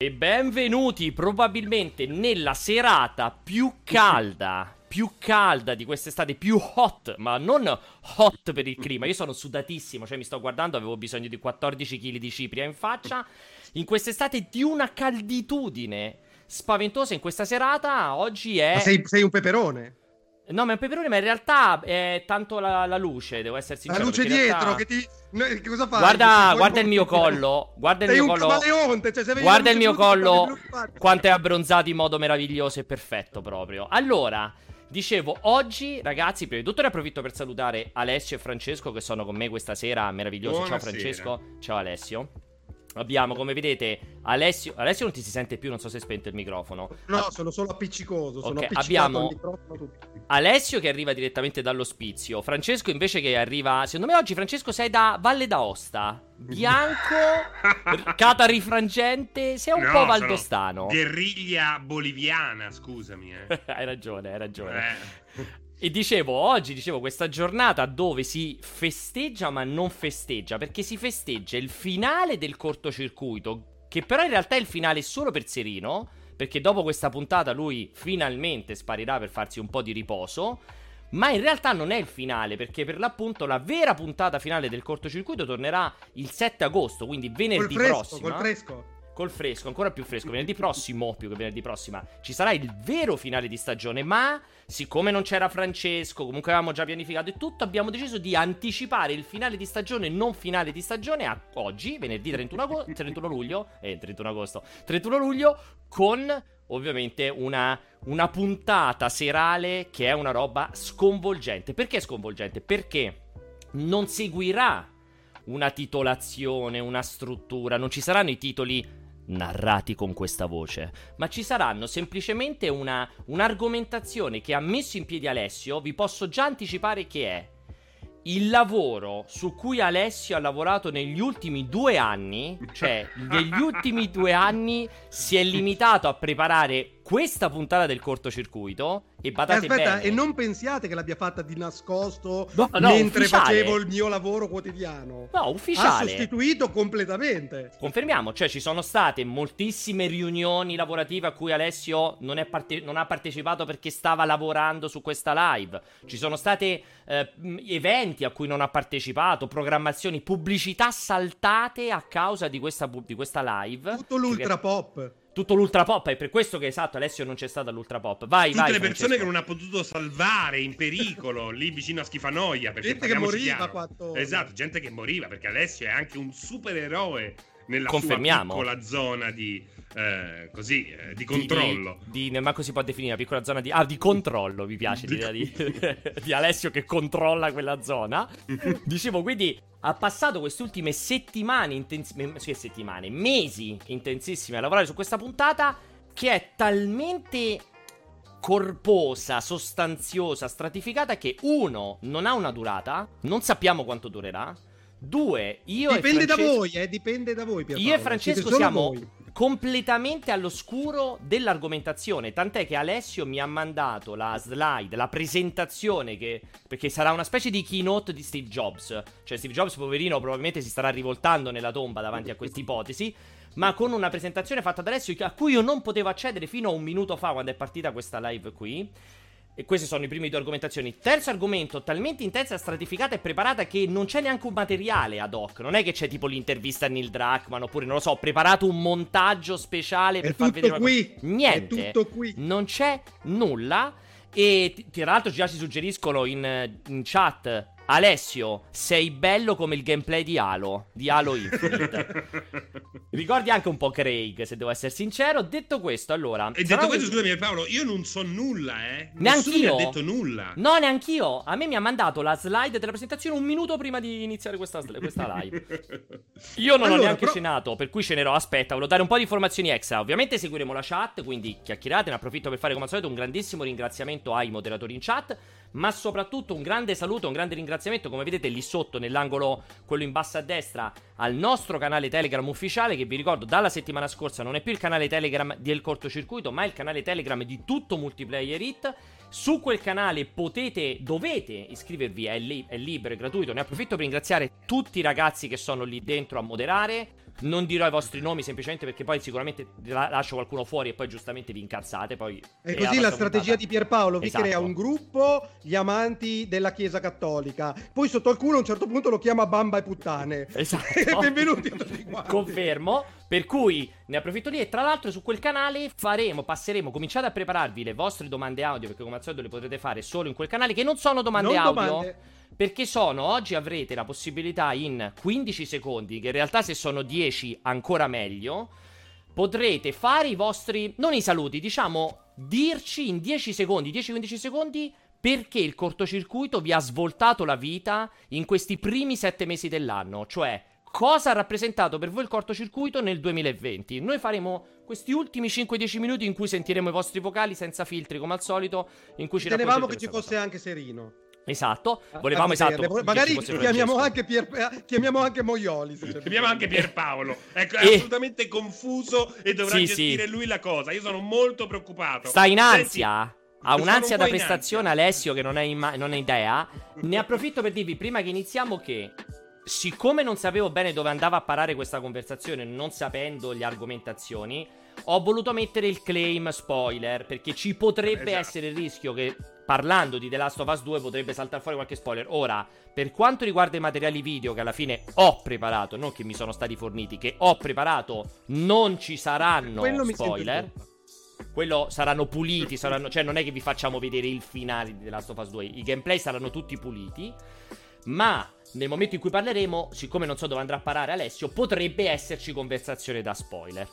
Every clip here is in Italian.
E benvenuti probabilmente nella serata più calda di quest'estate, più hot, ma non hot per il clima. Io sono sudatissimo, cioè mi sto guardando, avevo bisogno di 14 kg di cipria in faccia. In quest'estate di una calditudine spaventosa in questa serata, oggi è... Ma sei un peperone? No, ma è un peperone, ma in realtà è tanto la luce, devo essere sincero. La luce dietro, realtà... che ti... Cosa fai? Guarda il mio collo, guarda il sei mio un collo. camaleonte, cioè, se vedi Guarda la il luce mio blu, ti collo, fa quanto è abbronzato in modo meraviglioso e perfetto proprio. Allora, dicevo, oggi, ragazzi, prima di tutto ne approfitto per salutare Alessio e Francesco che sono con me questa sera, meravigliosi. Buonasera. Ciao Francesco, ciao Alessio. Abbiamo, come vedete, Alessio non ti si sente più, non so se è spento il microfono. No, sono solo appiccicoso, sono Ok, appiccicato abbiamo al microfono tutto. Alessio che arriva direttamente dall'ospizio, Francesco invece che arriva, secondo me oggi Francesco sei da Valle d'Aosta, bianco, catarifrangente, sei un po' valdostano. Guerriglia boliviana, scusami. Hai ragione. E dicevo, questa giornata dove si festeggia ma non festeggia, perché si festeggia il finale del cortocircuito, che però in realtà è il finale solo per Serino, perché dopo questa puntata lui finalmente sparirà per farsi un po' di riposo, ma in realtà non è il finale, perché per l'appunto la vera puntata finale del cortocircuito tornerà il 7 agosto, quindi venerdì prossimo. Col fresco, ancora più fresco, venerdì prossimo, più che venerdì prossima, ci sarà il vero finale di stagione, ma siccome non c'era Francesco, comunque avevamo già pianificato e tutto, abbiamo deciso di anticipare il finale di stagione, non finale di stagione, a oggi, venerdì 31 luglio, con ovviamente una puntata serale che è una roba sconvolgente. Perché sconvolgente? Perché non seguirà una titolazione, una struttura, non ci saranno i titoli narrati con questa voce, ma ci saranno semplicemente un'argomentazione che ha messo in piedi Alessio. Vi posso già anticipare che è il lavoro su cui Alessio ha lavorato negli ultimi 2 anni, cioè negli ultimi 2 anni si è limitato a preparare questa puntata del cortocircuito. E badate bene, e non pensiate che l'abbia fatta di nascosto no, mentre ufficiale. Facevo il mio lavoro quotidiano. No, ufficiale. Ha sostituito completamente. Confermiamo, cioè ci sono state moltissime riunioni lavorative a cui Alessio non ha partecipato perché stava lavorando su questa live. Ci sono state eventi a cui non ha partecipato, programmazioni, pubblicità saltate a causa di questa live. Tutto l'ultra pop. Tutto l'ultra pop, è per questo che esatto Alessio non c'è stato all'ultra pop. Tutte le persone Francesco. che non ha potuto salvare in pericolo lì vicino a Schifanoia, perché gente che moriva qua attorno. Esatto, gente che moriva, perché Alessio è anche un supereroe nella sua piccola zona di di controllo. Ma così si può definire una piccola zona di controllo, mi piace l'idea di Alessio che controlla quella zona. Dicevo, quindi ha passato queste ultime mesi intensissimi a lavorare su questa puntata, che è talmente corposa, sostanziosa, stratificata che uno, non ha una durata, non sappiamo quanto durerà. 2, dipende da voi, dipende da voi, Pierpaolo. Io e Francesco siamo completamente all'oscuro dell'argomentazione, tant'è che Alessio mi ha mandato la slide, la presentazione, perché sarà una specie di keynote di Steve Jobs. Cioè Steve Jobs, poverino, probabilmente si starà rivoltando nella tomba davanti a questa ipotesi, ma con una presentazione fatta da Alessio a cui io non potevo accedere fino a un minuto fa, quando è partita questa live qui. E queste sono i primi 2 argomentazioni. Terzo argomento, talmente intensa, stratificata e preparata che non c'è neanche un materiale ad hoc. Non è che c'è tipo l'intervista a Neil Druckmann, oppure non lo so, ho preparato un montaggio speciale per far vedere qui. Niente, è tutto qui. Non c'è nulla. E tra l'altro già ci suggeriscono in chat: Alessio, sei bello come il gameplay di Halo Infinite. Ricordi anche un po' Craig, se devo essere sincero. Detto questo, allora, e detto questo, scusami Paolo, io non so nulla, Neanch'io. Nessuno mi ha detto nulla. No, neanch'io. A me mi ha mandato la slide della presentazione un minuto prima di iniziare questa live. Io non ho neanche cenato, per cui cenerò. Aspetta, volevo dare un po' di informazioni extra. Ovviamente seguiremo la chat, quindi chiacchierate. Ne approfitto per fare come al solito un grandissimo ringraziamento ai moderatori in chat, ma soprattutto un grande saluto, un grande ringraziamento, come vedete lì sotto nell'angolo, quello in basso a destra, al nostro canale Telegram ufficiale, che vi ricordo dalla settimana scorsa non è più il canale Telegram del cortocircuito, ma è il canale Telegram di tutto Multiplayer Hit. Su quel canale dovete iscrivervi, è libero, è gratuito. Ne approfitto per ringraziare tutti i ragazzi che sono lì dentro a moderare. Non dirò i vostri nomi semplicemente perché poi sicuramente lascio qualcuno fuori e poi giustamente vi incazzate. Poi è così la strategia di Pierpaolo, vi crea un gruppo, gli amanti della Chiesa Cattolica, poi sotto al culo a un certo punto lo chiama Bamba e puttane. Esatto. Benvenuti a tutti quanti. Confermo. Per cui ne approfitto lì e tra l'altro su quel canale cominciate a prepararvi le vostre domande audio, perché come al solito le potrete fare solo in quel canale, che non sono domande audio. Perché oggi avrete la possibilità in 15 secondi, che in realtà se sono 10 ancora meglio, potrete fare i vostri, non i saluti, diciamo, dirci in 10 secondi, 10-15 secondi, perché il cortocircuito vi ha svoltato la vita in questi primi 7 mesi dell'anno, cioè cosa ha rappresentato per voi il cortocircuito nel 2020. Noi faremo questi ultimi 5-10 minuti in cui sentiremo i vostri vocali senza filtri come al solito, in cui ci tenevamo che ci fosse anche Serino. Esatto, volevamo magari chiamiamo anche Moioli. Chiamiamo anche Pierpaolo. Ecco, è assolutamente confuso e dovrà gestire lui la cosa. Io sono molto preoccupato. Sta in ansia. Ha un'ansia da prestazione Alessio che non è idea. Ne approfitto per dirvi prima che iniziamo che, siccome non sapevo bene dove andava a parare questa conversazione, non sapendo le argomentazioni, ho voluto mettere il claim spoiler, perché ci potrebbe essere il rischio che, parlando di The Last of Us 2, potrebbe saltare fuori qualche spoiler. Ora, per quanto riguarda i materiali video che alla fine ho preparato, non che mi sono stati forniti, che ho preparato, non ci saranno spoiler. Quello saranno puliti, cioè non è che vi facciamo vedere il finale di The Last of Us 2, i gameplay saranno tutti puliti. Ma nel momento in cui parleremo, siccome non so dove andrà a parare Alessio, potrebbe esserci conversazione da spoiler.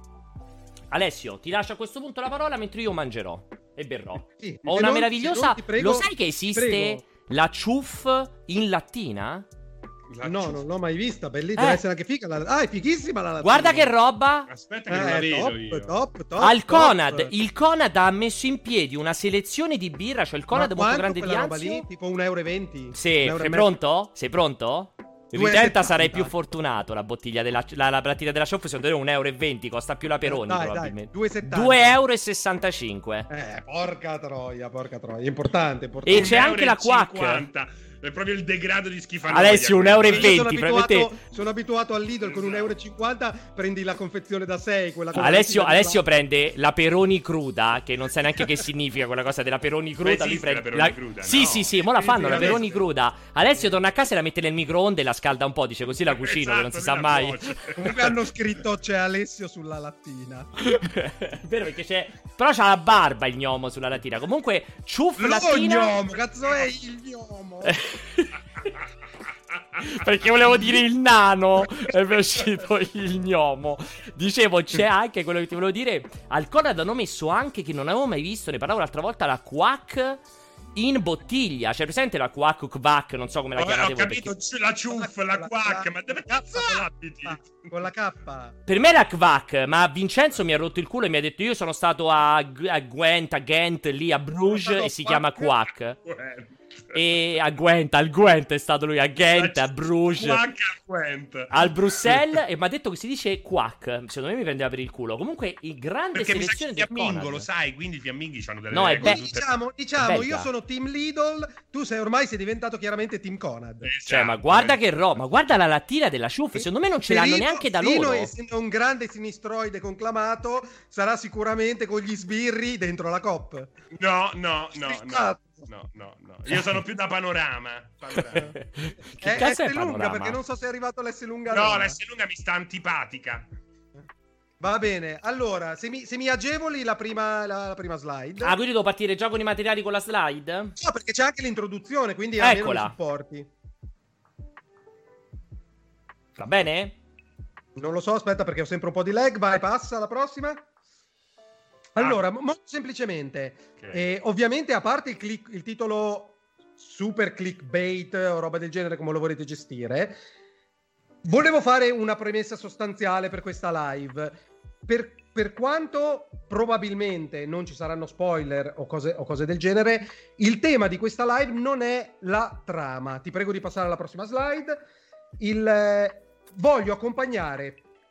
Alessio, ti lascio a questo punto la parola mentre io mangerò e berrò. Sì, ho una meravigliosa... Lo sai che esiste la ciuff in lattina? No, non l'ho mai vista, bellissima, deve essere anche figa. È fighissima la lattina. Guarda che roba! Aspetta che non la vedo io. Top, Al Conad, il Conad ha messo in piedi una selezione di birra, cioè il Conad molto grande di Anzio. Lì? Tipo €1,20. Sì, sei pronto? Sei pronto? Ritenta, sarei più fortunato. La bottiglia della la bottiglia della Scioffi secondo me €1,20, costa più la Peroni probabilmente. €2,65. Porca troia, importante. E c'è anche la Quack. È proprio il degrado di schifanoia. Alessio, €1,20. Sono abituato al Lidl con €1,50. Prendi la confezione da 6. Alessio prende la Peroni cruda, che non sa neanche che significa quella cosa della Peroni cruda. Lui prende la Peroni cruda. Sì, mo la fanno la Peroni cruda. Alessio torna a casa e la mette nel microonde e la scalda un po'. Dice così la cucino, che non si sa mai. Comunque hanno scritto c'è Alessio sulla lattina. Vero, perché c'è. Però c'ha la barba il gnomo sulla lattina. Comunque, ciuff lattina. Gnomo, cazzo è il gnomo? Perché volevo dire il nano e mi è uscito il gnomo. Dicevo, c'è anche quello che ti volevo dire. Al Conad hanno messo anche, che non avevo mai visto, ne parlavo l'altra volta, la Quack in bottiglia. C'è presente la Quack Quack? Non so come la chiamate. Ho capito, perché... la ciuff, la Quack. Ma dove cazzo l'abiti? Con la K. Per me era Quack, ma Vincenzo mi ha rotto il culo e mi ha detto io sono stato a Ghent, lì a Bruges, e si chiama Quack. E al Gwent è stato lui a Ghent, a Bruges, al Bruxelles, e mi ha detto che si dice Quack. Secondo me mi prendeva per il culo. Comunque il grande selezione del fiammingo, lo sai, quindi i fiamminghi hanno delle regole. Diciamo io sono team Lidl, tu ormai sei diventato chiaramente team Conad. Cioè, ma guarda che roba, ma guarda la lattina della ciuff, secondo me non ce l'hanno neanche da loro. Essendo un grande sinistroide conclamato, sarà sicuramente con gli sbirri dentro la COP. No. Io sono più da panorama. Che cazzo è lunga, perché non so se è arrivato l'S lunga. No, l'S lunga mi sta antipatica. Va bene, allora, se mi agevoli la prima slide. Ah, quindi devo partire già con i materiali con la slide? No, perché c'è anche l'introduzione, quindi almeno li supporti. Va bene? Non lo so, aspetta perché ho sempre un po' di lag. Vai, passa alla prossima. Allora, molto semplicemente, ovviamente a parte il titolo super clickbait o roba del genere, come lo volete gestire, volevo fare una premessa sostanziale per questa live. Per quanto probabilmente non ci saranno spoiler o cose del genere, il tema di questa live non è la trama. Ti prego di passare alla prossima slide. Voglio accompagnare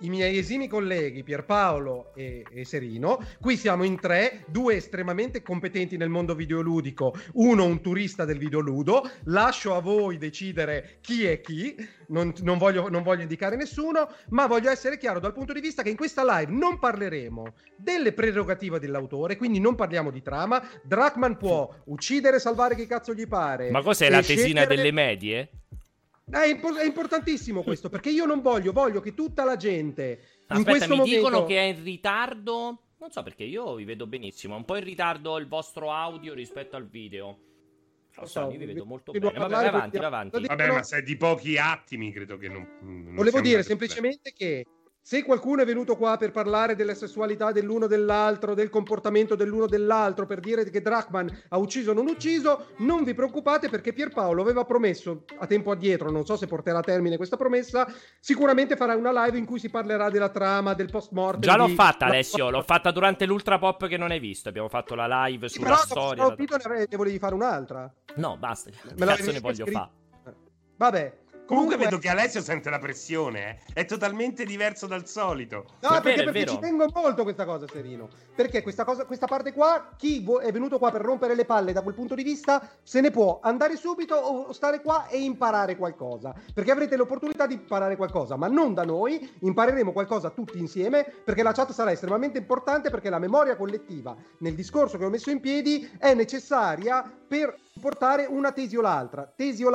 i miei esimi colleghi Pierpaolo e Serino. Qui siamo in 3, 2 estremamente competenti nel mondo videoludico, uno un turista del videoludo. Lascio a voi decidere chi è chi, non voglio indicare nessuno, ma voglio essere chiaro dal punto di vista che in questa live non parleremo delle prerogative dell'autore, quindi non parliamo di trama. Drachman può uccidere, salvare chi cazzo gli pare. Ma cos'è la tesina delle medie? È importantissimo questo, perché io non voglio che tutta la gente in Aspetta, questo mi momento... dicono che è in ritardo. Non so perché io vi vedo benissimo. È un po' in ritardo il vostro audio rispetto al video. Io vi vedo molto bene. Vabbè, vai avanti. Vabbè, ma se è di pochi attimi, credo che non volevo dire semplicemente che se qualcuno è venuto qua per parlare della sessualità dell'uno dell'altro, del comportamento dell'uno dell'altro, per dire che Drachman ha ucciso o non ucciso, non vi preoccupate, perché Pierpaolo aveva promesso a tempo addietro, non so se porterà a termine questa promessa, sicuramente farà una live in cui si parlerà della trama, del post-mortem. Già l'ho fatta, Alessio, l'ho fatta durante l'Ultra Pop che non hai visto. Abbiamo fatto la live sulla storia. Però ne volevi fare un'altra? No, basta. Che cazzo ne voglio fare? Vabbè. Comunque vedo che Alessio sente la pressione, è totalmente diverso dal solito. No, perché ci tengo molto questa cosa, Serino. Perché questa parte qua, chi è venuto qua per rompere le palle da quel punto di vista, se ne può andare subito o stare qua e imparare qualcosa. Perché avrete l'opportunità di imparare qualcosa, ma non da noi, impareremo qualcosa tutti insieme, perché la chat sarà estremamente importante, perché la memoria collettiva nel discorso che ho messo in piedi è necessaria per portare una tesi o l'altra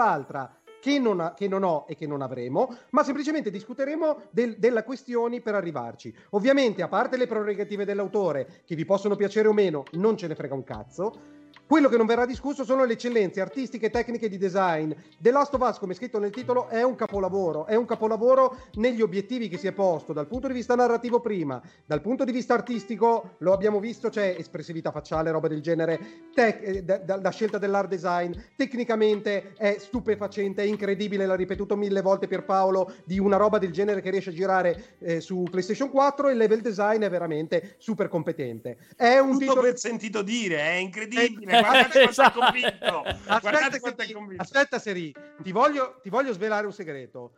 che non ho e che non avremo, ma semplicemente discuteremo delle questioni per arrivarci. Ovviamente, a parte le prerogative dell'autore, che vi possono piacere o meno, non ce ne frega un cazzo. Quello che non verrà discusso sono le eccellenze artistiche e tecniche di design. The Last of Us, come scritto nel titolo, è un capolavoro negli obiettivi che si è posto dal punto di vista narrativo prima, dal punto di vista artistico lo abbiamo visto, c'è espressività facciale, roba del genere, la scelta dell'art design, tecnicamente è stupefacente, è incredibile, l'ha ripetuto 1000 volte Pierpaolo, di una roba del genere che riesce a girare su PlayStation 4, il level design è veramente super competente. È un tutto per sentito dire, è incredibile. Guardate quanto è convinto. Guardate quanto è convinto. Aspetta, Seri, ti voglio svelare un segreto.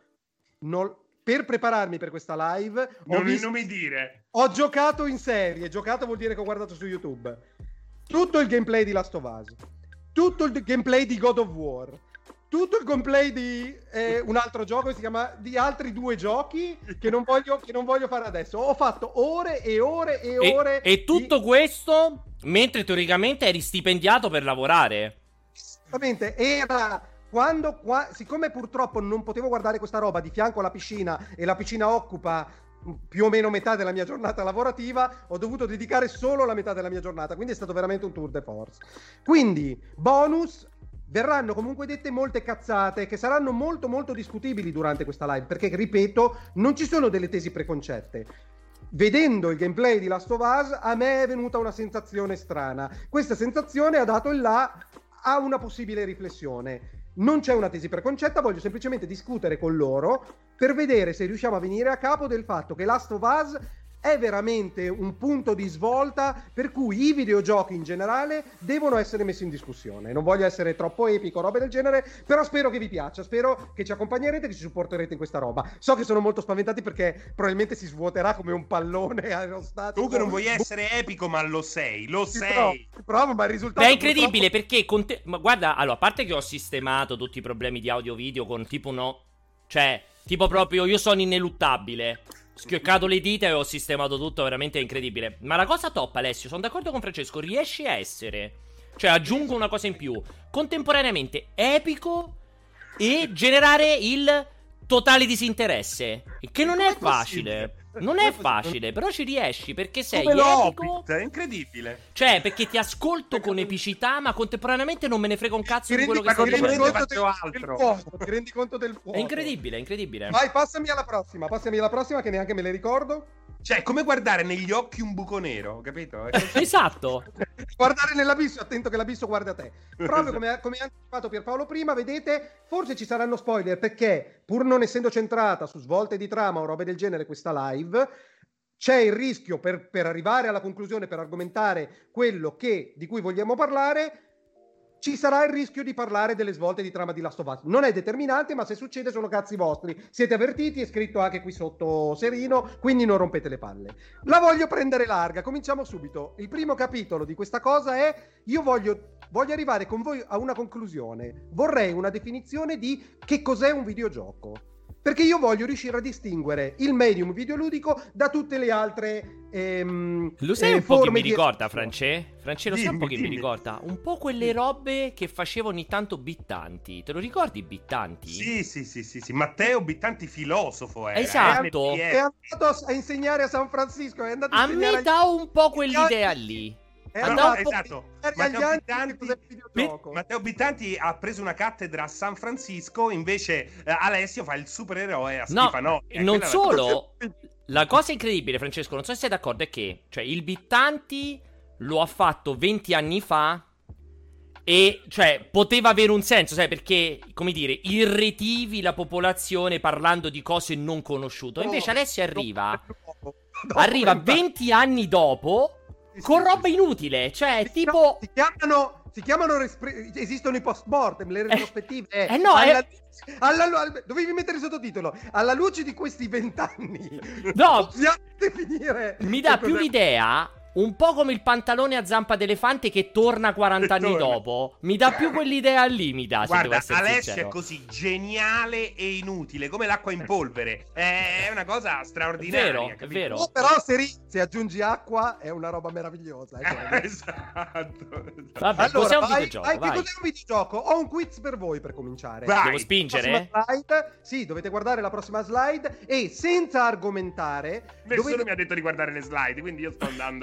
Per prepararmi per questa live non mi dire. Ho giocato in serie. Giocato vuol dire che ho guardato su YouTube tutto il gameplay di Last of Us, tutto il gameplay di God of War, tutto il gameplay di un altro gioco che si chiama, di altri 2 giochi che non voglio fare adesso. Ho fatto ore e ore e ore e tutto questo mentre teoricamente eri stipendiato per lavorare. Esattamente, era siccome purtroppo non potevo guardare questa roba di fianco alla piscina e la piscina occupa più o meno metà della mia giornata lavorativa, ho dovuto dedicare solo la metà della mia giornata, quindi è stato veramente un tour de force. Quindi, bonus, verranno comunque dette molte cazzate che saranno molto molto discutibili durante questa live, perché, ripeto, non ci sono delle tesi preconcette. Vedendo il gameplay di Last of Us, a me è venuta una sensazione strana. Questa sensazione ha dato il là a una possibile riflessione. Non c'è una tesi preconcetta, voglio semplicemente discutere con loro per vedere se riusciamo a venire a capo del fatto che Last of Us è veramente un punto di svolta per cui i videogiochi in generale devono essere messi in discussione. Non voglio essere troppo epico, robe del genere, però spero che vi piaccia, spero che ci accompagnerete, che ci supporterete in questa roba. So che sono molto spaventati perché probabilmente si svuoterà come un pallone aerostatico. Tu che non vuoi essere epico, ma lo sei. Provo, ma il risultato è incredibile perché ma guarda, allora, a parte che ho sistemato tutti i problemi di audio video con tipo tipo proprio io sono ineluttabile. Schioccato le dita e ho sistemato tutto, veramente incredibile. Ma la cosa top, Alessio, sono d'accordo con Francesco, riesci a essere, cioè aggiungo una cosa in più, contemporaneamente epico e generare il totale disinteresse, che non è facile. Non è facile, però ci riesci perché sei epico. È incredibile. Cioè, perché ti ascolto con epicità, ma contemporaneamente non me ne frega un cazzo di quello che stai dicendo. Ti rendi conto del fuoco? È incredibile, è incredibile. Vai, passami alla prossima che neanche me le ricordo. Cioè, come guardare negli occhi un buco nero, capito? Esatto. Guardare nell'abisso, attento che l'abisso guarda te. Proprio come ha anticipato Pierpaolo prima, vedete, forse ci saranno spoiler, perché pur non essendo centrata su svolte di trama o robe del genere questa live, c'è il rischio per arrivare alla conclusione, per argomentare quello di cui vogliamo parlare, ci sarà il rischio di parlare delle svolte di trama di Last of Us. Non è determinante, ma se succede sono cazzi vostri. Siete avvertiti, è scritto anche qui sotto Serino, quindi non rompete le palle. La voglio prendere larga, cominciamo subito. Il primo capitolo di questa cosa è: io voglio arrivare con voi a una conclusione. Vorrei una definizione di che cos'è un videogioco. Perché io voglio riuscire a distinguere il medium videoludico da tutte le altre lo sai un po' che mi ricorda, France, lo sai un po' che mi ricorda? Un po' quelle robe che facevo ogni tanto Bittanti. Te lo ricordi Bittanti? Sì. Matteo Bittanti filosofo era. Esatto. È andato a insegnare a San Francisco. A me dà un po' quell'idea lì. Esatto. Matteo Bittanti ha preso una cattedra a San Francisco, invece Alessio fa il supereroe a Schifano. Non solo. La cosa incredibile, Francesco, non so se sei d'accordo, è che cioè, il Bittanti lo ha fatto 20 anni fa e cioè poteva avere un senso, sai, perché, come dire, irretivi la popolazione parlando di cose non conosciute. Invece Alessio arriva 20 anni dopo con roba inutile, cioè tipo si chiamano esistono i post mortem, le retrospettive. Dovevi mettere il sottotitolo. Alla luce di questi 20 anni, no, possiamo definire. Mi dà più l'idea un po' come il pantalone a zampa d'elefante che torna 40 anni dopo. Mi dà più quell'idea lì, mi dà. Guarda, Alessio è così geniale e inutile come l'acqua in polvere. È una cosa straordinaria. È vero. No, però se aggiungi acqua è una roba meravigliosa. Esatto. Vabbè, allora, cos'è un videogioco? Che cos'è un videogioco? Ho un quiz per voi per cominciare. Devo spingere? Sì, dovete guardare la prossima slide e senza argomentare. Nessuno mi ha detto di guardare le slide, quindi io sto andando.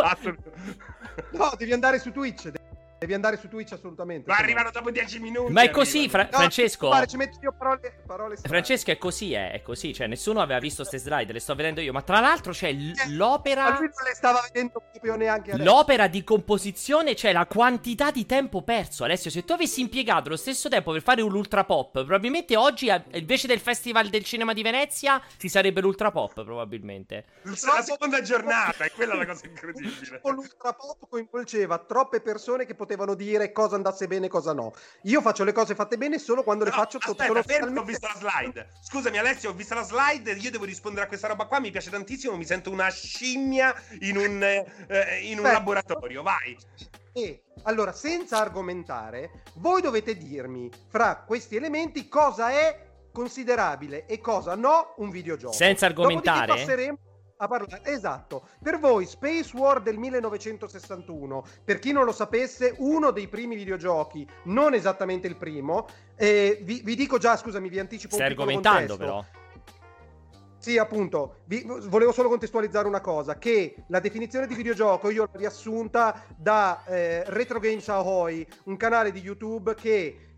No, devi andare su Twitch. Devi andare su Twitch assolutamente. Ma arrivano dopo 10 minuti. Ma è così, Francesco. Ci metto io parole Francesco, è così, è così. Cioè, nessuno aveva visto queste slide, le sto vedendo io. Ma tra l'altro c'è l'opera. Ma lui non le stava vedendo proprio neanche adesso. L'opera di composizione, cioè la quantità di tempo perso. Alessio, se tu avessi impiegato lo stesso tempo per fare un ultra pop, probabilmente oggi, invece del Festival del Cinema di Venezia, ci sarebbe l'ultra pop, probabilmente. La seconda giornata, è quella la cosa incredibile. L'ultra pop coinvolgeva troppe persone che potevano dire cosa andasse bene e cosa no. Io faccio le cose fatte bene solo quando le faccio solo fermo, ho visto la slide. Scusami Alessio, ho visto la slide, io devo rispondere a questa roba qua, mi piace tantissimo, mi sento una scimmia in un laboratorio, vai. E allora, senza argomentare, voi dovete dirmi fra questi elementi cosa è considerabile e cosa no un videogioco. Senza argomentare? Dopodiché passeremo a parlare. Esatto. Per voi Space War del 1961, per chi non lo sapesse, uno dei primi videogiochi, non esattamente il primo, vi dico già, scusami, vi anticipo un piccolo contesto. Stai argomentando però. Sì, appunto, volevo solo contestualizzare una cosa, che la definizione di videogioco io l'ho riassunta da Retro Games Ahoy, un canale di YouTube che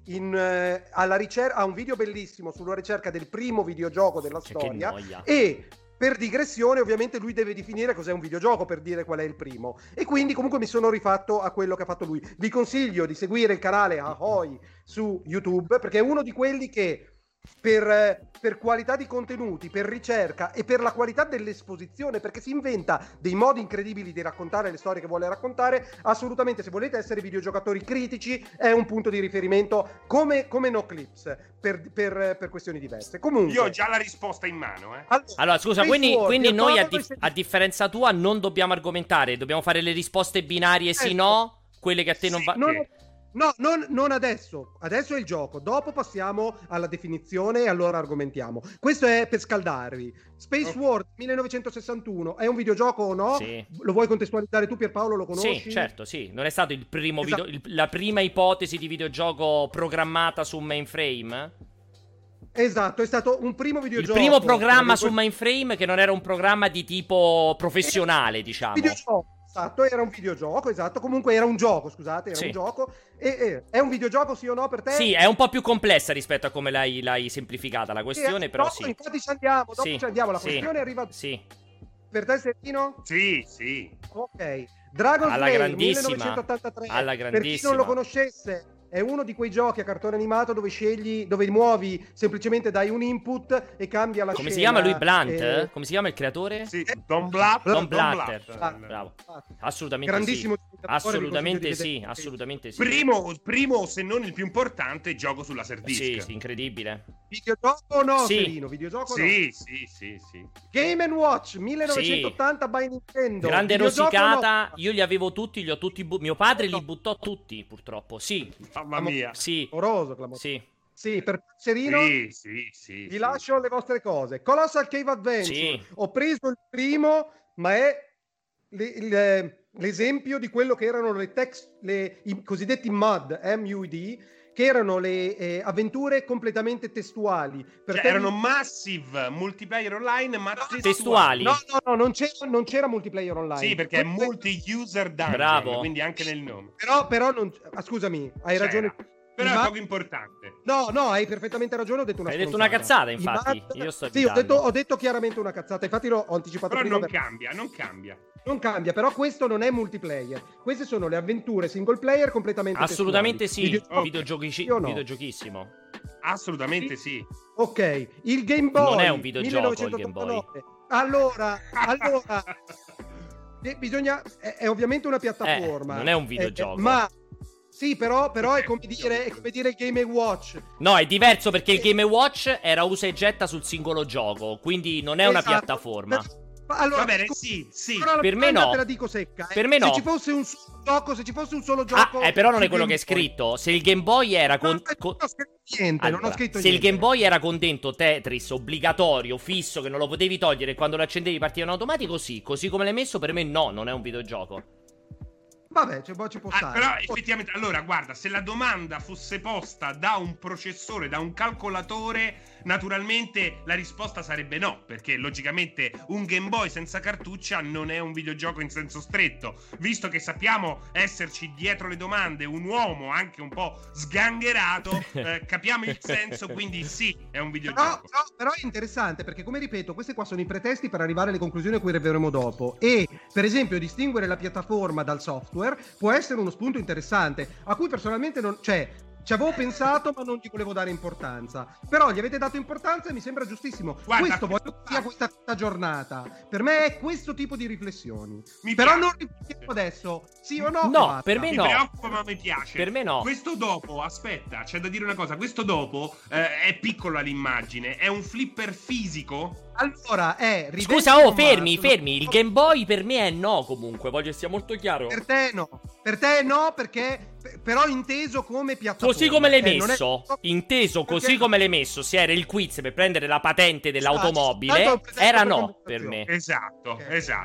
ha un video bellissimo sulla ricerca del primo videogioco della storia e per digressione ovviamente lui deve definire cos'è un videogioco per dire qual è il primo, e quindi comunque mi sono rifatto a quello che ha fatto lui. Vi consiglio di seguire il canale Ahoy su YouTube, perché è uno di quelli che per qualità di contenuti, per ricerca e per la qualità dell'esposizione, perché si inventa dei modi incredibili di raccontare le storie che vuole raccontare. Assolutamente, se volete essere videogiocatori critici, è un punto di riferimento come Noclipse per questioni diverse. Comunque, io ho già la risposta in mano. Allora, scusa, quindi noi a differenza tua non dobbiamo argomentare, dobbiamo fare le risposte binarie sì no, quelle che a te non va. No, non adesso. Adesso è il gioco. Dopo passiamo alla definizione e allora argomentiamo. Questo è per scaldarvi. Space War 1961 è un videogioco o no? Sì. Lo vuoi contestualizzare tu, Pierpaolo? Lo conosci? Sì, certo, sì. Non è stato il primo la prima ipotesi di videogioco programmata su mainframe? Esatto, è stato un primo videogioco. Il primo programma su mainframe che non era un programma di tipo professionale, diciamo. Videogioco. Esatto, era un videogioco, esatto. Comunque era un gioco, scusate, era un gioco. È un videogioco, sì o no, per te? Sì, è un po' più complessa rispetto a come l'hai semplificata la questione, però sì. Infatti ci andiamo, dopo ci andiamo, la questione arriva. Sì. Per te, Sertino? Sì. Ok. Dragon alla Slayer grandissima, 1983. alla grandissima. Per chi non lo conoscesse, è uno di quei giochi a cartone animato dove muovi, semplicemente dai un input e cambia la Come scena. si chiama lui, Blunt? Come si chiama il creatore? Sì, Don Blatter. Don Blatter. Bravo. Assolutamente grandissimo sì. Assolutamente sì, assolutamente sì. Primo, se non il più importante, gioco sulla Serdisc. Sì, incredibile. Videogioco o no, Sì. Serino? Videogioco o no? Sì. Game & Watch 1980 by Nintendo. Grande Videogioco o no? rosicata. Io li avevo tutti, li ho tutti mio padre li buttò tutti, purtroppo. Sì. Mamma mia. Sì. Clamoroso. Sì. Sì, per Serino Sì. vi lascio le vostre cose. Colossal Cave Adventure. Sì. Ho preso il primo, ma è l'esempio di quello che erano i cosiddetti MUD, MUD, che erano le avventure completamente testuali. Erano massive multiplayer online, ma testuali. No, non c'era multiplayer online. Sì, perché è multi-user dungeon, Bravo. quindi anche nel nome. Però non... scusami, hai ragione. Però è poco importante. No, hai perfettamente ragione, ho detto una Hai stronzata. detto una cazzata, infatti. Io sto sì, ho detto chiaramente una cazzata, infatti ho anticipato però prima. Non cambia. Non cambia, però questo non è multiplayer. Queste sono le avventure single player completamente assolutamente testuali. sì. Videogiochissimo. Assolutamente sì. Ok, il Game Boy non è un videogioco 1989. il Game Boy. Allora bisogna è ovviamente una piattaforma. Non è un videogioco. Ma sì, però è come dire il Game & Watch. No, è diverso perché il Game & Watch era usa e getta sul singolo gioco, quindi non è una piattaforma. Allora, va bene, sì. Per me no. Te la dico secca. Per me no. Se ci fosse un solo gioco, però non è quello che è scritto. Se il Game Boy era con non ho scritto niente, non ho scritto se niente. il Game Boy era con dentro Tetris obbligatorio, fisso, che non lo potevi togliere e quando lo accendevi partiva in automatico, sì. Così come l'hai messo, per me no, non è un videogioco. Vabbè, ci può stare. Però effettivamente, allora guarda, se la domanda fosse posta da un processore, da un calcolatore, naturalmente la risposta sarebbe no, perché logicamente un Game Boy senza cartuccia non è un videogioco in senso stretto, visto che sappiamo esserci dietro le domande un uomo anche un po' sgangherato, capiamo il senso, quindi sì, è un videogioco. Però è interessante perché, come ripeto, questi qua sono i pretesti per arrivare alle conclusioni a cui arriveremo dopo, e per esempio distinguere la piattaforma dal software può essere uno spunto interessante a cui personalmente ci avevo pensato, ma non gli volevo dare importanza. Però gli avete dato importanza e mi sembra giustissimo. Guarda, questo voglio sia questa giornata. Per me è questo tipo di riflessioni. Però non riflettiamo adesso, sì o no? No, per me no. Mi preoccupa, ma mi piace. Per me no. Questo dopo, aspetta, c'è da dire una cosa. Questo dopo è piccolo all'immagine. È un flipper fisico? Allora, scusa, fermi. Il Game Boy per me è no, comunque. Voglio sia molto chiaro. Per te no, perché però inteso come piattaforma. Così come l'hai messo. Inteso così come l'hai messo. Se era il quiz per prendere la patente dell'automobile, era no per me. Esatto.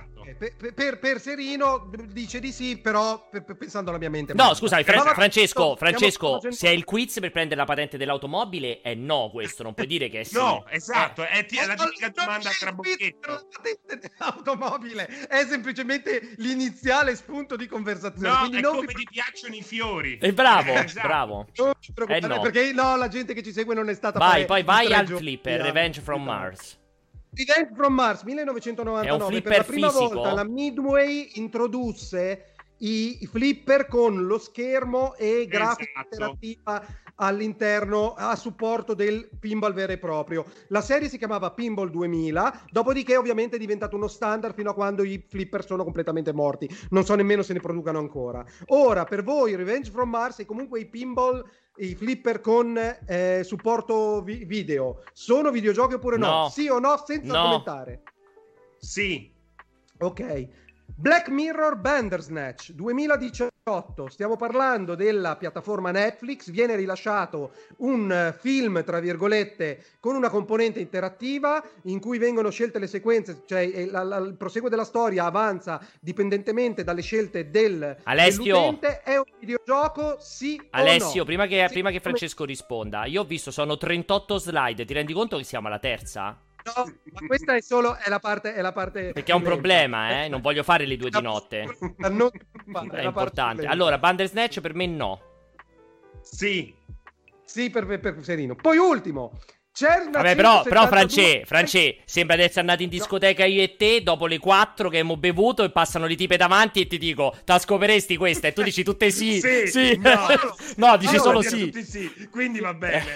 Per Serino dice di sì, però pensando alla mia mente. No, scusami, Francesco, se è il quiz per prendere la patente dell'automobile è no, questo non puoi dire che è sì. No, esatto, è la tipica domanda a trabocchetto. La patente dell'automobile è semplicemente l'iniziale spunto di conversazione. No, quindi è non come ti piacciono i fiori. Bravo, Esatto. bravo. Non ti preoccupare, no. perché la gente che ci segue non è stata vai al flipper, Revenge from Mars. Revenge from Mars 1999, per la prima volta la Midway introdusse i flipper con lo schermo e grafica interattiva all'interno a supporto del pinball vero e proprio. La serie si chiamava Pinball 2000, dopodiché ovviamente è diventato uno standard fino a quando i flipper sono completamente morti. Non so nemmeno se ne producano ancora. Ora, per voi Revenge from Mars e comunque i flipper con supporto video sono videogiochi oppure no? Sì o no, senza commentare. Sì. Ok. Black Mirror Bandersnatch 2018, stiamo parlando della piattaforma Netflix, viene rilasciato un film tra virgolette con una componente interattiva in cui vengono scelte le sequenze, cioè il proseguo della storia avanza dipendentemente dalle scelte dell'utente. È un videogioco, sì Alessio, o no? prima che Francesco risponda, io ho visto sono 38 slide, ti rendi conto che siamo alla terza? No, ma questa è la parte perché è un problema, non voglio fare le 2 di notte. È importante. Allora, Bandersnatch per me no. Sì per Serino. Poi ultimo, Vabbè, però Francesco, sembra di essere andato in discoteca io e te dopo le 4 che abbiamo bevuto e passano le tipe davanti e ti dico, t'ascoperesti questa? E tu dici tutte sì. Sì. No, dici solo sì. Tutti sì. Quindi va bene.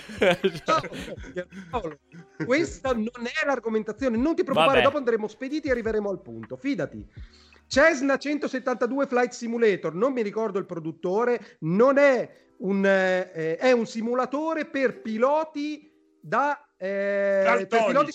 Questa non è l'argomentazione, non ti preoccupare, dopo andremo spediti e arriveremo al punto, fidati. Cessna 172 Flight Simulator, non mi ricordo il produttore, non è è un simulatore per piloti per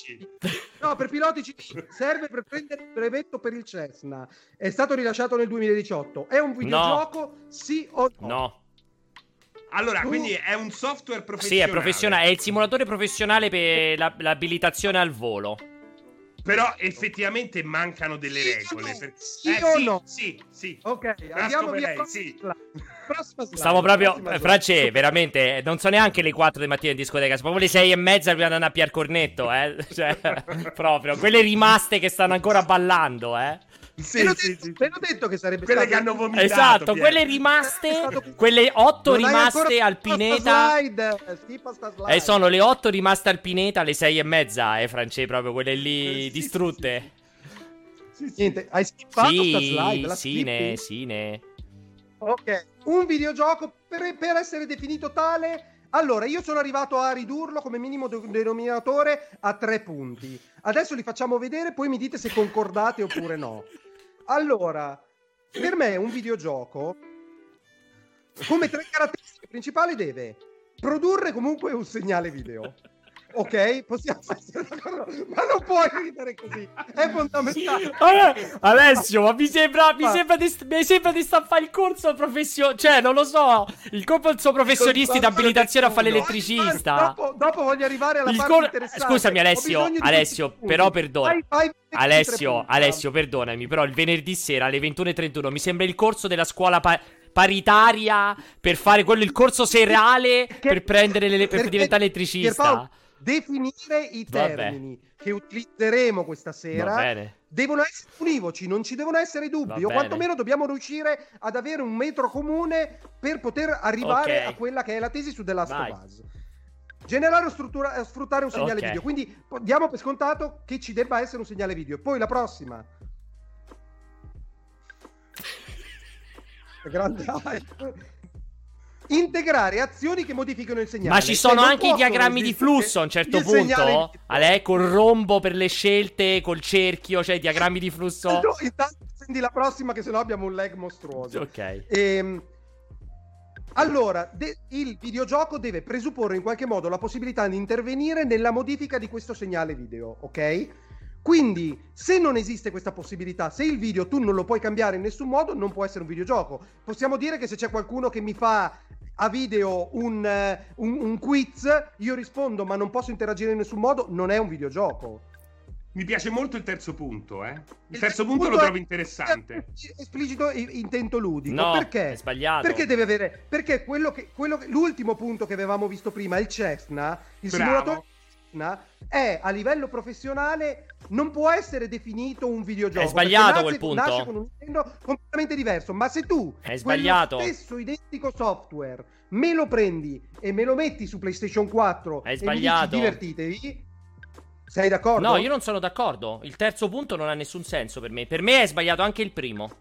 piloti serve per prendere il brevetto per il Cessna. È stato rilasciato nel 2018. È un videogioco, sì o no? No. Allora, quindi è un software professionale. Sì, è professionale, è il simulatore professionale per l'abilitazione al volo. Però effettivamente mancano delle regole. Sì o no? Sì. Ok, andiamo via. Sì. Stavo proprio, France, veramente, non so neanche le 4 di mattina in discoteca, sono proprio le 6:30 prima di andare a piar cornetto, cioè, proprio, quelle rimaste che stanno ancora ballando, Sì. Ve l'ho detto che sarebbe quelle stato... che hanno vomitato. Esatto, quelle rimaste, quelle 8 rimaste al Pineta. Sono le 8 rimaste al Pineta alle 6:30, France, proprio quelle lì distrutte. Sì. Niente, hai skippato sta slide? Sì. Ok, un videogioco per essere definito tale. Allora, io sono arrivato a ridurlo come minimo denominatore a 3 punti. Adesso li facciamo vedere, poi mi dite se concordate oppure no. Allora, per me un videogioco, come 3 caratteristiche principali, deve produrre comunque un segnale video. Ok? Possiamo essere d'accordo? Ma non puoi ridere così. È fondamentale. Alessio, ma mi sembra di sta a fare il corso professionale. Cioè, non lo so. Il corso professionisti d'abilitazione a fare l'elettricista. Dopo voglio arrivare alla parte interessante. Scusami, Alessio, però perdona. Alessio, perdonami, però il venerdì sera alle 21:31 mi sembra il corso della scuola paritaria per fare il corso serale per prendere per diventare elettricista. Definire i termini che utilizzeremo questa sera devono essere univoci, non ci devono essere dubbi, o quantomeno dobbiamo riuscire ad avere un metro comune per poter arrivare a quella che è la tesi su The Last of Us. Generare o sfruttare un segnale video, quindi diamo per scontato che ci debba essere un segnale video. Poi la prossima grande integrare azioni che modificano il segnale. Ma ci sono anche i diagrammi di flusso a un certo punto? Col rombo per le scelte, col cerchio, cioè i diagrammi di flusso. Intanto prendi la prossima, che sennò abbiamo un lag mostruoso. Ok. Allora, il videogioco deve presupporre in qualche modo la possibilità di intervenire nella modifica di questo segnale video, ok? Quindi, se non esiste questa possibilità, se il video tu non lo puoi cambiare in nessun modo, non può essere un videogioco. Possiamo dire che se c'è qualcuno che mi fa a video un quiz, io rispondo ma non posso interagire in nessun modo, non è un videogioco. Mi piace molto il terzo punto, Il terzo punto lo trovo interessante. Esplicito intento ludico. No, perché? È sbagliato. Perché deve avere... Perché l'ultimo punto che avevamo visto prima, il Cessna, simulatore è a livello professionale, non può essere definito un videogioco. È sbagliato quel punto. Nasce con un intento completamente diverso. Ma se tu è sbagliato. Quello stesso identico software me lo prendi e me lo metti su PlayStation 4 è sbagliato. E mi dici divertitevi, sei d'accordo? No, io non sono d'accordo. Il terzo punto non ha nessun senso per me. Per me è sbagliato anche il primo.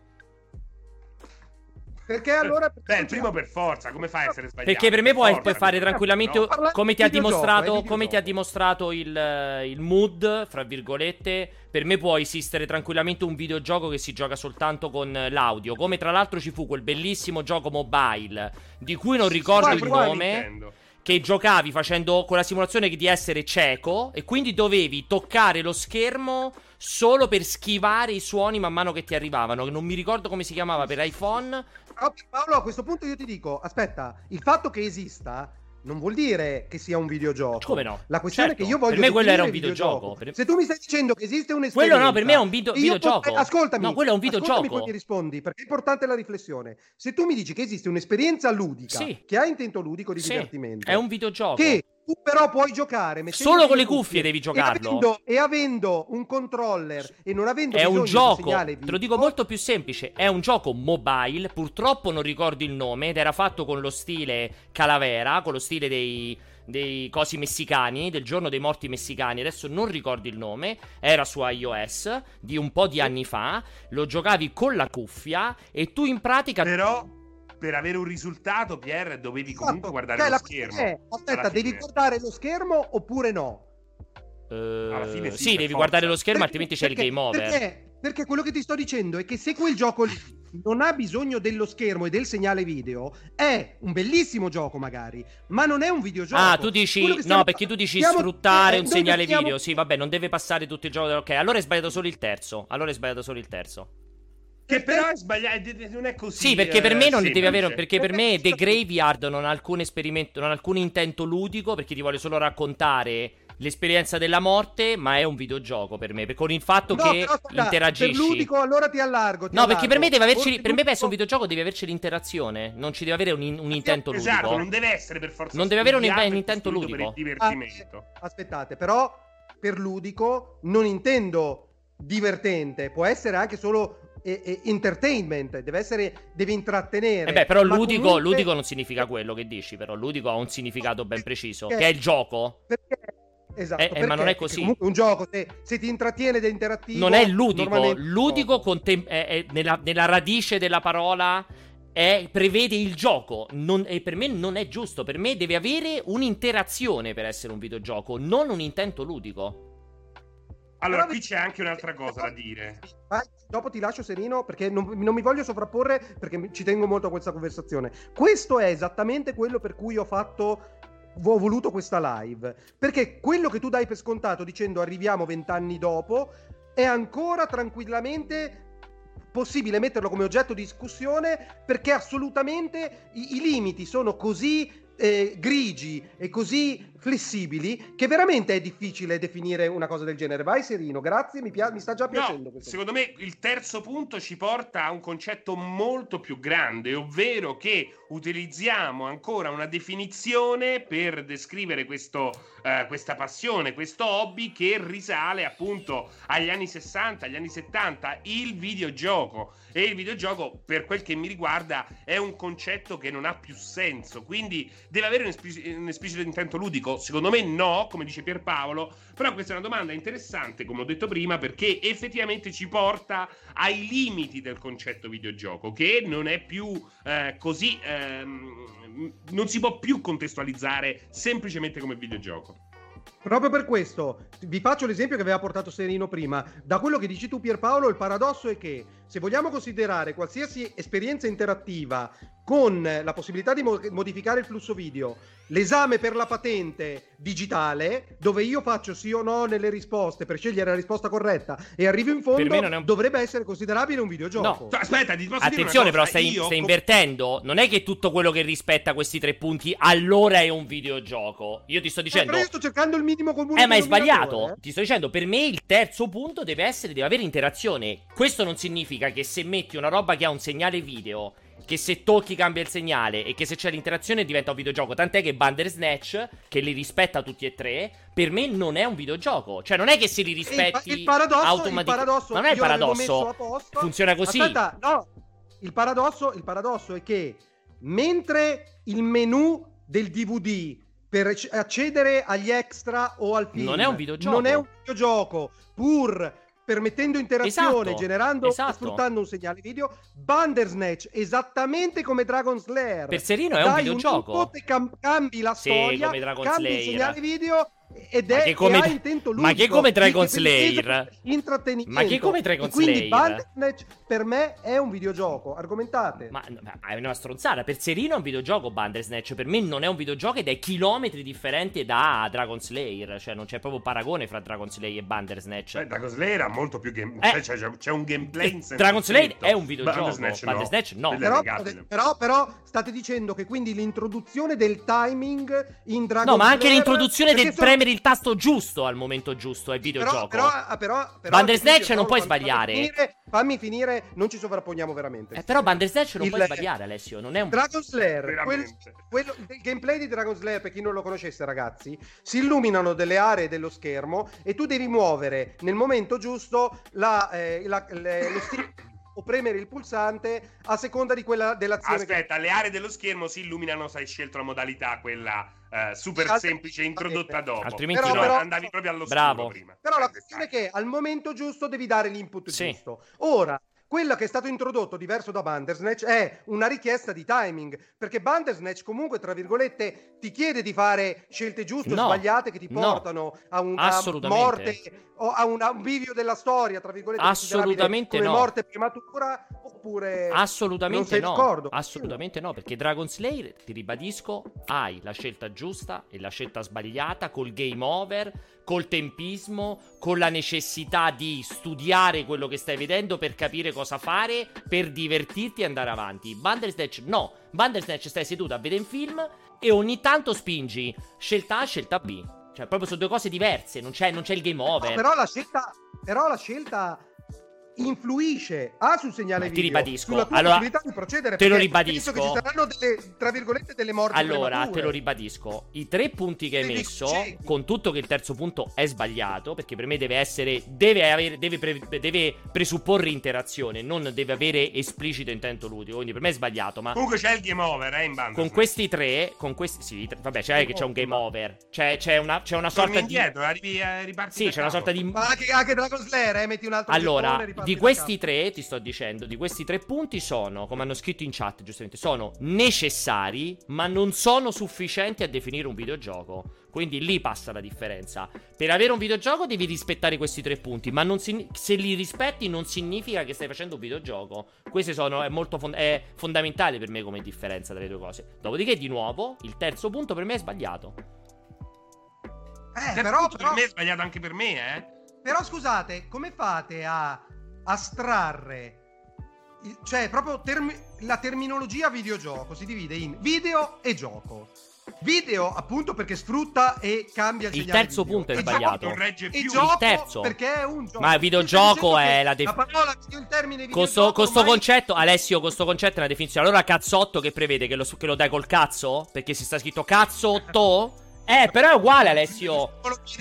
Perché allora... il primo per forza, come fai a essere sbagliato? Perché per me puoi fare tranquillamente, come ti ha dimostrato il mood, fra virgolette, per me può esistere tranquillamente un videogioco che si gioca soltanto con l'audio, come tra l'altro ci fu quel bellissimo gioco mobile, di cui non ricordo il nome, che giocavi facendo con la simulazione di essere cieco e quindi dovevi toccare lo schermo solo per schivare i suoni man mano che ti arrivavano, che non mi ricordo come si chiamava per iPhone. Paolo, a questo punto io ti dico, aspetta, il fatto che esista non vuol dire che sia un videogioco. Come no? La questione è che io voglio... Per me quello era un videogioco. Se tu mi stai dicendo che esiste un'esperienza... Quello no, per me è un videogioco. Ascoltami. No, quello è un videogioco. Poi mi rispondi, perché è importante la riflessione. Se tu mi dici che esiste un'esperienza ludica, che ha intento ludico di divertimento... è un videogioco. Che tu però puoi giocare... Solo con le cuffie devi giocarlo. E avendo un controller e non avendo bisogno di un segnale video... Te lo dico molto più semplice. È un gioco mobile, purtroppo non ricordo il nome, ed era fatto con lo stile Calavera, con lo stile dei cosi messicani, del giorno dei morti messicani, adesso non ricordo il nome, era su iOS di un po' di anni fa, lo giocavi con la cuffia e tu in pratica... Però per avere un risultato, Pier, dovevi comunque guardare lo schermo. Aspetta, devi guardare lo schermo oppure no? Alla fine sì, devi guardare lo schermo, altrimenti c'è il game over. Perché quello che ti sto dicendo è che se quel gioco lì non ha bisogno dello schermo e del segnale video, è un bellissimo gioco magari, ma non è un videogioco. Ah, tu dici... No, perché tu dici sfruttare un segnale video. Sì, vabbè, non deve passare tutto il gioco. Ok, allora è sbagliato solo il terzo. Che però è sbagliato, non è così. Sì, perché per me non deve avere. Perché per me The Graveyard non ha alcun esperimento, non ha alcun intento ludico, perché ti vuole solo raccontare l'esperienza della morte, ma è un videogioco per me, con il fatto che interagisci. Per ludico allora ti allargo. Perché per me deve averci, per me penso un videogioco deve averci l'interazione, non ci deve avere un intento ludico. Esatto, non deve essere per forza. Non deve avere un intento ludico. Per il divertimento. Aspettate, però per ludico non intendo divertente, può essere anche solo entertainment, deve intrattenere. Però ludico non significa quello che dici, però ludico ha un significato ben preciso, che è il gioco. Esatto, ma non è così. Comunque un gioco, se ti intrattiene ed è interattivo, non è ludico. Ludico è nella radice della parola prevede il gioco. E per me non è giusto. Per me deve avere un'interazione per essere un videogioco, non un intento ludico. Allora, qui c'è anche un'altra cosa da dire. Dopo ti lascio, Serino, perché non mi voglio sovrapporre, perché ci tengo molto a questa conversazione. Questo è esattamente quello per cui ho voluto questa live. Perché quello che tu dai per scontato dicendo arriviamo 20 anni dopo è ancora tranquillamente possibile metterlo come oggetto di discussione, perché assolutamente i limiti sono così grigi e così flessibili che veramente è difficile definire una cosa del genere. Vai Serino, grazie, mi sta già piacendo questo. Secondo me il terzo punto ci porta a un concetto molto più grande, ovvero che utilizziamo ancora una definizione per descrivere questa passione, questo hobby che risale appunto agli anni 60, agli anni 70, il videogioco. E il videogioco, per quel che mi riguarda, è un concetto che non ha più senso, quindi deve avere un esplicito intento ludico? Secondo me no, come dice Pierpaolo, però questa è una domanda interessante, come ho detto prima, perché effettivamente ci porta ai limiti del concetto videogioco, che non è più così, non si può più contestualizzare semplicemente come videogioco. Proprio per questo vi faccio l'esempio che aveva portato Serino prima. Da quello che dici tu, Pierpaolo, il paradosso è che se vogliamo considerare qualsiasi esperienza interattiva con la possibilità di modificare il flusso video, l'esame per la patente digitale, dove io faccio sì o no nelle risposte per scegliere la risposta corretta e arrivo in fondo, dovrebbe essere considerabile un videogioco. No. Aspetta, ti posso attenzione, dire una però cosa? stai invertendo. Non è che tutto quello che rispetta questi 3 punti allora è un videogioco. Io ti sto dicendo però io sto cercando il minimo comune. Ma è sbagliato. Ti sto dicendo, per me il terzo punto deve avere interazione. Questo non significa che se metti una roba che ha un segnale video, che se tocchi cambia il segnale e che se c'è l'interazione diventa un videogioco. Tant'è che Bandersnatch, che li rispetta tutti e tre, per me non è un videogioco. Cioè non è che se li rispetti automaticamente. Ma non è il paradosso. Funziona così. Aspetta, no. Il paradosso è che mentre il menu del DVD per accedere agli extra o al film non è un videogioco, pur permettendo interazione, generando sfruttando un segnale video. Bandersnatch, esattamente come Dragon Slayer, per Serino è un videogioco. Cambi la storia, come Dragon cambi Slayer. il segnale video ed è ha intento ludico. Ma che come Dragon Slayer? Intrattenimento. Ma che come Dragon Slayer? Slayer? Quindi Bandersnatch per me è un videogioco. Argomentate. Ma è una stronzata. Per Serino è un videogioco Bandersnatch. Per me non è un videogioco ed è chilometri differente da Dragon Slayer. Cioè non c'è proprio paragone fra Dragon Slayer e Bandersnatch. Dragon Slayer ha molto più c'è un gameplay in senso Dragon Slayer è un videogioco. Bandersnatch no. Però state dicendo che quindi l'introduzione del timing in Dragon Slayer, no, ma anche l'introduzione del premere il tasto giusto al momento giusto è videogioco. Però Bandersnatch non puoi sbagliare. Fammi finire, non ci sovrapponiamo veramente. Però Bandersnatch non puoi sbagliare, Alessio. Non è un Dragon Slayer. Il gameplay di Dragon Slayer, per chi non lo conoscesse, ragazzi, si illuminano delle aree dello schermo e tu devi muovere nel momento giusto lo stick o premere il pulsante a seconda di quella dell'azione. Aspetta, le aree dello schermo si illuminano se hai scelto la modalità quella super semplice introdotta dopo. Altrimenti però andavi proprio allo bravo. prima. Però la questione è che al momento giusto devi dare l'input Sì. giusto. Ora, quello che è stato introdotto diverso da Bandersnatch è una richiesta di timing, perché Bandersnatch comunque, tra virgolette, ti chiede di fare scelte giuste o No, sbagliate che ti portano a una assolutamente. morte o a un bivio della storia, tra virgolette, Assolutamente come no. morte prematura, oppure non Assolutamente sei no. d'accordo? Assolutamente no, perché Dragon Slayer, ti ribadisco, hai la scelta giusta e la scelta sbagliata col game over, col tempismo, con la necessità di studiare quello che stai vedendo per capire cosa fare, per divertirti e andare avanti. Bandersnatch no. Bandersnatch stai seduto a vedere un film e ogni tanto spingi scelta A, scelta B. Cioè, proprio sono due cose diverse, non c'è il game over. No, però la scelta influisce sul segnale ti video, ribadisco. sulla tua Allora, possibilità di procedere, te lo perché ribadisco. penso che ci saranno delle, tra virgolette, delle morti Allora, premature. te lo ribadisco. I 3 punti che hai Devi messo, ciechi. con tutto che il terzo punto è sbagliato, perché per me deve presupporre interazione, non deve avere esplicito intento ludico, quindi per me è sbagliato, ma Comunque c'è il game over, in Bandersnatch. con questi tre, vabbè, c'è che c'è un game over. C'è una Torni sorta indietro, riparti Sì, da c'è una capo. sorta di Ma anche Dragon Slayer, metti un altro Allora, gettone, riparti di da questi capo. tre, ti sto dicendo, di questi 3 punti sono, come hanno scritto in chat giustamente, sono necessari, ma non sono sufficienti a definire un videogioco. Quindi lì passa la differenza. Per avere un videogioco devi rispettare questi 3 punti, ma se li rispetti non significa che stai facendo un videogioco. Queste sono, è fondamentale per me come differenza tra le due cose. Dopodiché, di nuovo, il terzo punto per me è sbagliato. Però, Per me è sbagliato anche per me, però scusate, come fate a astrarre cioè proprio la terminologia videogioco si divide in video e gioco. Video appunto perché sfrutta e cambia il Il segnale terzo video. punto è E sbagliato. Non regge E più. gioco Il terzo. perché è un gioco. Ma il videogioco è la la parola, il termine Con videogioco sto concetto, Alessio, con sto concetto è una definizione. Allora cazzotto che prevede che lo dai col cazzo? Perché si sta scritto cazzotto? Però è uguale, Alessio.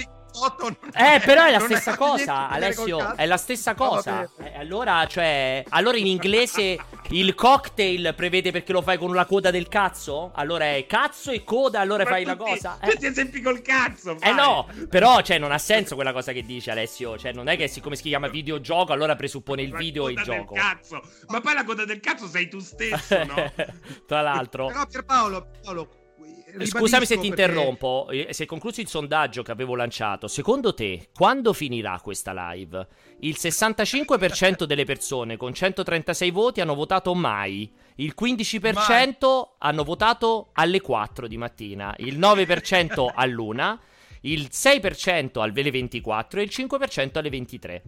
Però è la stessa cosa, Alessio. È la stessa cosa. Allora in inglese il cocktail prevede perché lo fai con la coda del cazzo? Allora è cazzo e coda, allora fai la cosa. Questi esempi col cazzo. Fai. No, però, non ha senso quella cosa che dice Alessio. Cioè, non è che siccome si chiama videogioco, allora presuppone il video e il gioco. Cazzo. Ma poi la coda del cazzo sei tu stesso, no? Tra l'altro. Però Pierpaolo, Scusami se ti perché... interrompo. Si è concluso il sondaggio che avevo lanciato. Secondo te, quando finirà questa live? Il 65% delle persone con 136 voti hanno votato mai. Il 15% hanno votato alle 4 di mattina. Il 9% all'1. Il 6% alle 24 e il 5% alle 23.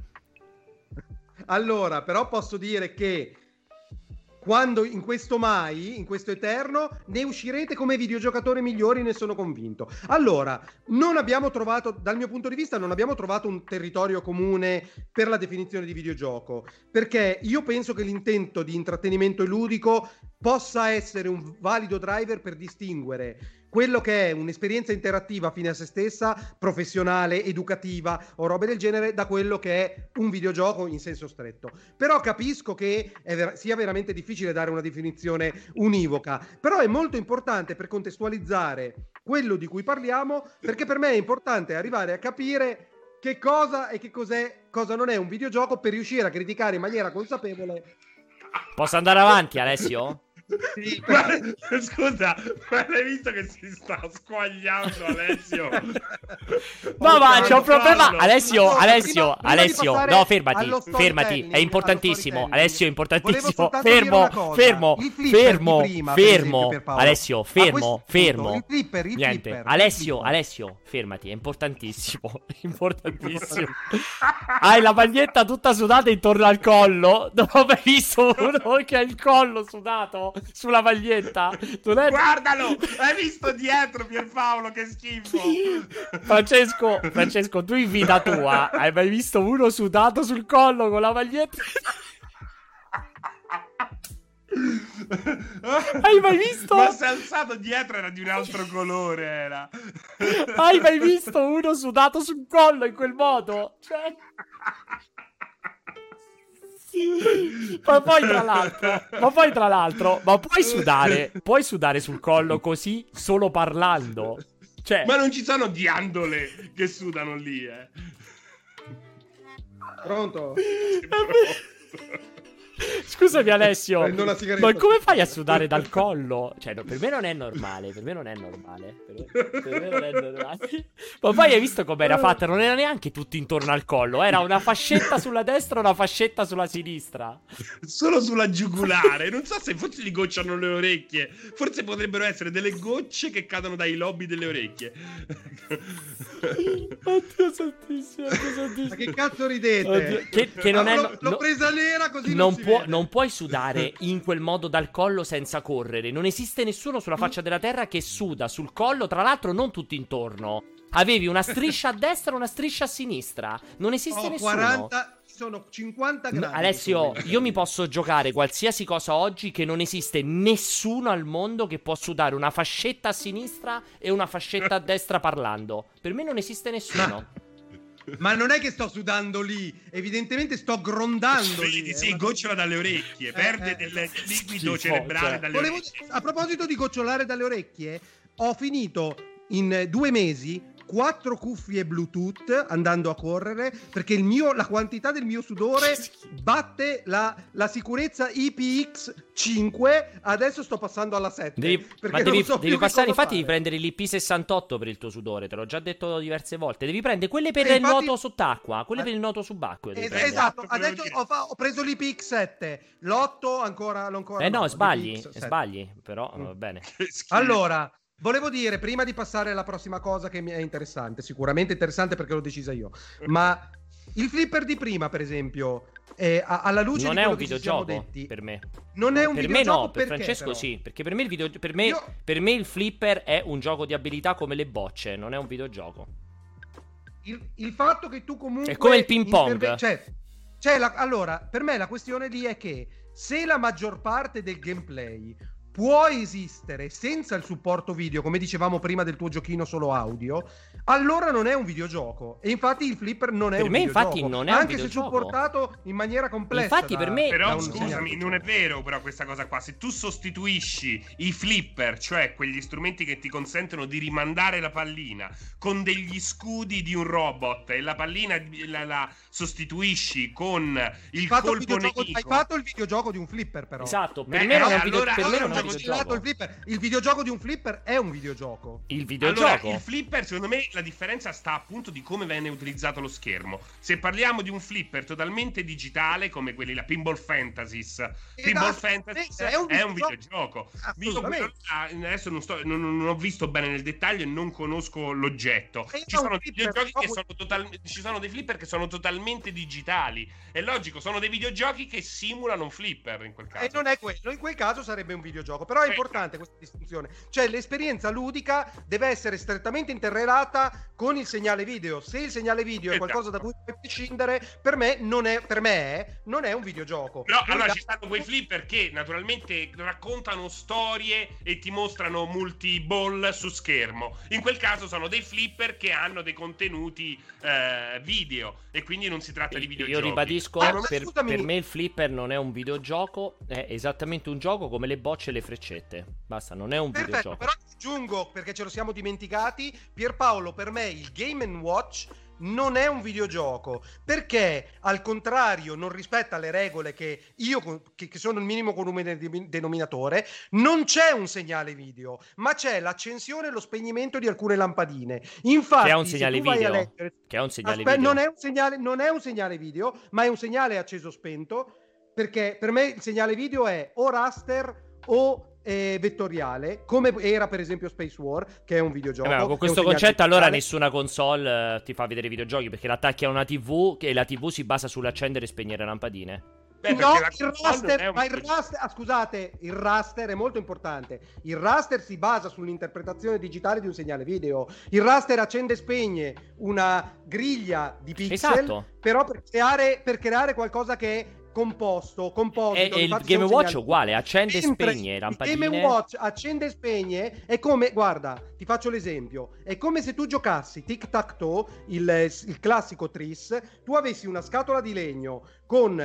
Allora, però posso dire che quando in questo eterno, ne uscirete come videogiocatori migliori, ne sono convinto. Allora, non abbiamo trovato, dal mio punto di vista, non abbiamo trovato un territorio comune per la definizione di videogioco, perché io penso che l'intento di intrattenimento e ludico possa essere un valido driver per distinguere quello che è un'esperienza interattiva fine a se stessa, professionale, educativa o robe del genere, da quello che è un videogioco in senso stretto. Però capisco che sia veramente difficile dare una definizione univoca, però è molto importante per contestualizzare quello di cui parliamo, perché per me è importante arrivare a capire che cosa e che cos'è, cosa non è un videogioco, per riuscire a criticare in maniera consapevole. Posso andare avanti, Alessio? Sì, scusa, ma hai visto che si sta squagliando Alessio? Ma c'è un problema. Alessio, no, fermati, allo è importantissimo. storytelling. Alessio, è importantissimo. Volevo soltanto dire una cosa. Fermo. Il flipper di prima, per esempio, Pierpaolo. Alessio, A questo punto, fermo. il flipper, Niente. il flipper. Alessio, fermati, è importantissimo. Hai la maglietta tutta sudata intorno al collo. Non ho mai visto uno che ha il collo sudato sulla maglietta. Guardalo, hai visto dietro, Pierpaolo, che schifo. Francesco, tu in vita tua hai mai visto uno sudato sul collo con la maglietta? Hai mai visto? Ma si è alzato dietro, era di un altro colore, era. Hai mai visto uno sudato sul collo in quel modo? Cioè... Ma poi tra l'altro, ma puoi sudare sul collo così solo parlando? Cioè... Ma non ci sono ghiandole che sudano lì, Pronto? Scusami Alessio, ma come fai a sotto. sudare dal collo? Cioè, no, per me non è normale. Per me non è normale. Ma poi hai visto com'era fatta? Non era neanche tutto intorno al collo. Era una fascetta sulla destra e una fascetta sulla sinistra. Solo sulla giugulare. Non so se forse gli gocciano le orecchie. Forse potrebbero essere delle gocce che cadono dai lobi delle orecchie. Oddio santissimo, Ma che cazzo ridete? Che non è... L'ho presa nera così non si vede. Non puoi sudare in quel modo dal collo senza correre. Non esiste nessuno sulla faccia della terra che suda sul collo, tra l'altro non tutto intorno. Avevi una striscia a destra e una striscia a sinistra. Non esiste nessuno. 40, sono 50 gradi. Alessio, io mi posso giocare qualsiasi cosa oggi che non esiste nessuno al mondo che può sudare una fascetta a sinistra e una fascetta a destra parlando. Per me non esiste nessuno. Ma non è che sto sudando lì, evidentemente sto grondando lì. Sì, gocciola dalle orecchie, perde del liquido cerebrale dalle orecchie. A proposito di gocciolare dalle orecchie, ho finito in 2 mesi 4 cuffie Bluetooth andando a correre, perché la quantità del mio sudore batte la sicurezza IPX5. Adesso sto passando alla 7. Devi passare, infatti, fare. devi prendere l'IP68 per il tuo sudore. Te l'ho già detto diverse volte. Devi prendere quelle per il infatti... nuoto sott'acqua, quelle per il nuoto subacqueo. Esatto, adesso ho preso l'IPX7. L'8 ancora. No, sbagli, però va bene. Allora, volevo dire, prima di passare alla prossima cosa che mi è interessante, sicuramente interessante perché l'ho decisa io, ma il flipper di prima, per esempio, alla luce non di è quello un che ci videogioco siamo detti, per me. Non è un per videogioco. Me no, per Francesco però? sì, perché per me per me il flipper è un gioco di abilità come le bocce, non è un videogioco. Il fatto che tu comunque è come il ping pong. Allora, per me la questione lì è che se la maggior parte del gameplay può esistere senza il supporto video, come dicevamo prima del tuo giochino solo audio, allora non è un videogioco. E infatti il flipper non è un videogioco. Per me infatti non è un videogioco. Anche se supportato in maniera complessa. Infatti per me... Però scusami, non è vero però questa cosa qua. Se tu sostituisci i flipper, cioè quegli strumenti che ti consentono di rimandare la pallina, con degli scudi di un robot e la pallina la sostituisci con il colpo nemico... Hai fatto il videogioco di un flipper però. Esatto, per me non è un videogioco. Il videogioco di un flipper è un videogioco. Il videogioco. Allora, il flipper, secondo me, la differenza sta appunto di come viene utilizzato lo schermo. Se parliamo di un flipper totalmente digitale, come quelli la Pinball Fantasies, Pinball Fantasies è un videogioco. Adesso non ho visto bene nel dettaglio e non conosco l'oggetto. Ci sono dei videogiochi che ci sono dei flipper che sono totalmente digitali. È logico, sono dei videogiochi che simulano un flipper in quel caso. E non è quello, in quel caso sarebbe un videogioco. Però è importante questa distinzione, cioè l'esperienza ludica deve essere strettamente interrelata con il segnale video. Se il segnale video è qualcosa da cui puoi prescindere, per me non è un videogioco. Però allora ci stanno quei flipper che naturalmente raccontano storie e ti mostrano multi-ball su schermo. In quel caso sono dei flipper che hanno dei contenuti video e quindi non si tratta di videogiochi. Io ribadisco, per me il flipper non è un videogioco, è esattamente un gioco come le bocce e le freccette. Basta, non è un videogioco. Però aggiungo, perché ce lo siamo dimenticati, Pierpaolo, per me il Game & Watch non è un videogioco, perché al contrario non rispetta le regole che sono il minimo comune denominatore. Non c'è un segnale video, ma c'è l'accensione e lo spegnimento di alcune lampadine. Infatti, che è un segnale video. Non è un segnale video, ma è un segnale acceso spento, perché per me il segnale video è o raster o vettoriale, come era per esempio Space War, che è un videogioco. Con questo concetto allora nessuna console ti fa vedere videogiochi, perché l'attacchi a una TV e la TV si basa sull'accendere e spegnere lampadine. No, scusate, il raster è molto importante. Il raster si basa sull'interpretazione digitale di un segnale video. Il raster accende e spegne una griglia di pixel, esatto. Però per creare qualcosa che è composito. E il Game Watch è uguale, accende e spegne lampadine. Il Game Watch accende e spegne, è come, guarda, ti faccio l'esempio, è come se tu giocassi Tic-Tac-Toe, il classico Tris, tu avessi una scatola di legno con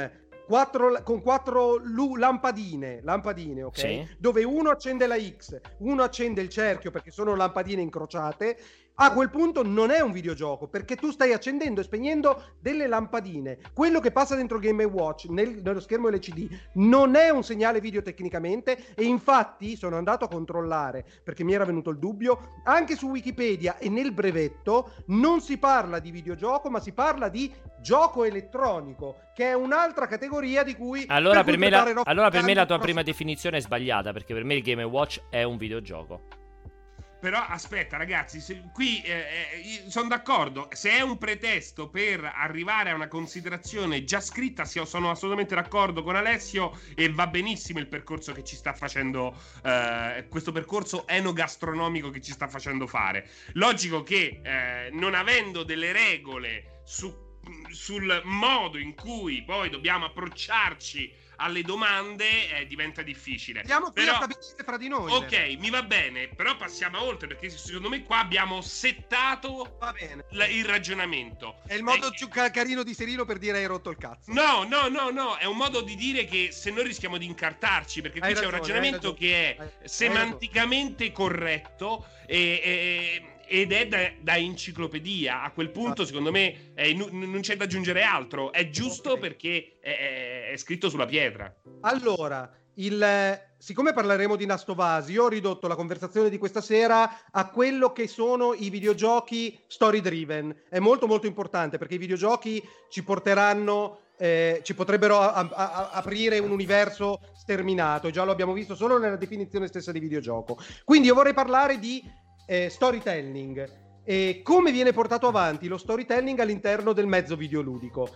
con 4 lampadine, ok? Sì. Dove uno accende la X, uno accende il cerchio perché sono lampadine incrociate. A quel punto non è un videogioco, perché tu stai accendendo e spegnendo delle lampadine. Quello che passa dentro Game & Watch nello schermo LCD non è un segnale video tecnicamente, e infatti sono andato a controllare perché mi era venuto il dubbio. Anche su Wikipedia e nel brevetto non si parla di videogioco, ma si parla di gioco elettronico, che è un'altra categoria di cui allora per me la tua prima definizione è sbagliata, perché per me il Game & Watch è un videogioco. Però aspetta ragazzi, qui sono d'accordo, se è un pretesto per arrivare a una considerazione già scritta, sono assolutamente d'accordo con Alessio, e va benissimo il percorso che ci sta facendo, questo percorso enogastronomico che ci sta facendo fare. Logico che non avendo delle regole sul modo in cui poi dobbiamo approcciarci alle domande, diventa difficile. Andiamo qui a stabilire fra di noi. Ok, mi va bene, però passiamo oltre, perché secondo me qua abbiamo settato il ragionamento. È il modo più carino di Serino per dire hai rotto il cazzo. No, è un modo di dire che se noi rischiamo di incartarci, perché qui c'è un ragionamento che è semanticamente corretto ed è da enciclopedia. A quel punto secondo me non c'è da aggiungere altro, è giusto perché è scritto sulla pietra. Allora, siccome parleremo di Last of Us, io ho ridotto la conversazione di questa sera a quello che sono i videogiochi story driven. È molto molto importante, perché i videogiochi ci porteranno, ci potrebbero aprire un universo sterminato. Già lo abbiamo visto solo nella definizione stessa di videogioco. Quindi io vorrei parlare di storytelling e come viene portato avanti lo storytelling all'interno del mezzo videoludico.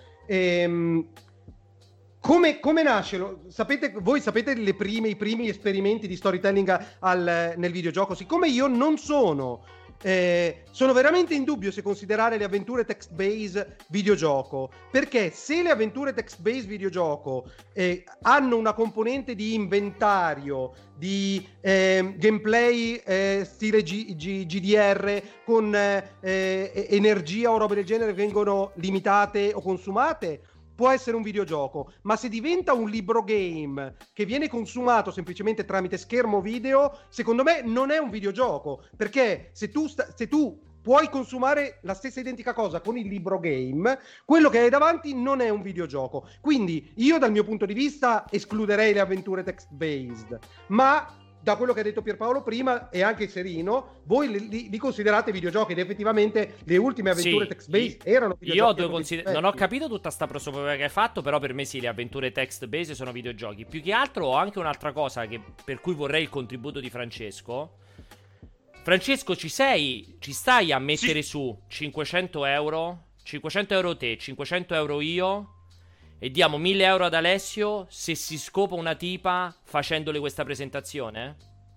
Come nasce? Voi sapete i primi esperimenti di storytelling nel videogioco? Siccome io non sono veramente in dubbio se considerare le avventure text-based videogioco, perché se le avventure text-based videogioco hanno una componente di inventario, di gameplay stile GDR con energia o robe del genere che vengono limitate o consumate, può essere un videogioco. Ma se diventa un libro game che viene consumato semplicemente tramite schermo video, secondo me non è un videogioco, perché se tu puoi consumare la stessa identica cosa con il libro game, quello che hai davanti non è un videogioco. Quindi io dal mio punto di vista escluderei le avventure text based, ma da quello che ha detto Pierpaolo prima e anche Serino, voi li considerate videogiochi, ed effettivamente le ultime avventure text-based erano videogiochi. Io non ho capito tutta sta prosopopeia che hai fatto, però per me sì, le avventure text-based sono videogiochi. Più che altro ho anche un'altra cosa per cui vorrei il contributo di Francesco. Francesco, ci stai a mettere su 500 euro? 500 euro te, 500 euro io, e diamo 1000 euro ad Alessio se si scopa una tipa facendole questa presentazione?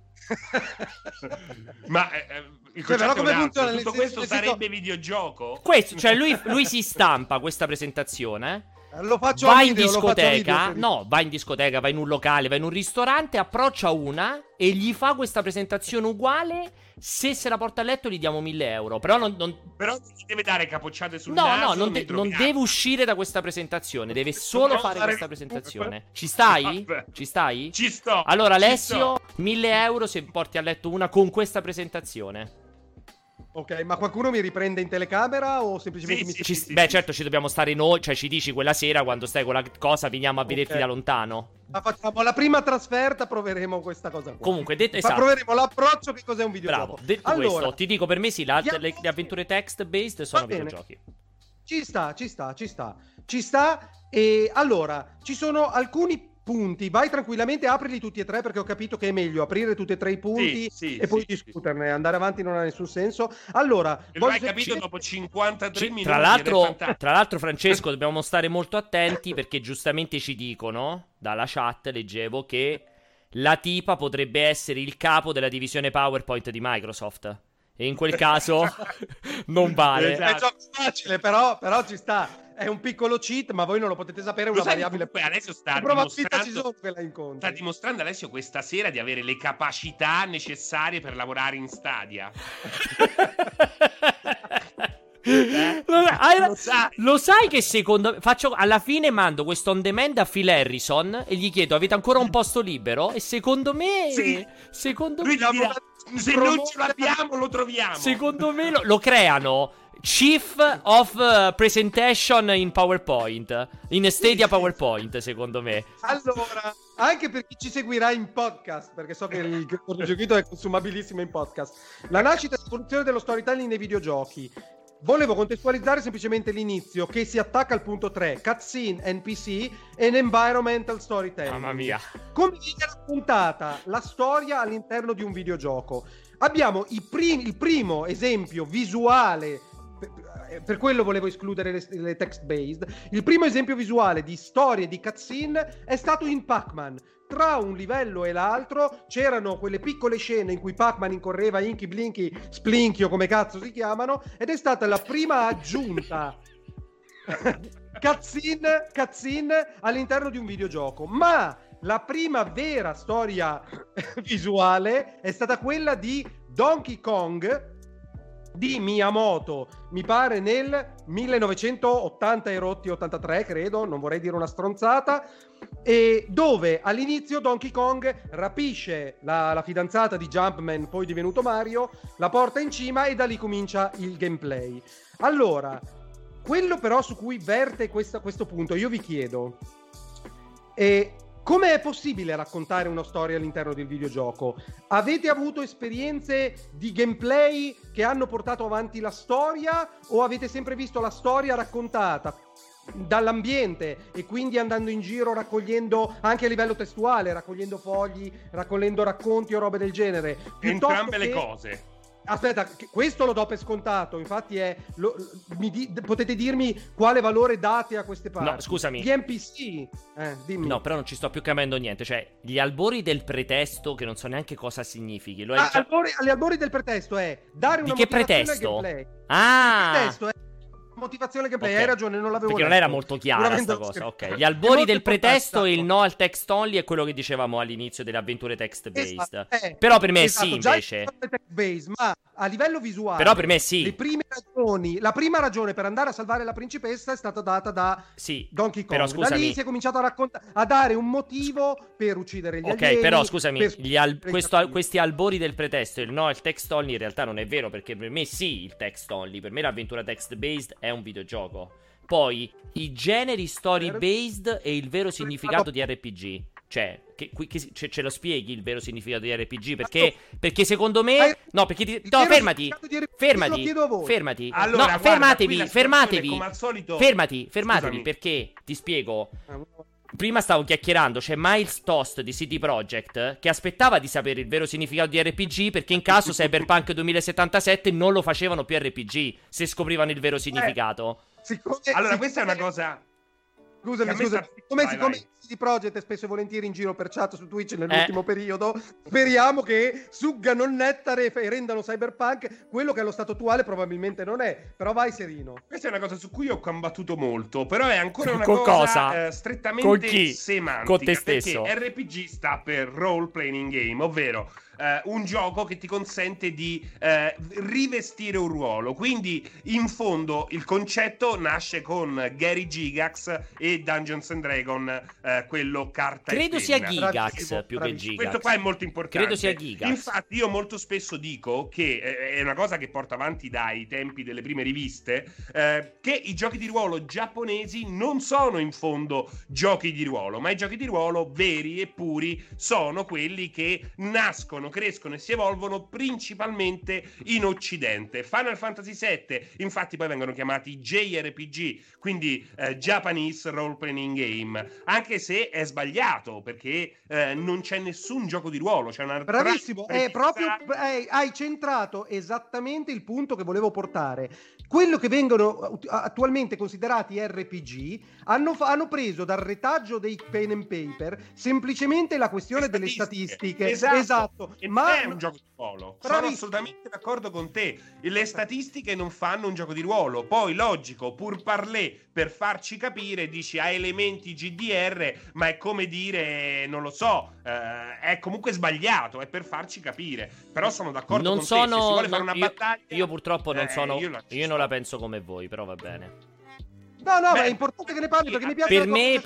Ma il concetto come funziona? Tutto questo sarebbe videogioco? Questo, cioè lui si stampa questa presentazione, lo faccio va a in video, discoteca, video, va in discoteca, va in un locale, va in un ristorante, approccia una e gli fa questa presentazione uguale. Se la porta a letto gli diamo 1000 euro. Però Però gli deve dare capocciate sul naso. Non deve uscire da questa presentazione. Deve solo fare questa presentazione. Ci stai? Ci stai? Ci sto. Allora Alessio, 1000 euro se porti a letto una con questa presentazione. Ok, ma qualcuno mi riprende in telecamera o semplicemente Beh, certo, ci dobbiamo stare noi. Cioè, ci dici quella sera quando stai con la cosa, veniamo a vederti da lontano. Ma facciamo la prima trasferta, proveremo questa cosa qua. Comunque, esatto. Proveremo l'approccio che cos'è un videogioco. Bravo, detto questo, ti dico, per me sì, le avventure text-based sono videogiochi. Ci sta. E allora, ci sono alcuni punti, vai tranquillamente, aprili tutti e tre, perché ho capito che è meglio aprire tutti e tre i punti e poi discuterne. Andare avanti non ha nessun senso. Allora, l'hai capito dopo 53 minuti. Tra l'altro, Francesco, dobbiamo stare molto attenti, perché giustamente ci dicono dalla chat, leggevo, che la tipa potrebbe essere il capo della divisione PowerPoint di Microsoft, e in quel caso non vale. È gioco facile, però ci sta. È un piccolo cheat, ma voi non lo potete sapere. Una variabile. Adesso sta dimostrando Alessio questa sera di avere le capacità necessarie per lavorare in Stadia. Lo sai che secondo me alla fine mando questo on demand a Phil Harrison e gli chiedo: avete ancora un posto libero? E secondo me Lui dirà, se non ce l'abbiamo lo troviamo. Secondo me lo creano Chief of Presentation in PowerPoint, in Stadia PowerPoint, secondo me. Allora, anche per chi ci seguirà in podcast, perché so che il cortocircuito è consumabilissimo in podcast, la nascita e l'evoluzione dello storytelling nei videogiochi. Volevo contestualizzare semplicemente l'inizio, che si attacca al punto 3, cutscene, NPC and environmental storytelling. Mamma mia. Come viene raccontata la storia all'interno di un videogioco? Abbiamo il primo esempio visuale, per quello volevo escludere le text based. Il primo esempio visuale di storie di cutscene è stato in Pac-Man. Tra un livello e l'altro c'erano quelle piccole scene in cui Pac-Man incorreva Inky, Blinky, Splinky o come cazzo si chiamano, ed è stata la prima aggiunta cutscene all'interno di un videogioco. Ma la prima vera storia visuale è stata quella di Donkey Kong di Miyamoto, mi pare nel 1980 e rotti 83, credo, non vorrei dire una stronzata, e dove all'inizio Donkey Kong rapisce la fidanzata di Jumpman, poi divenuto Mario, la porta in cima e da lì comincia il gameplay. Allora, quello però su cui verte questo punto, io vi chiedo, come è possibile raccontare una storia all'interno del videogioco? Avete avuto esperienze di gameplay che hanno portato avanti la storia, o avete sempre visto la storia raccontata dall'ambiente e quindi andando in giro raccogliendo anche a livello testuale, raccogliendo fogli, raccogliendo racconti o robe del genere? Entrambe le cose. Aspetta, questo lo do per scontato, infatti potete dirmi quale valore date a queste parti? No, scusami. Gli NPC, dimmi. No, però non ci sto più capendo niente, cioè gli albori del pretesto che non so neanche cosa significhi. Gli albori del pretesto è dare una motivazione al gameplay. Ah! Il pretesto è motivazione gameplay, okay. Hai ragione, non l'avevo perché letto. non era molto chiara questa cosa. Ok, gli albori del pretesto e il no al text only è quello che dicevamo all'inizio delle avventure text based. Esatto, però per me sì, invece. Text based, ma a livello visuale. Però per me sì. La prima ragione per andare a salvare la principessa è stata data da Donkey Kong. Però scusami. Da lì si è cominciato a dare un motivo per uccidere gli alieni. Ok, però scusami, questi albori del pretesto e il no al text only in realtà non è vero, perché per me sì il text only, per me l'avventura text based è un videogioco. Poi i generi story based e il vero significato di RPG. Cioè, ce lo spieghi il vero significato di RPG? Perché secondo me... No, perché... No, fermati! Allora, no, guarda, fermatevi! come al solito... Fermatevi, Scusami. perché ti spiego... Prima stavo chiacchierando, c'è Miles Tost di CD Projekt che aspettava di sapere il vero significato di RPG, perché in caso Cyberpunk 2077 non lo facevano più RPG se scoprivano il vero significato. Questa è una cosa... Scusami, siccome CD Projekt è spesso e volentieri in giro per chat su Twitch nell'ultimo periodo, speriamo che suggano il nettare e rendano Cyberpunk quello che allo stato attuale probabilmente non è. Però vai, Serino. Questa è una cosa su cui ho combattuto molto, però è ancora una cosa strettamente semantica. Con te stesso. Perché RPG sta per Role Playing Game, ovvero un gioco che ti consente di rivestire un ruolo. Quindi in fondo il concetto nasce con Gary Gygax e Dungeons and Dragon, quello carta credo e sia penna. Gigax più che Gygax. Questo qua è molto importante. Credo sia Gygax. Infatti io molto spesso dico che è una cosa che porto avanti dai tempi delle prime riviste, che i giochi di ruolo giapponesi non sono in fondo giochi di ruolo, ma i giochi di ruolo veri e puri sono quelli che nascono, crescono e si evolvono principalmente in Occidente. Final Fantasy VII infatti poi vengono chiamati JRPG, quindi Japanese Role Playing Game, anche se è sbagliato, perché non c'è nessun gioco di ruolo, c'è una... Bravissimo, hai centrato esattamente il punto che volevo portare. Quello che vengono attualmente considerati RPG hanno preso dal retaggio dei pen and paper semplicemente la questione delle statistiche. Esatto. E ma non è un gioco di ruolo. Sono assolutamente d'accordo con te. Le statistiche non fanno un gioco di ruolo. Poi, logico, pur parler, per farci capire, dici ha elementi GDR, ma è come dire, non lo so, è comunque sbagliato, è per farci capire. Però sono d'accordo con te, se si vuole fare una battaglia... Io purtroppo non sono... Io non la penso come voi, però va bene. No, è importante che ne parli perché mi piace.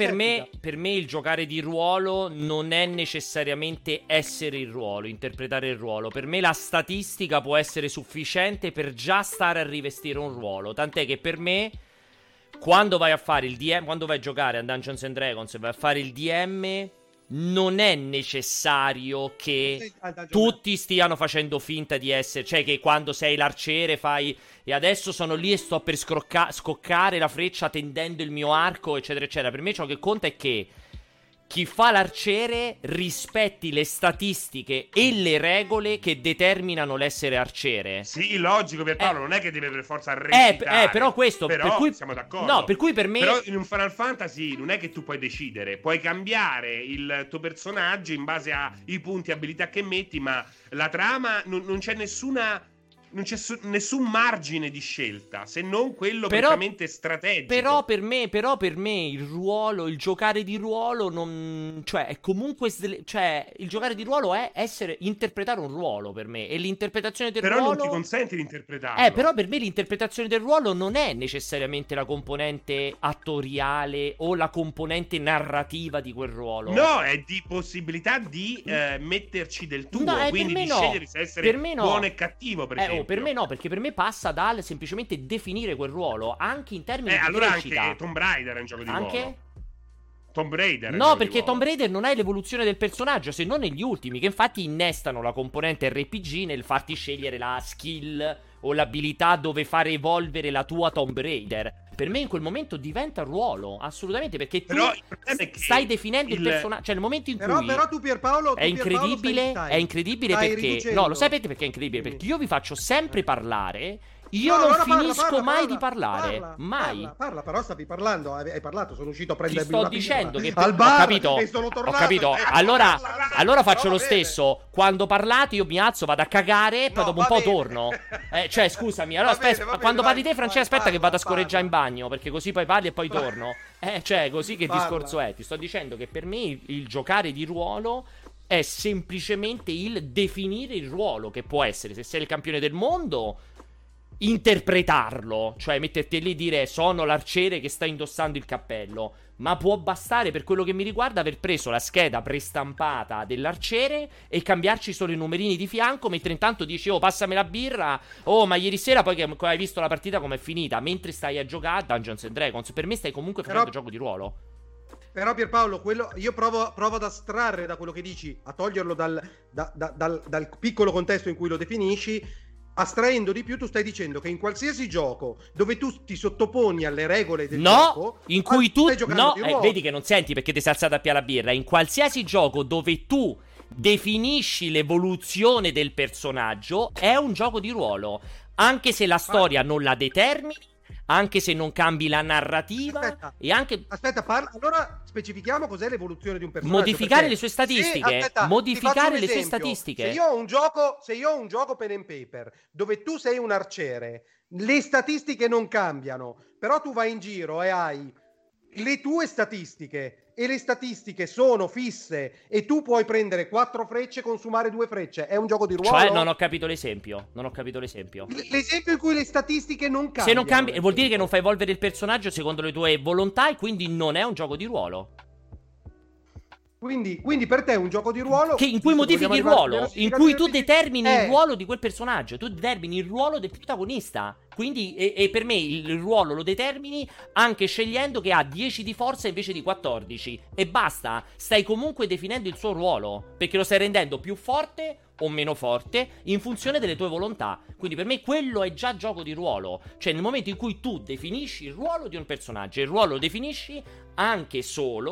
Per me il giocare di ruolo non è necessariamente essere il ruolo, interpretare il ruolo. Per me la statistica può essere sufficiente per già stare a rivestire un ruolo. Tant'è che per me, quando vai a fare il DM, quando vai a giocare a Dungeons and Dragons e vai a fare il DM, non è necessario che tutti stiano facendo finta di essere, cioè che quando sei l'arciere fai e adesso sono lì e sto per scoccare la freccia tendendo il mio arco, eccetera eccetera. Per me ciò che conta è che chi fa l'arciere rispetti le statistiche e le regole che determinano l'essere arciere. Sì, logico, per Paolo, non è che deve per forza recitare. Però questo, però per cui siamo d'accordo. No, per cui per me... Però in un Final Fantasy non è che tu puoi decidere, puoi cambiare il tuo personaggio in base ai punti abilità che metti, ma la trama non c'è nessuna... Non c'è nessun margine di scelta, se non quello prettamente strategico. Però per me il ruolo, il giocare di ruolo non... Cioè, è comunque... Cioè, il giocare di ruolo è interpretare un ruolo per me. E l'interpretazione del ruolo... Però non ti consente di interpretarlo. Però per me l'interpretazione del ruolo non è necessariamente la componente attoriale o la componente narrativa di quel ruolo. No, è di possibilità di metterci del tuo. Quindi di scegliere se essere buono e cattivo, per esempio. Per me no, perché per me passa dal semplicemente definire quel ruolo, anche in termini di allora crescita. Anche Tomb Raider è un gioco di ruolo. Tomb Raider. No, perché Tomb Raider non hai l'evoluzione del personaggio, se non negli ultimi, che infatti innestano la componente RPG nel farti scegliere la skill o l'abilità dove fare evolvere la tua Tomb Raider. Per me in quel momento diventa ruolo, assolutamente, perché tu stai definendo il personaggio, cioè nel momento in cui... Però tu Pierpaolo... È incredibile perché... No, lo sapete perché è incredibile? Perché io vi faccio sempre parlare... Io non finisco mai di parlare. Mai. Parla, però stavi parlando. Hai parlato, sono uscito a prendermi una pizza. Ti sto dicendo che al bar, ho capito. E sono tornato. Ho capito. Allora faccio lo stesso. Quando parlate io mi alzo, vado a cagare e poi dopo un po' torno. Cioè, scusami. Allora aspetta, quando parli te, Francesca, aspetta che vado a scorreggiare in bagno, perché così poi parli e poi torno. Cioè, così che discorso è? Ti sto dicendo che per me il giocare di ruolo è semplicemente il definire il ruolo, che può essere, se sei il campione del mondo, interpretarlo, cioè metterti lì e dire sono l'arciere che sta indossando il cappello, ma può bastare, per quello che mi riguarda, aver preso la scheda prestampata dell'arciere e cambiarci solo i numerini di fianco, mentre intanto dici oh passami la birra, oh ma ieri sera poi che hai visto la partita com'è finita, mentre stai a giocare a Dungeons and Dragons. Per me stai comunque facendo gioco di ruolo. Però Pierpaolo, io provo ad astrarre da quello che dici, a toglierlo dal piccolo contesto in cui lo definisci. Astraendo di più, tu stai dicendo che in qualsiasi gioco dove tu ti sottoponi alle regole del gioco, in cui tu vedi che non senti perché ti sei alzato a pià la birra. In qualsiasi gioco dove tu definisci l'evoluzione del personaggio è un gioco di ruolo, anche se la storia non la determini, anche se non cambi la narrativa. Allora specifichiamo cos'è l'evoluzione di un personaggio. Modificare le sue statistiche. Modificare le sue statistiche. Se io ho un gioco pen and paper dove tu sei un arciere, le statistiche non cambiano, però tu vai in giro e hai le tue statistiche e le statistiche sono fisse e tu puoi prendere 4 frecce e consumare 2 frecce. È un gioco di ruolo? Cioè, non ho capito l'esempio. L'esempio in cui le statistiche non cambiano. Se non cambi, vuol dire che non fai evolvere il personaggio secondo le tue volontà e quindi non è un gioco di ruolo. Quindi per te è un gioco di ruolo in cui modifichi il ruolo, in cui tu determini il ruolo di quel personaggio, tu determini il ruolo del protagonista. Quindi e per me il ruolo lo determini anche scegliendo che ha 10 di forza invece di 14 e basta. Stai comunque definendo il suo ruolo, perché lo stai rendendo più forte o meno forte in funzione delle tue volontà. Quindi per me quello è già gioco di ruolo. Cioè nel momento in cui tu definisci il ruolo di un personaggio, il ruolo lo definisci anche solo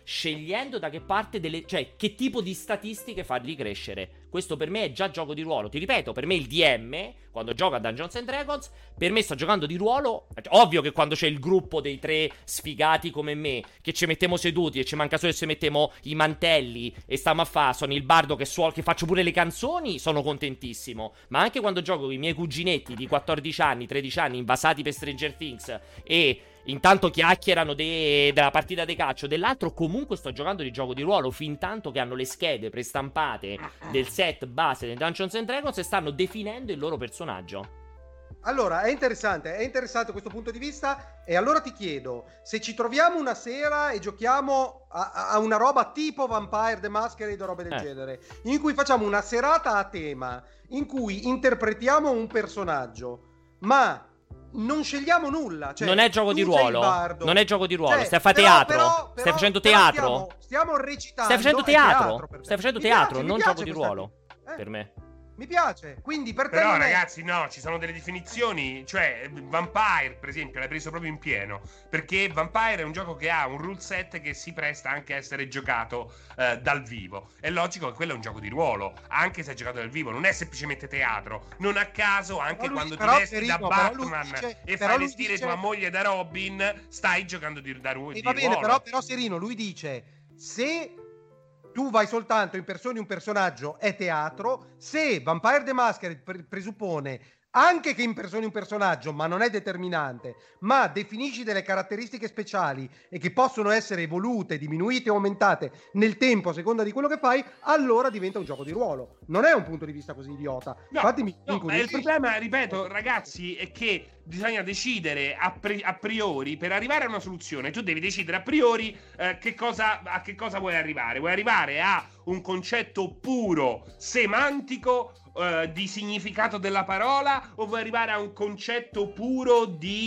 scegliendo da che parte cioè che tipo di statistiche fargli crescere. Questo per me è già gioco di ruolo. Ti ripeto, per me il DM, quando gioca a Dungeons and Dragons, per me sto giocando di ruolo. Ovvio che quando c'è il gruppo dei 3 sfigati come me, che ci mettiamo seduti e ci manca solo che ci mettiamo i mantelli e stiamo a fa, sono il bardo che faccio pure le canzoni, sono contentissimo. Ma anche quando gioco con i miei cuginetti di 14 anni, 13 anni, invasati per Stranger Things e intanto chiacchierano della partita di calcio dell'altro, comunque sto giocando di gioco di ruolo fin tanto che hanno le schede prestampate del set base di Dungeons and Dragons e stanno definendo il loro personaggio. Allora, è interessante questo punto di vista. E allora ti chiedo, se ci troviamo una sera e giochiamo a una roba tipo Vampire the Masquerade o robe del genere, in cui facciamo una serata a tema, in cui interpretiamo un personaggio, ma non scegliamo nulla, cioè, non è gioco di ruolo. Non è gioco di ruolo. Cioè, stai a fare teatro. Stai facendo teatro. Stiamo recitando. Stai facendo teatro. Stai facendo teatro, piace, non gioco di ruolo. Per me. Mi piace, quindi per te però non ragazzi no, ci sono delle definizioni, cioè Vampire per esempio l'hai preso proprio in pieno, perché Vampire è un gioco che ha un rule set che si presta anche a essere giocato dal vivo. È logico che quello è un gioco di ruolo, anche se è giocato dal vivo, non è semplicemente teatro. Non a caso anche quando ti vesti da Batman e fai vestire tua moglie da Robin, stai giocando di ruolo. Va bene, però Serino, lui dice, se tu vai soltanto impersoni un personaggio è teatro, se Vampire the Masquerade presuppone anche che impersoni un personaggio, ma non è determinante, ma definisci delle caratteristiche speciali e che possono essere evolute, diminuite o aumentate nel tempo a seconda di quello che fai, allora diventa un gioco di ruolo. Non è un punto di vista così idiota. No, infatti il problema, ripeto, ragazzi, è che bisogna decidere a priori per arrivare a una soluzione. Tu devi decidere a priori a che cosa vuoi arrivare. Vuoi arrivare a un concetto puro semantico di significato della parola, o vuoi arrivare a un concetto puro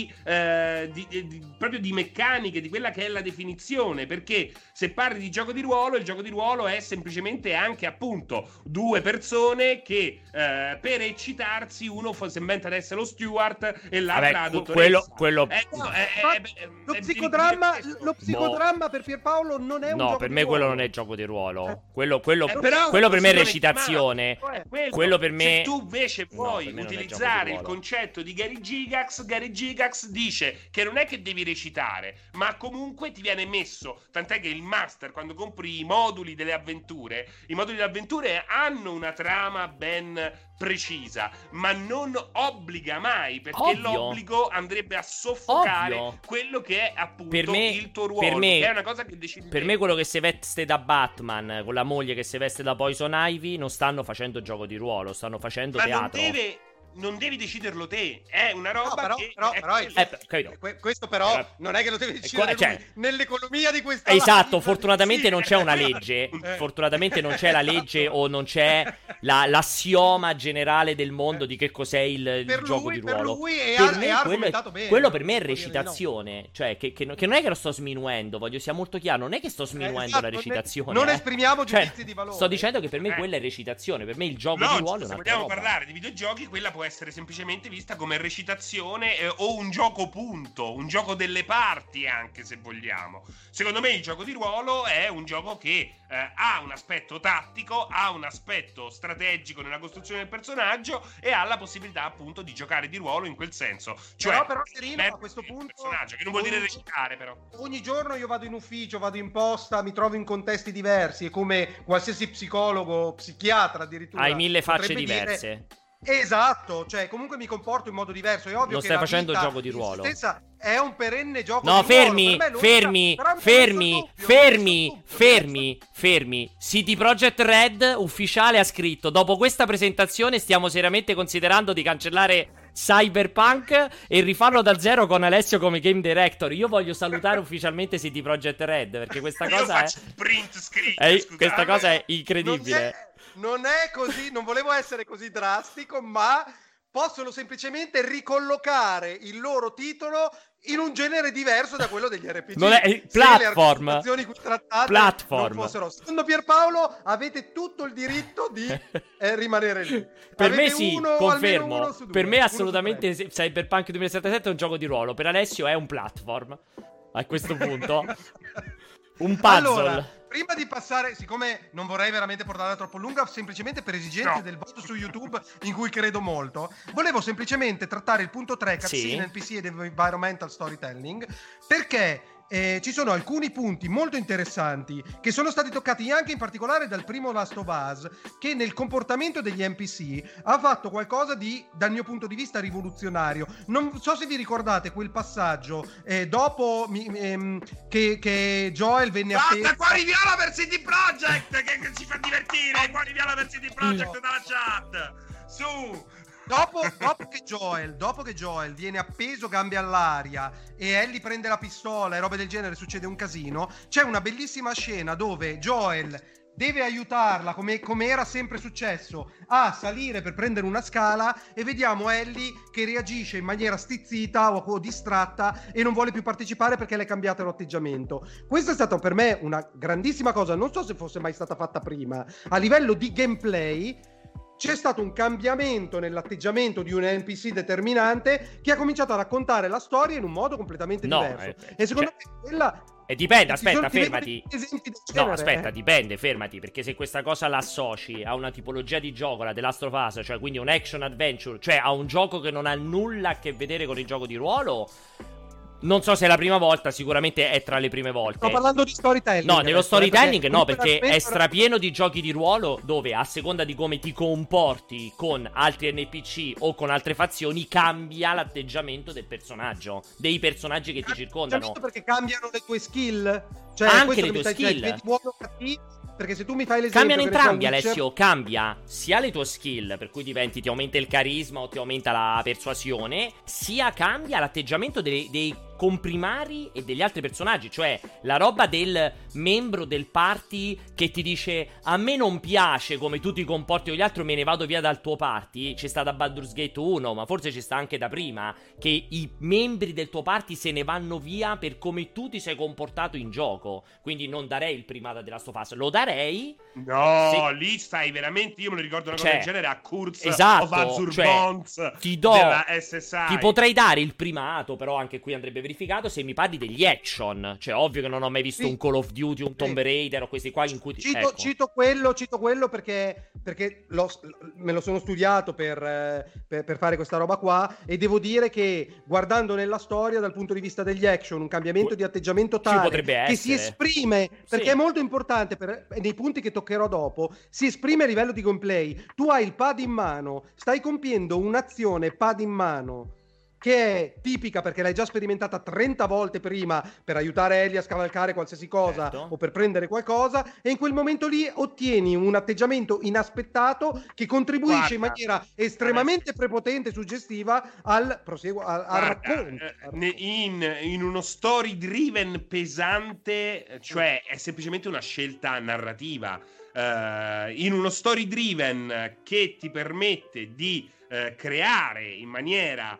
proprio di meccaniche, di quella che è la definizione? Perché se parli di gioco di ruolo, il gioco di ruolo è semplicemente anche appunto due persone che per eccitarsi uno si inventa di essere lo Stewart e l'altra la dottoressa. Lo psicodramma per Pierpaolo non è un gioco di ruolo. No, per me quello non è gioco di ruolo. Quello per me è recitazione. Quello per me. Se tu invece vuoi utilizzare il concetto di Gary Gygax dice che non è che devi recitare, ma comunque ti viene messo, tant'è che il master, quando compri i moduli delle avventure, i moduli delle avventure hanno una trama ben precisa, ma non obbliga mai, perché l'obbligo andrebbe a soffocare quello che è appunto il tuo ruolo, che è una cosa che decidi. Per me quello che si veste da Batman con la moglie che si veste da Poison Ivy non stanno facendo gioco di ruolo, stanno facendo teatro. Non devi deciderlo te, è una roba questo però non è che lo devi decidere nell'economia di questa esatto, fortunatamente non c'è una legge. Fortunatamente non c'è la legge o non c'è l'assioma generale del mondo di che cos'è il gioco di ruolo. Quello per me è recitazione, cioè che non è che lo sto sminuendo, voglio sia molto chiaro, non è che sto sminuendo la recitazione. Non esprimiamo giudizi di valore. Sto dicendo che per me quella è recitazione, per me il gioco di ruolo è un'altra roba. Se vogliamo parlare di videogiochi, quella può essere semplicemente vista come recitazione o un gioco punto, un gioco delle parti anche, se vogliamo. Secondo me il gioco di ruolo è un gioco che ha un aspetto tattico, ha un aspetto strategico nella costruzione del personaggio e ha la possibilità appunto di giocare di ruolo in quel senso. Cioè, però Serino, a questo punto personaggio, che non vuol dire recitare, però. Ogni giorno io vado in ufficio, vado in posta, mi trovo in contesti diversi e come qualsiasi psicologo, psichiatra addirittura, hai 1000 facce diverse. Esatto, cioè comunque mi comporto in modo diverso. È ovvio non che stai facendo gioco di ruolo. È un perenne gioco no, di fermi, ruolo. fermi. CD Projekt Red ufficiale ha scritto: dopo questa presentazione stiamo seriamente considerando di cancellare Cyberpunk e rifarlo da zero con Alessio come game director. Io voglio salutare ufficialmente CD Projekt Red, perché questa cosa questa cosa è incredibile. Non è così, non volevo essere così drastico, ma possono semplicemente ricollocare il loro titolo in un genere diverso da quello degli RPG. Non è platform. Secondo Pierpaolo avete tutto il diritto di rimanere lì. Per me sì, confermo. Per me assolutamente Cyberpunk 2077 è un gioco di ruolo. Per Alessio è un platform a questo punto. Un puzzle. Allora, prima di passare, siccome non vorrei veramente portarla troppo lunga, semplicemente per esigenze del voto su YouTube, in cui credo molto, volevo semplicemente trattare il punto 3, cutscene, NPC ed environmental storytelling, perché ci sono alcuni punti molto interessanti che sono stati toccati anche in particolare dal primo Last of Us, che nel comportamento degli NPC ha fatto qualcosa di, dal mio punto di vista, rivoluzionario. Non so se vi ricordate quel passaggio dopo che Joel venne appeso. Basta, qua riviola per CD Projekt che ci fa divertire. Qua riviola per CD Projekt dalla chat. Su. Dopo che Joel viene appeso gambe all'aria e Ellie prende la pistola e robe del genere, succede un casino. C'è una bellissima scena dove Joel deve aiutarla, come era sempre successo, a salire per prendere una scala, e vediamo Ellie che reagisce in maniera stizzita o distratta e non vuole più partecipare perché le è cambiato l'atteggiamento. Questa è stata per me una grandissima cosa, non so se fosse mai stata fatta prima. A livello di gameplay c'è stato un cambiamento nell'atteggiamento di un NPC determinante che ha cominciato a raccontare la storia in un modo completamente diverso. E secondo me quella... E dipende, aspetta, fermati. No, aspetta, dipende, fermati, perché se questa cosa la associ a una tipologia di gioco, la The Last of Us, cioè quindi un action adventure, cioè a un gioco che non ha nulla a che vedere con il gioco di ruolo, non so se è la prima volta, sicuramente è tra le prime volte. Sto parlando di storytelling. No, nello storytelling no, perché è strapieno di giochi di ruolo dove, a seconda di come ti comporti con altri NPC o con altre fazioni, cambia l'atteggiamento del personaggio, dei personaggi che ti circondano. Perché cambiano le tue skill? Cioè, anche le tue skill. Diventi buono o cattivo? Perché se tu mi fai l'esempio, cambiano entrambi, Alessio. Cambia sia le tue skill, per cui diventi, ti aumenta il carisma o ti aumenta la persuasione, sia cambia l'atteggiamento dei comprimari e degli altri personaggi. Cioè la roba del membro del party che ti dice a me non piace come tu ti comporti con gli altri, me ne vado via dal tuo party. C'è sta da Baldur's Gate 1, ma forse ci sta anche da prima, che i membri del tuo party se ne vanno via per come tu ti sei comportato in gioco. Quindi non darei il primato della Last of Us, lo darei. No, lì stai veramente, io me lo ricordo una cosa del genere a Kurz of Azure cioè, Bonds ti do, della SSI. Ti potrei dare il primato, però anche qui andrebbe verificato, se mi parli degli action. Cioè ovvio che non ho mai visto un Call of Duty, un Tomb Raider o questi qua in cui cito quello perché me lo sono studiato per fare questa roba qua, e devo dire che guardando nella storia dal punto di vista degli action un cambiamento di atteggiamento tale che si esprime, perché è molto importante nei punti che toccherò dopo, si esprime a livello di gameplay. Tu hai il pad in mano, stai compiendo un'azione pad in mano che è tipica perché l'hai già sperimentata 30 volte prima per aiutare Ellie a scavalcare qualsiasi cosa, o per prendere qualcosa, e in quel momento lì ottieni un atteggiamento inaspettato che contribuisce in maniera estremamente prepotente e suggestiva al racconto. In uno story driven pesante, cioè è semplicemente una scelta narrativa. In uno story driven che ti permette di creare in maniera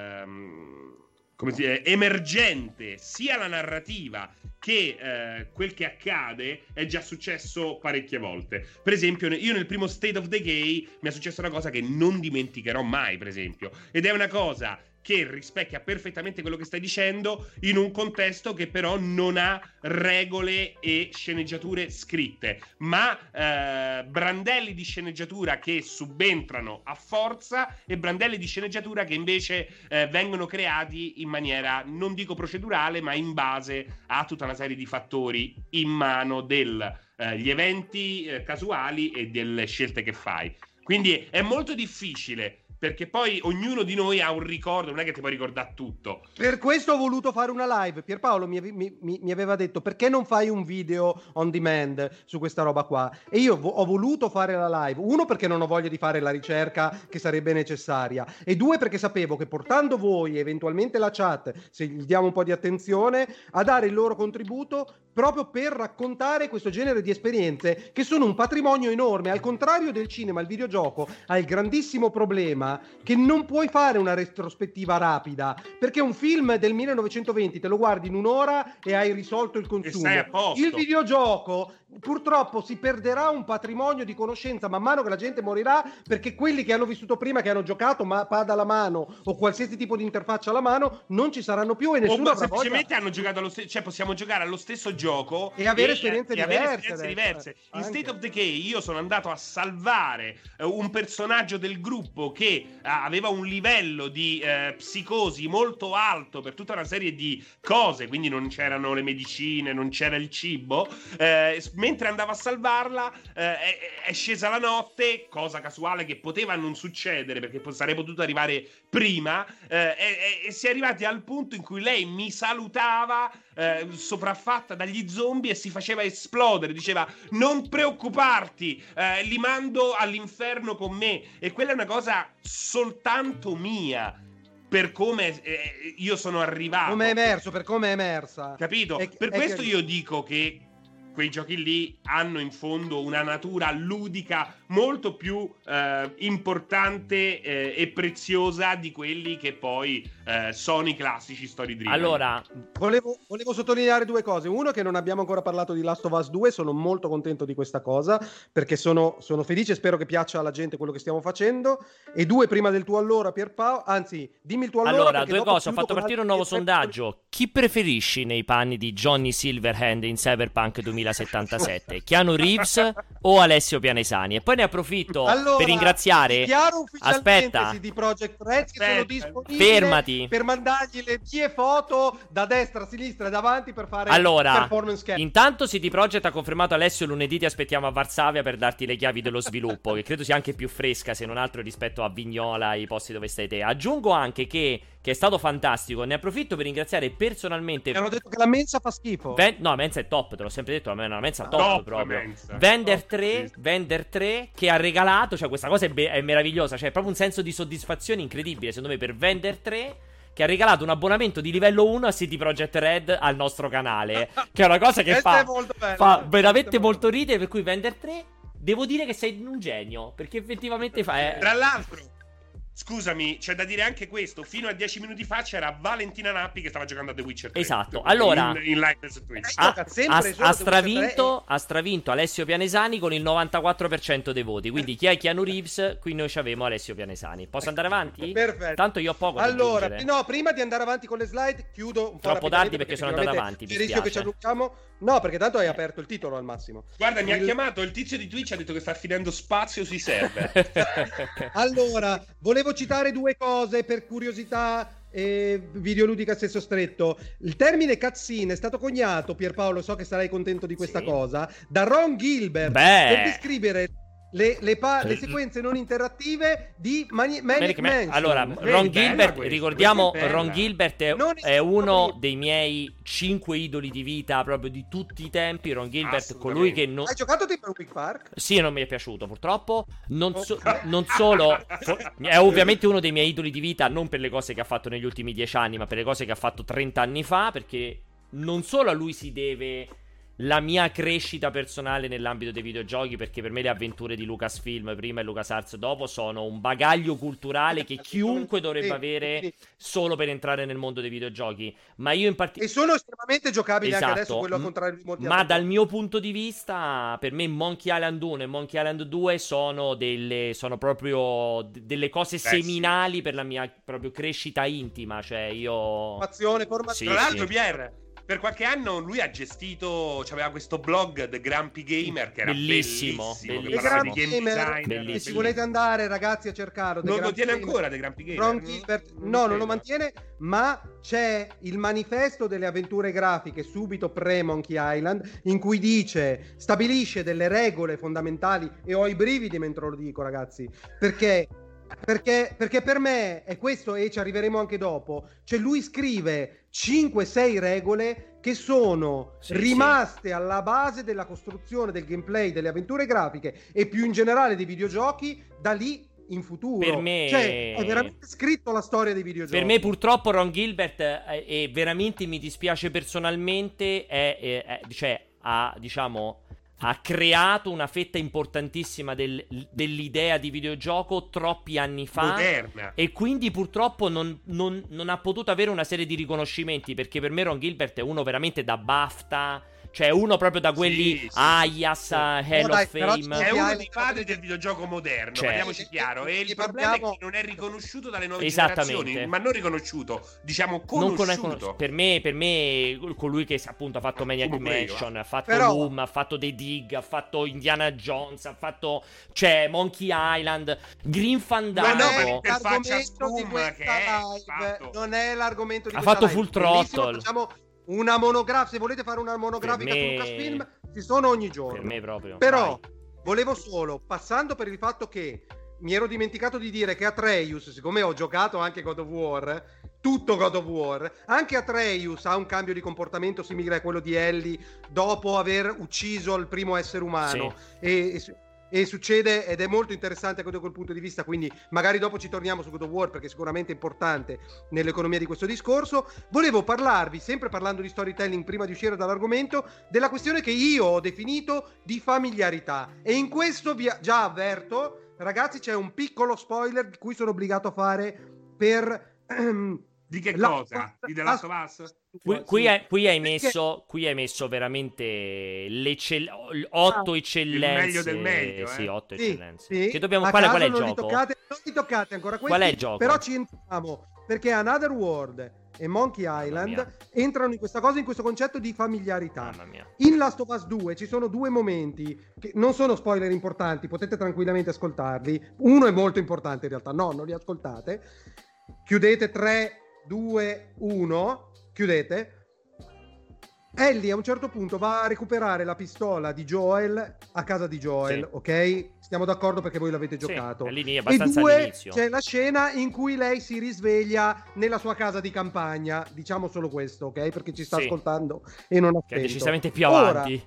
emergente sia la narrativa che quel che accade, è già successo parecchie volte. Per esempio, io nel primo State of Decay mi è successa una cosa che non dimenticherò mai, per esempio, ed è una cosa che rispecchia perfettamente quello che stai dicendo in un contesto che però non ha regole e sceneggiature scritte, ma brandelli di sceneggiatura che subentrano a forza e brandelli di sceneggiatura che invece vengono creati in maniera, non dico procedurale, ma in base a tutta una serie di fattori in mano degli eventi casuali e delle scelte che fai. Quindi è molto difficile, perché poi ognuno di noi ha un ricordo, non è che ti puoi ricordare tutto. Per questo ho voluto fare una live. Pierpaolo mi aveva detto: perché non fai un video on demand su questa roba qua? E io ho voluto fare la live. Uno, perché non ho voglia di fare la ricerca che sarebbe necessaria, e due, perché sapevo che portando voi, eventualmente la chat, se gli diamo un po' di attenzione, a dare il loro contributo proprio per raccontare questo genere di esperienze che sono un patrimonio enorme. Al contrario del cinema, il videogioco ha il grandissimo problema cinema che non puoi fare una retrospettiva rapida, perché un film del 1920 te lo guardi in un'ora e hai risolto il consumo. E stai a posto. Il videogioco purtroppo si perderà un patrimonio di conoscenza man mano che la gente morirà, perché quelli che hanno vissuto prima, che hanno giocato pad alla mano o qualsiasi tipo di interfaccia alla mano, non ci saranno più e nessuno semplicemente hanno giocato cioè possiamo giocare allo stesso gioco e avere esperienze diverse. In State of Decay io sono andato a salvare un personaggio del gruppo che aveva un livello di psicosi molto alto per tutta una serie di cose, quindi non c'erano le medicine, non c'era il cibo, mentre andavo a salvarla è scesa la notte, cosa casuale che poteva non succedere perché sarei potuto arrivare prima, e si è arrivati al punto in cui lei mi salutava sopraffatta dagli zombie e si faceva esplodere, diceva non preoccuparti, li mando all'inferno con me, e quella è una cosa soltanto mia per come io sono arrivato, come è emerso, per come è emersa, capito? Per questo io dico che quei giochi lì hanno in fondo una natura ludica molto più importante e preziosa di quelli che poi sono i classici story driven. Allora, volevo sottolineare due cose. Uno, che non abbiamo ancora parlato di Last of Us 2, sono molto contento di questa cosa, perché sono felice e spero che piaccia alla gente quello che stiamo facendo. E due, prima del tuo allora, Pierpaolo, anzi, dimmi il tuo allora. Allora, due cose, ho fatto partire un nuovo sondaggio. Chi preferisci nei panni di Johnny Silverhand in Cyberpunk 2077? Keanu Reeves o Alessio Pianesani? E poi ne approfitto per ringraziare. Aspetta, di Project Red che sono disponibili. Fermati. Per mandargli le mie foto da destra, a sinistra e davanti per fare performance cap. Intanto CD Projekt ha confermato Alessio, lunedì ti aspettiamo a Varsavia per darti le chiavi dello sviluppo, che credo sia anche più fresca se non altro rispetto a Vignola e i posti dove stai te. Aggiungo anche che è stato fantastico. Ne approfitto per ringraziare personalmente. Hanno detto che la mensa fa schifo. No, la mensa è top, te l'ho sempre detto. La mensa è top proprio. Vender 3 che ha regalato, cioè questa cosa è meravigliosa. Cioè, è proprio un senso di soddisfazione incredibile, secondo me, per Vender 3. Che ha regalato un abbonamento di livello 1 a CD Projekt Red al nostro canale. Che è una cosa che fa veramente molto ridere. Per cui Vender 3, devo dire che sei un genio, perché effettivamente Tra l'altro, scusami, c'è da dire anche questo. Fino a 10 minuti fa c'era Valentina Nappi che stava giocando a The Witcher 3. Esatto, allora in live su Twitch. Ha stravinto Alessio Pianesani con il 94% dei voti. Quindi chi ha Keanu Reeves, qui noi c'avevamo Alessio Pianesani. Posso andare avanti? Perfetto. Tanto io ho poco allora, no, prima di andare avanti con le slide, chiudo un po' troppo tardi perché sono andato avanti. Mi rischio che ci allunghiamo. No, perché tanto hai aperto il titolo al massimo. Guarda, mi ha chiamato il tizio di Twitch, ha detto che sta finendo spazio sui server. Allora, volevo citare due cose per curiosità videoludica a senso stretto. Il termine cutscene è stato coniato, Pierpaolo, so che sarai contento di questa cosa, da Ron Gilbert per descrivere le sequenze non interattive di Manic Mansion. Allora, Ron Gilbert, ricordiamo, Ron Gilbert è uno dei miei 5 idoli di vita proprio di tutti i tempi. Ron Gilbert, colui che non... Hai giocato Timber Wick Park? Sì, non mi è piaciuto purtroppo. Non solo è ovviamente uno dei miei idoli di vita, non per le cose che ha fatto negli ultimi 10 anni, ma per le cose che ha fatto 30 anni fa, perché non solo a lui si deve la mia crescita personale nell'ambito dei videogiochi, perché per me le avventure di Lucasfilm prima e LucasArts dopo sono un bagaglio culturale che chiunque dovrebbe avere solo per entrare nel mondo dei videogiochi. Ma io in particolare, e sono estremamente giocabili anche adesso, quello al contrario di molti altri. Ma dal mio punto di vista, per me Monkey Island 1 e Monkey Island 2 sono proprio delle cose seminali per la mia proprio crescita intima. Cioè io formazione. Tra l'altro, Pierre, per qualche anno lui ha gestito, aveva questo blog The Grumpy Gamer che era bellissimo. The Grumpy Gamer, e se volete andare ragazzi a cercarlo, non lo tiene ancora The Grumpy Gamer? Ron Gilbert, non lo mantiene, ma c'è il manifesto delle avventure grafiche subito pre Monkey Island in cui stabilisce delle regole fondamentali, e ho i brividi mentre lo dico, ragazzi, perché per me è questo, e ci arriveremo anche dopo. Cioè lui scrive 5-6 regole che sono rimaste alla base della costruzione del gameplay, delle avventure grafiche e più in generale dei videogiochi da lì in futuro. Per me, cioè, è veramente scritto la storia dei videogiochi. Per me purtroppo Ron Gilbert e veramente mi dispiace personalmente, ha creato una fetta importantissima dell'idea di videogioco troppi anni fa. Moderna. E quindi purtroppo non ha potuto avere una serie di riconoscimenti, perché per me Ron Gilbert è uno veramente da BAFTA. Cioè uno proprio da quelli Ayas, Hall of Fame. È uno dei padri del videogioco moderno, cioè, parliamoci chiaro. E il problema è che non è riconosciuto dalle nuove Esattamente. generazioni. Ma non riconosciuto, diciamo conosciuto. Per me colui che appunto ha fatto Maniac Mansion, ha fatto Loom, ha fatto The Dig, ha fatto Indiana Jones, ha fatto Monkey Island, Green Fandango. Non è l'argomento di ha questa fatto live. Full Throttle. Facciamo una monografica, se volete fare una monografica su Lucasfilm, ci sono ogni giorno. Per me proprio. Però volevo solo, passando per il fatto che mi ero dimenticato di dire che Atreus, siccome ho giocato anche God of War, tutto God of War, anche Atreus ha un cambio di comportamento simile a quello di Ellie dopo aver ucciso il primo essere umano. E succede, ed è molto interessante da quel punto di vista, quindi magari dopo ci torniamo su God of War perché è sicuramente importante nell'economia di questo discorso. Volevo parlarvi, sempre parlando di storytelling prima di uscire dall'argomento, della questione che io ho definito di familiarità, e in questo vi già avverto, ragazzi, c'è un piccolo spoiler di cui sono obbligato a fare per di che cosa? Di The Last of Us? Qui hai messo veramente 8 eccellenze. Il meglio del meglio, Sì, 8 sì, eccellenze. sì. Che dobbiamo fare? Qual è il non gioco? Non li toccate ancora questi. Qual è il gioco? Però ci entriamo, perché Another World e Monkey Island entrano in questa cosa, in questo concetto di familiarità. In Last of Us 2 ci sono due momenti che non sono spoiler importanti, potete tranquillamente ascoltarli. Uno è molto importante in realtà, non li ascoltate. Chiudete 3, 2, 1, chiudete. Ellie a un certo punto va a recuperare la pistola di Joel a casa di Joel, ok? Stiamo d'accordo perché voi l'avete giocato. È lì abbastanza e due, all'inizio. c'è la scena in cui lei si risveglia nella sua casa di campagna. Diciamo solo questo, ok? Perché ci sta ascoltando e non ha che è decisamente più avanti.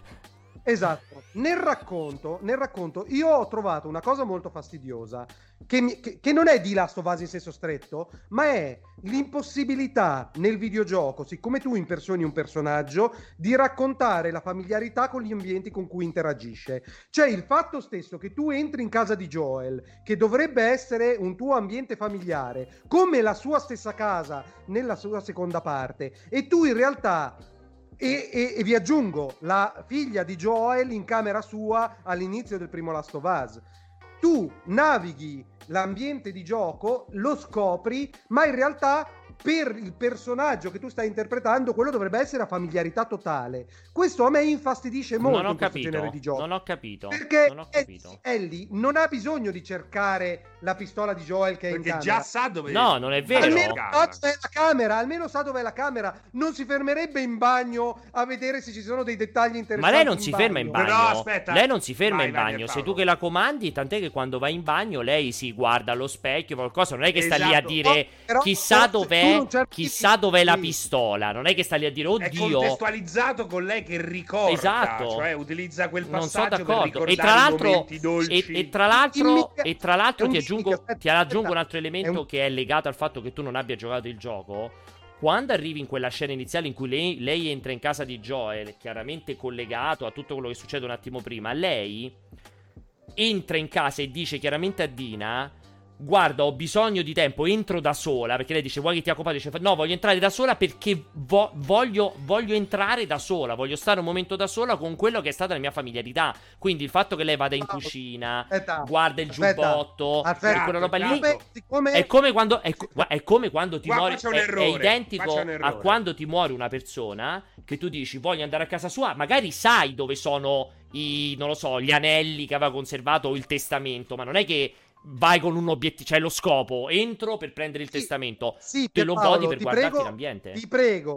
Esatto. Nel racconto io ho trovato una cosa molto fastidiosa che non è di Last of Us in senso stretto, ma è l'impossibilità nel videogioco, siccome tu impersoni un personaggio, di raccontare la familiarità con gli ambienti con cui interagisce. Cioè il fatto stesso che tu entri in casa di Joel, che dovrebbe essere un tuo ambiente familiare, come la sua stessa casa nella sua seconda parte, e tu in realtà e vi aggiungo la figlia di Joel in camera sua all'inizio del primo Last of Us. Tu navighi l'ambiente di gioco, lo scopri, ma in realtà per il personaggio che tu stai interpretando quello dovrebbe essere a familiarità totale. Questo a me infastidisce molto in questo genere di gioco. Non ho capito. Perché Ellie non ha bisogno di cercare la pistola di Joel che è in camera. Perché già sa dove è. No, non è vero. Almeno sa dove è la camera, almeno sa dove è la camera. Non si fermerebbe in bagno a vedere se ci sono dei dettagli interessanti. Ma lei non si ferma in bagno. No, aspetta. Lei non si ferma Vai, in bagno. Sei tu che la comandi, tant'è che quando va in bagno lei si guarda allo specchio, qualcosa. Non è che sta lì a dire chissà dov'è la pistola. Non è che sta lì a dire oddio. È contestualizzato con lei che ricorda. Esatto. Cioè utilizza quel Non so passaggio d'accordo. per E tra l'altro, i momenti dolci. e tra l'altro ti aggiungo un altro elemento che è legato al fatto che tu non abbia giocato il gioco. Quando arrivi in quella scena iniziale in cui lei entra in casa di Joel, chiaramente collegato a tutto quello che succede un attimo prima, lei entra in casa e dice chiaramente a Dina: guarda, ho bisogno di tempo, entro da sola. Perché lei dice: vuoi che ti accompagni? Dice: no, voglio entrare da sola perché voglio entrare da sola. Voglio stare un momento da sola con quello che è stata la mia familiarità. Quindi il fatto che lei vada in cucina, guarda il giubbotto, quella roba lì è come quando ti muori. È identico a quando ti muore una persona che tu dici: voglio andare a casa sua. Magari sai dove sono non lo so, gli anelli che aveva conservato o il testamento, ma non è che vai con un obiettivo, c'è lo scopo, entro per prendere il testamento, te lo godi per guardarti l'ambiente. Ti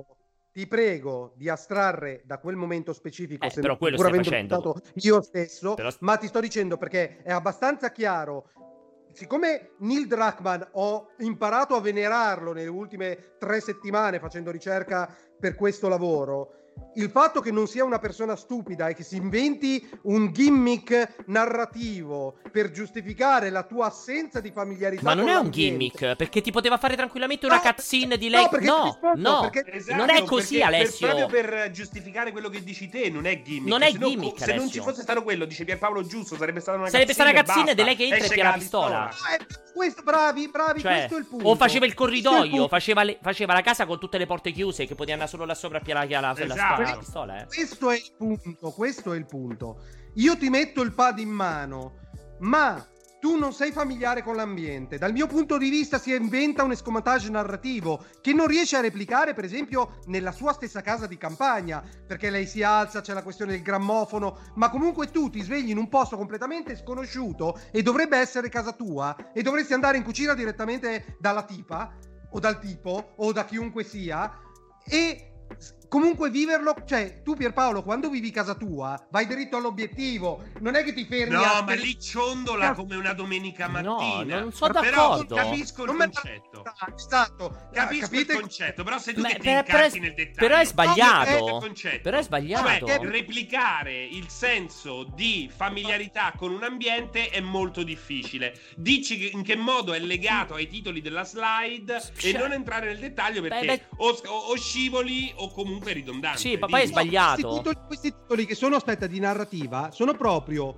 prego di astrarre da quel momento specifico, se però quello pur stai avendo facendo io stesso, però... ma ti sto dicendo perché è abbastanza chiaro. Siccome Neil Druckmann ho imparato a venerarlo nelle ultime 3 settimane facendo ricerca per questo lavoro, il fatto che non sia una persona stupida e che si inventi un gimmick narrativo per giustificare la tua assenza di familiarità ma non con è un l'ambiente. gimmick, perché ti poteva fare tranquillamente una cutscene di lei. Esatto, non è così, Alessio. Proprio per giustificare quello che dici te, non è gimmick. Non è gimmick, se non ci fosse stato quello, dice Pierpaolo giusto, sarebbe stata una cutscene di lei che entra e tira la pistola. Questo, bravi, Cioè, questo è il punto. o faceva il corridoio, faceva la casa con tutte le porte chiuse, che poteva andare solo là sopra a piare la pistola. Questo è il punto. Io ti metto il pad in mano, ma tu non sei familiare con l'ambiente. Dal mio punto di vista si inventa un escamotage narrativo che non riesce a replicare, per esempio, nella sua stessa casa di campagna, perché lei si alza, c'è la questione del grammofono, ma comunque tu ti svegli in un posto completamente sconosciuto e dovrebbe essere casa tua e dovresti andare in cucina direttamente dalla tipa o dal tipo o da chiunque sia e comunque viverlo, cioè tu Pierpaolo quando vivi casa tua vai dritto all'obiettivo, non è che ti fermi ma lì ciondola come una domenica mattina. No, non sono d'accordo. Però capisco il concetto. Esatto, capisco il concetto, però se tu ti però incassi nel dettaglio. Però è sbagliato. Però è sbagliato. Cioè, replicare il senso di familiarità con un ambiente è molto difficile. Dici in che modo è legato ai titoli della slide e non entrare nel dettaglio perché o scivoli o comunque ridondante. Sì, ma poi è sbagliato. Questi titoli che sono, di narrativa, sono proprio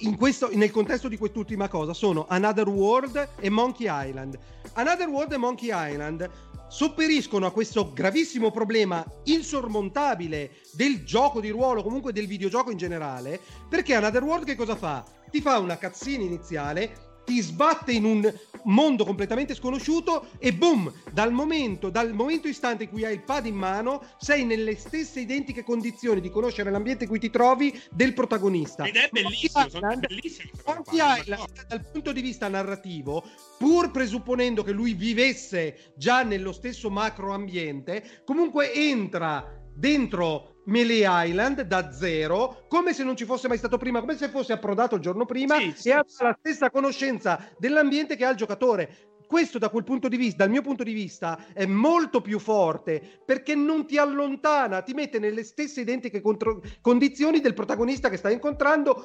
nel contesto di quest'ultima cosa, sono Another World e Monkey Island. Another World e Monkey Island sopperiscono a questo gravissimo problema insormontabile del gioco di ruolo, comunque del videogioco in generale, perché Another World che cosa fa? Ti fa una cutscene iniziale, ti sbatte in un mondo completamente sconosciuto e boom, dal momento istante in cui hai il pad in mano sei nelle stesse identiche condizioni di conoscere l'ambiente in cui ti trovi del protagonista. Ed è bellissimo, sono bellissimi. Monkey Island, dal punto di vista narrativo, pur presupponendo che lui vivesse già nello stesso macro ambiente, comunque entra dentro Melee Island da zero, come se non ci fosse mai stato prima, come se fosse approdato il giorno prima e ha la stessa conoscenza dell'ambiente che ha il giocatore. Questo dal mio punto di vista è molto più forte perché non ti allontana, ti mette nelle stesse identiche condizioni del protagonista che stai incontrando,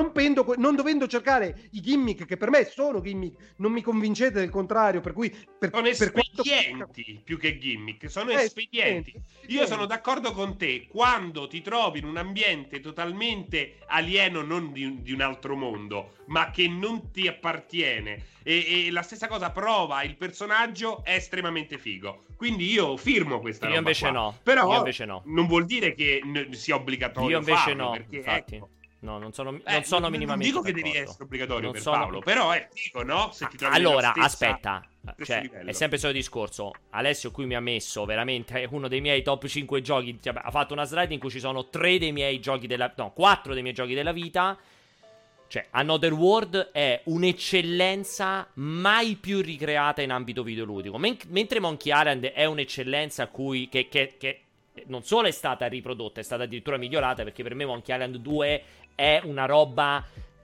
non dovendo cercare i gimmick che per me sono gimmick, non mi convincete del contrario, per cui sono espedienti più che gimmick, sono espedienti. Io sono d'accordo con te, quando ti trovi in un ambiente totalmente alieno, non di un altro mondo, ma che non ti appartiene e la stessa cosa prova il personaggio, è estremamente figo. Quindi io firmo questa roba invece qua. no. Però io invece no. Non vuol dire che sia obbligatorio io invece farlo, no, perché, infatti. ecco, No, non sono non minimamente dico che d'accordo. devi essere obbligatorio Non per sono- Paolo, però è figo, no? Se ti trovi Allora, nella stessa- aspetta, stesso cioè, livello. è sempre il solito discorso. Alessio qui mi ha messo veramente uno dei miei top 5 giochi. Cioè, ha fatto una slide in cui ci sono 4 dei miei giochi della vita. Cioè, Another World è un'eccellenza mai più ricreata in ambito videoludico. Mentre Monkey Island è un'eccellenza che non solo è stata riprodotta, è stata addirittura migliorata, perché per me Monkey Island 2 è una roba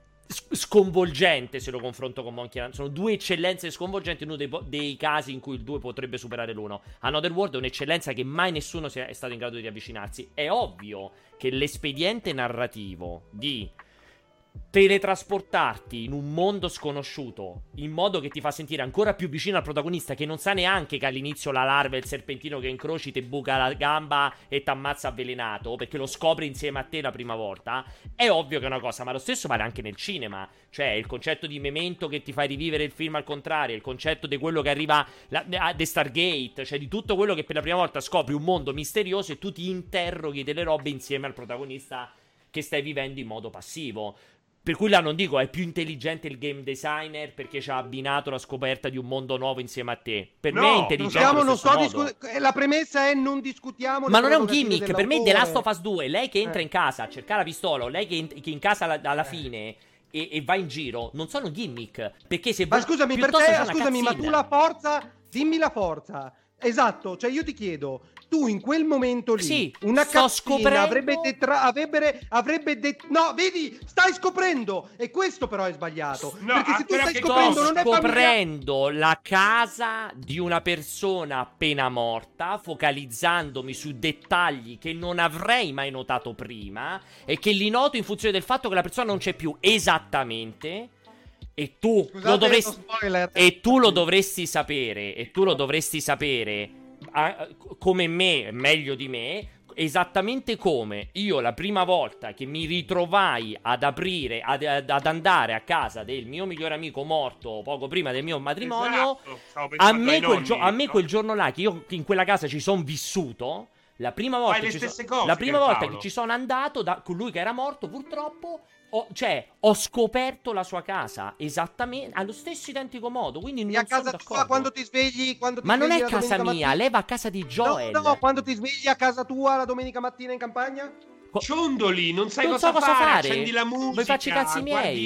sconvolgente se lo confronto con Monkey Island. Sono due eccellenze sconvolgenti, uno dei casi in cui il 2 potrebbe superare l'1. Another World è un'eccellenza che mai nessuno è stato in grado di avvicinarsi. È ovvio che l'espediente narrativo di teletrasportarti in un mondo sconosciuto in modo che ti fa sentire ancora più vicino al protagonista, che non sa neanche che all'inizio la larva è il serpentino che incroci, ti buca la gamba e ti ammazza avvelenato, perché lo scopri insieme a te la prima volta. È ovvio che è una cosa, ma lo stesso vale anche nel cinema. Cioè il concetto di memento che ti fai rivivere il film al contrario, il concetto di quello che arriva a The Stargate, cioè di tutto quello che per la prima volta scopri un mondo misterioso e tu ti interroghi delle robe insieme al protagonista che stai vivendo in modo passivo. Per cui là non dico è più intelligente il game designer perché ci ha abbinato la scoperta di un mondo nuovo insieme a te. Per me è intelligente la premessa è non discutiamo. Ma non è un gimmick. Per me The Last of Us 2, lei che entra in casa a cercare la pistola, o lei che in casa alla fine e va in giro, non sono gimmick. Perché se ma scusami, per te, scusami, ma tu la forza, dimmi la forza. Esatto, cioè io ti chiedo, tu in quel momento lì, sì, una cazzina scoprendo... no, vedi, stai scoprendo, e questo però è sbagliato, No, perché se tu stai che scoprendo non è scoprendo la casa di una persona appena morta, focalizzandomi su dettagli che non avrei mai notato prima e che li noto in funzione del fatto che la persona non c'è più esattamente. E tu lo dovresti sapere come me, meglio di me, esattamente come io la prima volta che mi ritrovai ad aprire, ad andare a casa del mio migliore amico morto poco prima del mio matrimonio, a me quel giorno là, che io in quella casa ci sono vissuto, la prima volta che ci sono andato da colui che era morto, purtroppo, ho scoperto la sua casa esattamente allo stesso identico modo. Quindi non a casa sono tua quando ti svegli, ma non è casa mia, lei va a casa di Joel. No, quando ti svegli a casa tua la domenica mattina in campagna? Ciondoli, non sai cosa fare. Accendi la musica, mi faccio i cazzi miei.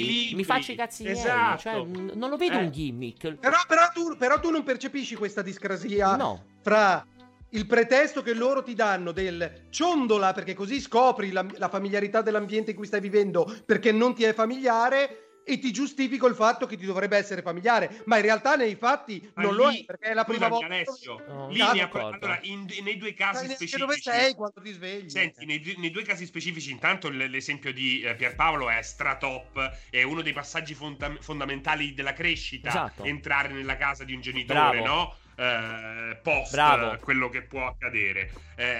Esatto. Cioè, non lo vedo un gimmick. Però tu non percepisci questa discrasia, no, fra il pretesto che loro ti danno del ciondola, perché così scopri la familiarità dell'ambiente in cui stai vivendo, perché non ti è familiare, e ti giustifico il fatto che ti dovrebbe essere familiare, ma in realtà nei fatti non lo è, perché è la prima volta. Alessio, allora, nei due casi specifici, dove sei quando ti svegli? Senti, nei due casi specifici, intanto l'esempio di Pierpaolo è stratop, è uno dei passaggi fondamentali della crescita, esatto. Entrare nella casa di un genitore, bravo. No? Post quello che può accadere.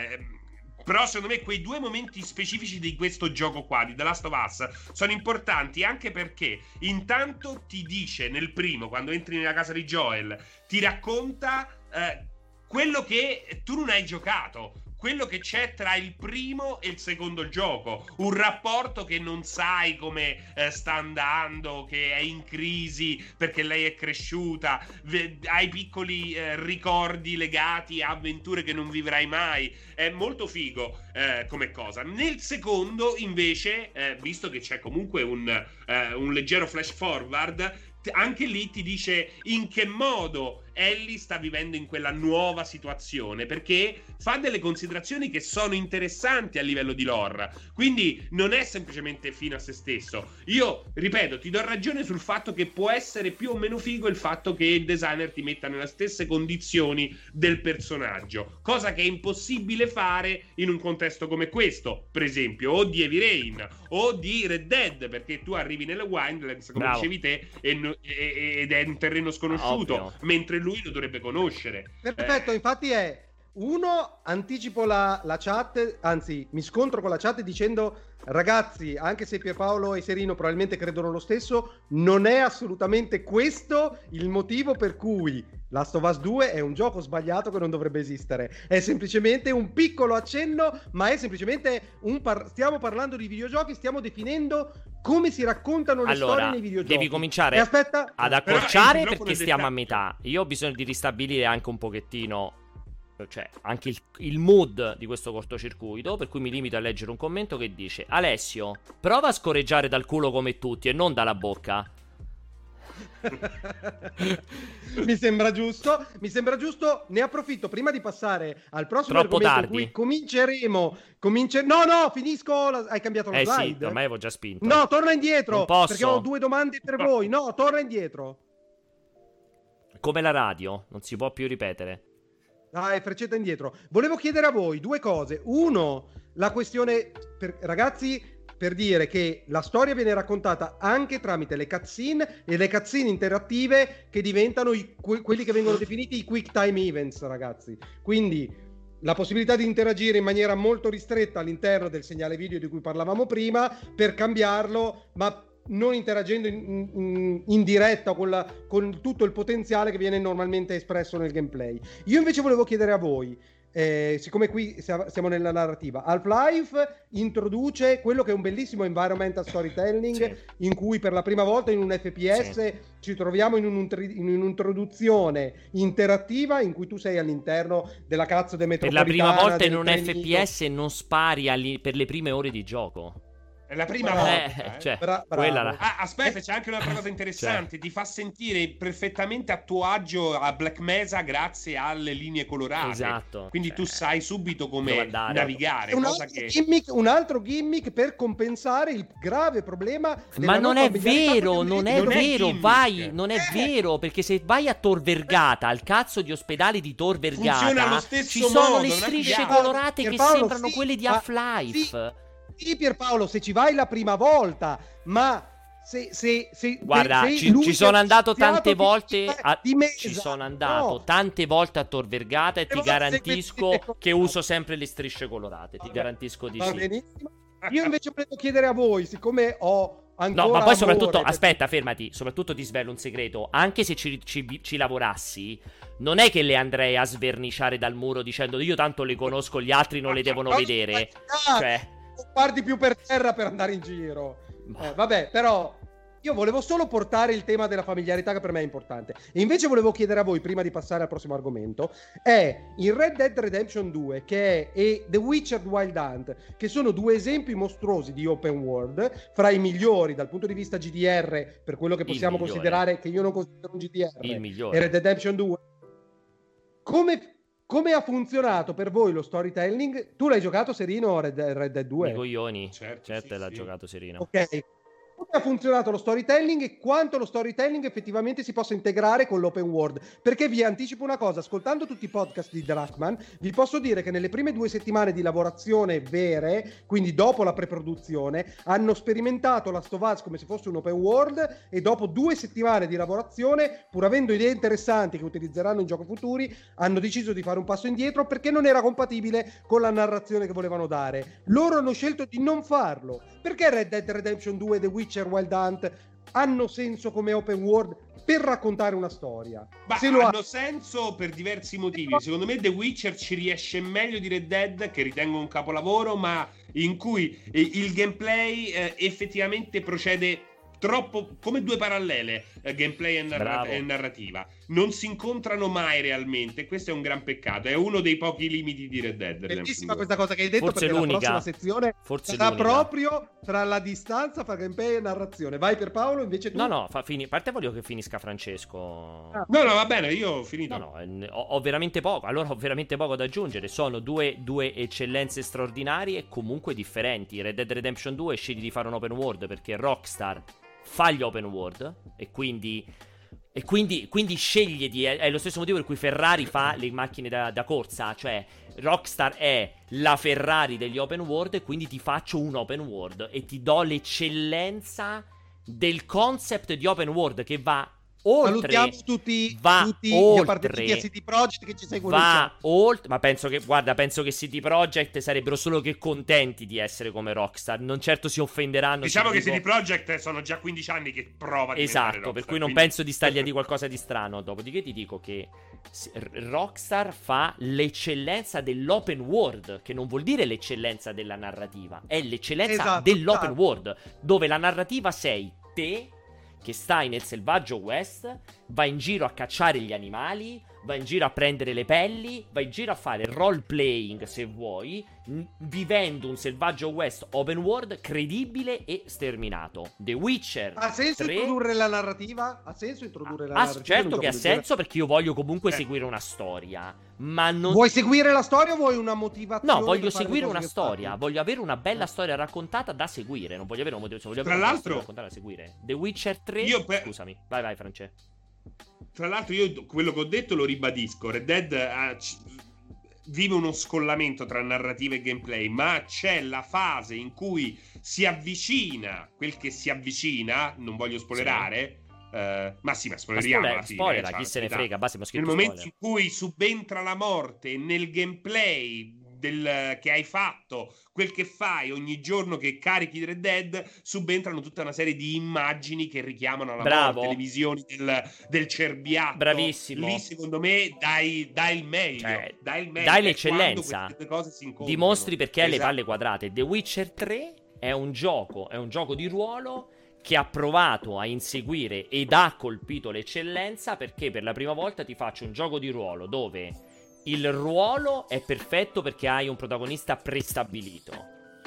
Però secondo me quei due momenti specifici di questo gioco qua, di The Last of Us, sono importanti anche perché intanto ti dice nel primo, quando entri nella casa di Joel, ti racconta quello che tu non hai giocato, quello che c'è tra il primo e il secondo gioco, un rapporto che non sai come sta andando, che è in crisi perché lei è cresciuta, hai piccoli ricordi legati a avventure che non vivrai mai. È molto figo come cosa. Nel secondo invece, visto che c'è comunque un leggero flash forward, anche lì ti dice in che modo Ellie sta vivendo in quella nuova situazione, perché fa delle considerazioni che sono interessanti a livello di lore, quindi non è semplicemente fine a se stesso. Io ripeto, ti do ragione sul fatto che può essere più o meno figo il fatto che il designer ti metta nelle stesse condizioni del personaggio, cosa che è impossibile fare in un contesto come questo, per esempio, o di Heavy Rain o di Red Dead, perché tu arrivi nelle Wildlands, come dicevi te, ed è un terreno sconosciuto, mentre lui lo dovrebbe conoscere. Perfetto, infatti è anticipo la chat, anzi mi scontro con la chat dicendo: ragazzi, anche se Pierpaolo e Serino probabilmente credono lo stesso, non è assolutamente questo il motivo per cui Last of Us 2 è un gioco sbagliato che non dovrebbe esistere. È semplicemente un piccolo accenno, ma è semplicemente stiamo parlando di videogiochi, stiamo definendo come si raccontano le storie nei videogiochi. Devi cominciare ad accorciare perché stiamo a metà. Io ho bisogno di ristabilire anche un pochettino, cioè anche il mood di questo cortocircuito, per cui mi limito a leggere un commento che dice: Alessio, prova a scorreggiare dal culo come tutti e non dalla bocca. Mi sembra giusto. Ne approfitto prima di passare al prossimo argomento in cui cominceremo. No, finisco. Hai cambiato la slide? Sì, ormai avevo già spinto. No, torna indietro. Non posso. Perché ho 2 domande per voi. No, torna indietro. Come la radio, non si può più ripetere. Dai, freccetta indietro. Volevo chiedere a voi 2 cose. Uno, la questione ragazzi, per dire che la storia viene raccontata anche tramite le cutscene e le cutscene interattive che diventano quelli che vengono definiti i quick time events, ragazzi. Quindi la possibilità di interagire in maniera molto ristretta all'interno del segnale video di cui parlavamo prima, per cambiarlo, ma non interagendo in diretta con tutto il potenziale che viene normalmente espresso nel gameplay. Io invece volevo chiedere a voi, siccome qui siamo nella narrativa, Half-Life introduce quello che è un bellissimo environmental storytelling, in cui per la prima volta in un FPS ci troviamo in un'introduzione interattiva in cui tu sei all'interno della cazzo de metropolitana. Per la prima volta in un FPS non spari per le prime ore di gioco. È la prima volta. Cioè, bravo. Aspetta, c'è anche un'altra cosa interessante. Ti fa sentire perfettamente a tuo agio a Black Mesa grazie alle linee colorate. Esatto. Quindi tu sai subito come navigare. Un altro gimmick per compensare il grave problema. Ma non è vero, non è vero. Non è vero, perché se vai a Tor Vergata, al cazzo di ospedale di Tor Vergata, ci sono le strisce colorate che sembrano quelle di Half-Life. Sì, Pierpaolo, se ci vai la prima volta, ma guarda, ci sono andato tante volte tante volte a Tor Vergata e ti garantisco che uso sempre le strisce colorate. Ti garantisco di sì. Benissimo. Io invece volevo chiedere a voi, siccome ho ancora no, ma poi soprattutto, aspetta, fermati, soprattutto ti svelo un segreto. Anche se ci lavorassi, non è che le andrei a sverniciare dal muro dicendo io tanto le conosco, gli altri non le devono vedere. Cioè, parti più per terra per andare in giro. Vabbè, però io volevo solo portare il tema della familiarità, che per me è importante. E invece volevo chiedere a voi, prima di passare al prossimo argomento, è in Red Dead Redemption 2 e The Witcher Wild Hunt, che sono due esempi mostruosi di open world, fra i migliori dal punto di vista GDR, per quello che possiamo considerare, che io non considero un GDR, il migliore. E Red Dead Redemption 2. Come ha funzionato per voi lo storytelling? Tu l'hai giocato, Serino, Red Dead 2? I coglioni. Certo, l'ha giocato Serino. Ok. Come ha funzionato lo storytelling e quanto lo storytelling effettivamente si possa integrare con l'open world? Perché vi anticipo una cosa, ascoltando tutti i podcast di Drachman, vi posso dire che nelle prime 2 settimane di lavorazione vere, quindi dopo la preproduzione, hanno sperimentato Last of Us come se fosse un open world, e dopo 2 settimane di lavorazione, pur avendo idee interessanti che utilizzeranno in giochi futuri, hanno deciso di fare un passo indietro perché non era compatibile con la narrazione che volevano dare. Loro hanno scelto di non farlo. Perché Red Dead Redemption 2 e The Witcher Wild Hunt hanno senso come open world per raccontare una storia? Hanno senso per diversi motivi. Secondo me The Witcher ci riesce meglio di Red Dead, che ritengo un capolavoro, ma in cui il gameplay effettivamente procede troppo come 2 parallele, gameplay e narrativa. Non si incontrano mai realmente. Questo è un gran peccato. È uno dei pochi limiti di Red Dead. Bellissima questa cosa che hai detto, forse perché l'unica. La prossima sezione sarà proprio tra la distanza fra gameplay e narrazione. Vai per Paolo, invece tu. No, a parte voglio che finisca Francesco. No, va bene, io ho finito. Ho veramente poco. Allora ho veramente poco da aggiungere. Sono due eccellenze straordinarie e comunque differenti. Red Dead Redemption 2 sceglie di fare un open world perché Rockstar fa gli open world e quindi sceglie di... È lo stesso motivo per cui Ferrari fa le macchine da corsa. Cioè Rockstar è la Ferrari degli open world e quindi ti faccio un open world e ti do l'eccellenza del concept di open world che va oltre. Salutiamo tutti gli appartenenti a CD Projekt che ci seguono. Va oltre. Ma penso che CD Projekt sarebbero solo che contenti di essere come Rockstar. Non certo si offenderanno. Diciamo che CD Projekt sono già 15 anni che prova a diventare Rockstar, per cui non penso di stargli a di qualcosa di strano. Dopodiché ti dico che Rockstar fa l'eccellenza dell'open world, che non vuol dire l'eccellenza della narrativa, è l'eccellenza dell'open world, dove la narrativa sei te che stai nel selvaggio West, vai in giro a cacciare gli animali, vai in giro a prendere le pelli, vai in giro a fare role playing se vuoi, vivendo un selvaggio West open world credibile e sterminato. The Witcher ha senso 3... introdurre la narrativa? Ha senso introdurre la narrativa? Certo che ha senso, perché io voglio comunque seguire una storia. Ma non... Vuoi seguire la storia o vuoi una motivazione? No, voglio seguire una storia. Voglio avere una bella storia raccontata da seguire. Non voglio avere una motivazione, voglio avere una storia raccontata da seguire. The Witcher 3. Scusami, vai, France. Tra l'altro, io quello che ho detto lo ribadisco. Red Dead vive uno scollamento tra narrativa e gameplay, ma c'è la fase in cui si avvicina quel che si avvicina. Non voglio spoilerare. Ma spoileriamo alla fine. Spoiler, chi se ne frega, basta, nel momento in cui subentra la morte nel gameplay che hai fatto, quel che fai ogni giorno che carichi Red Dead, subentrano tutta una serie di immagini che richiamano alla morte, le visioni del cerbiatto. Bravissimo. Lì secondo me dai il meglio, dai l'eccellenza, cose si incontrano. Dimostri perché hai le palle quadrate. The Witcher 3 è un gioco di ruolo che ha provato a inseguire ed ha colpito l'eccellenza, perché per la prima volta ti faccio un gioco di ruolo dove il ruolo è perfetto perché hai un protagonista prestabilito.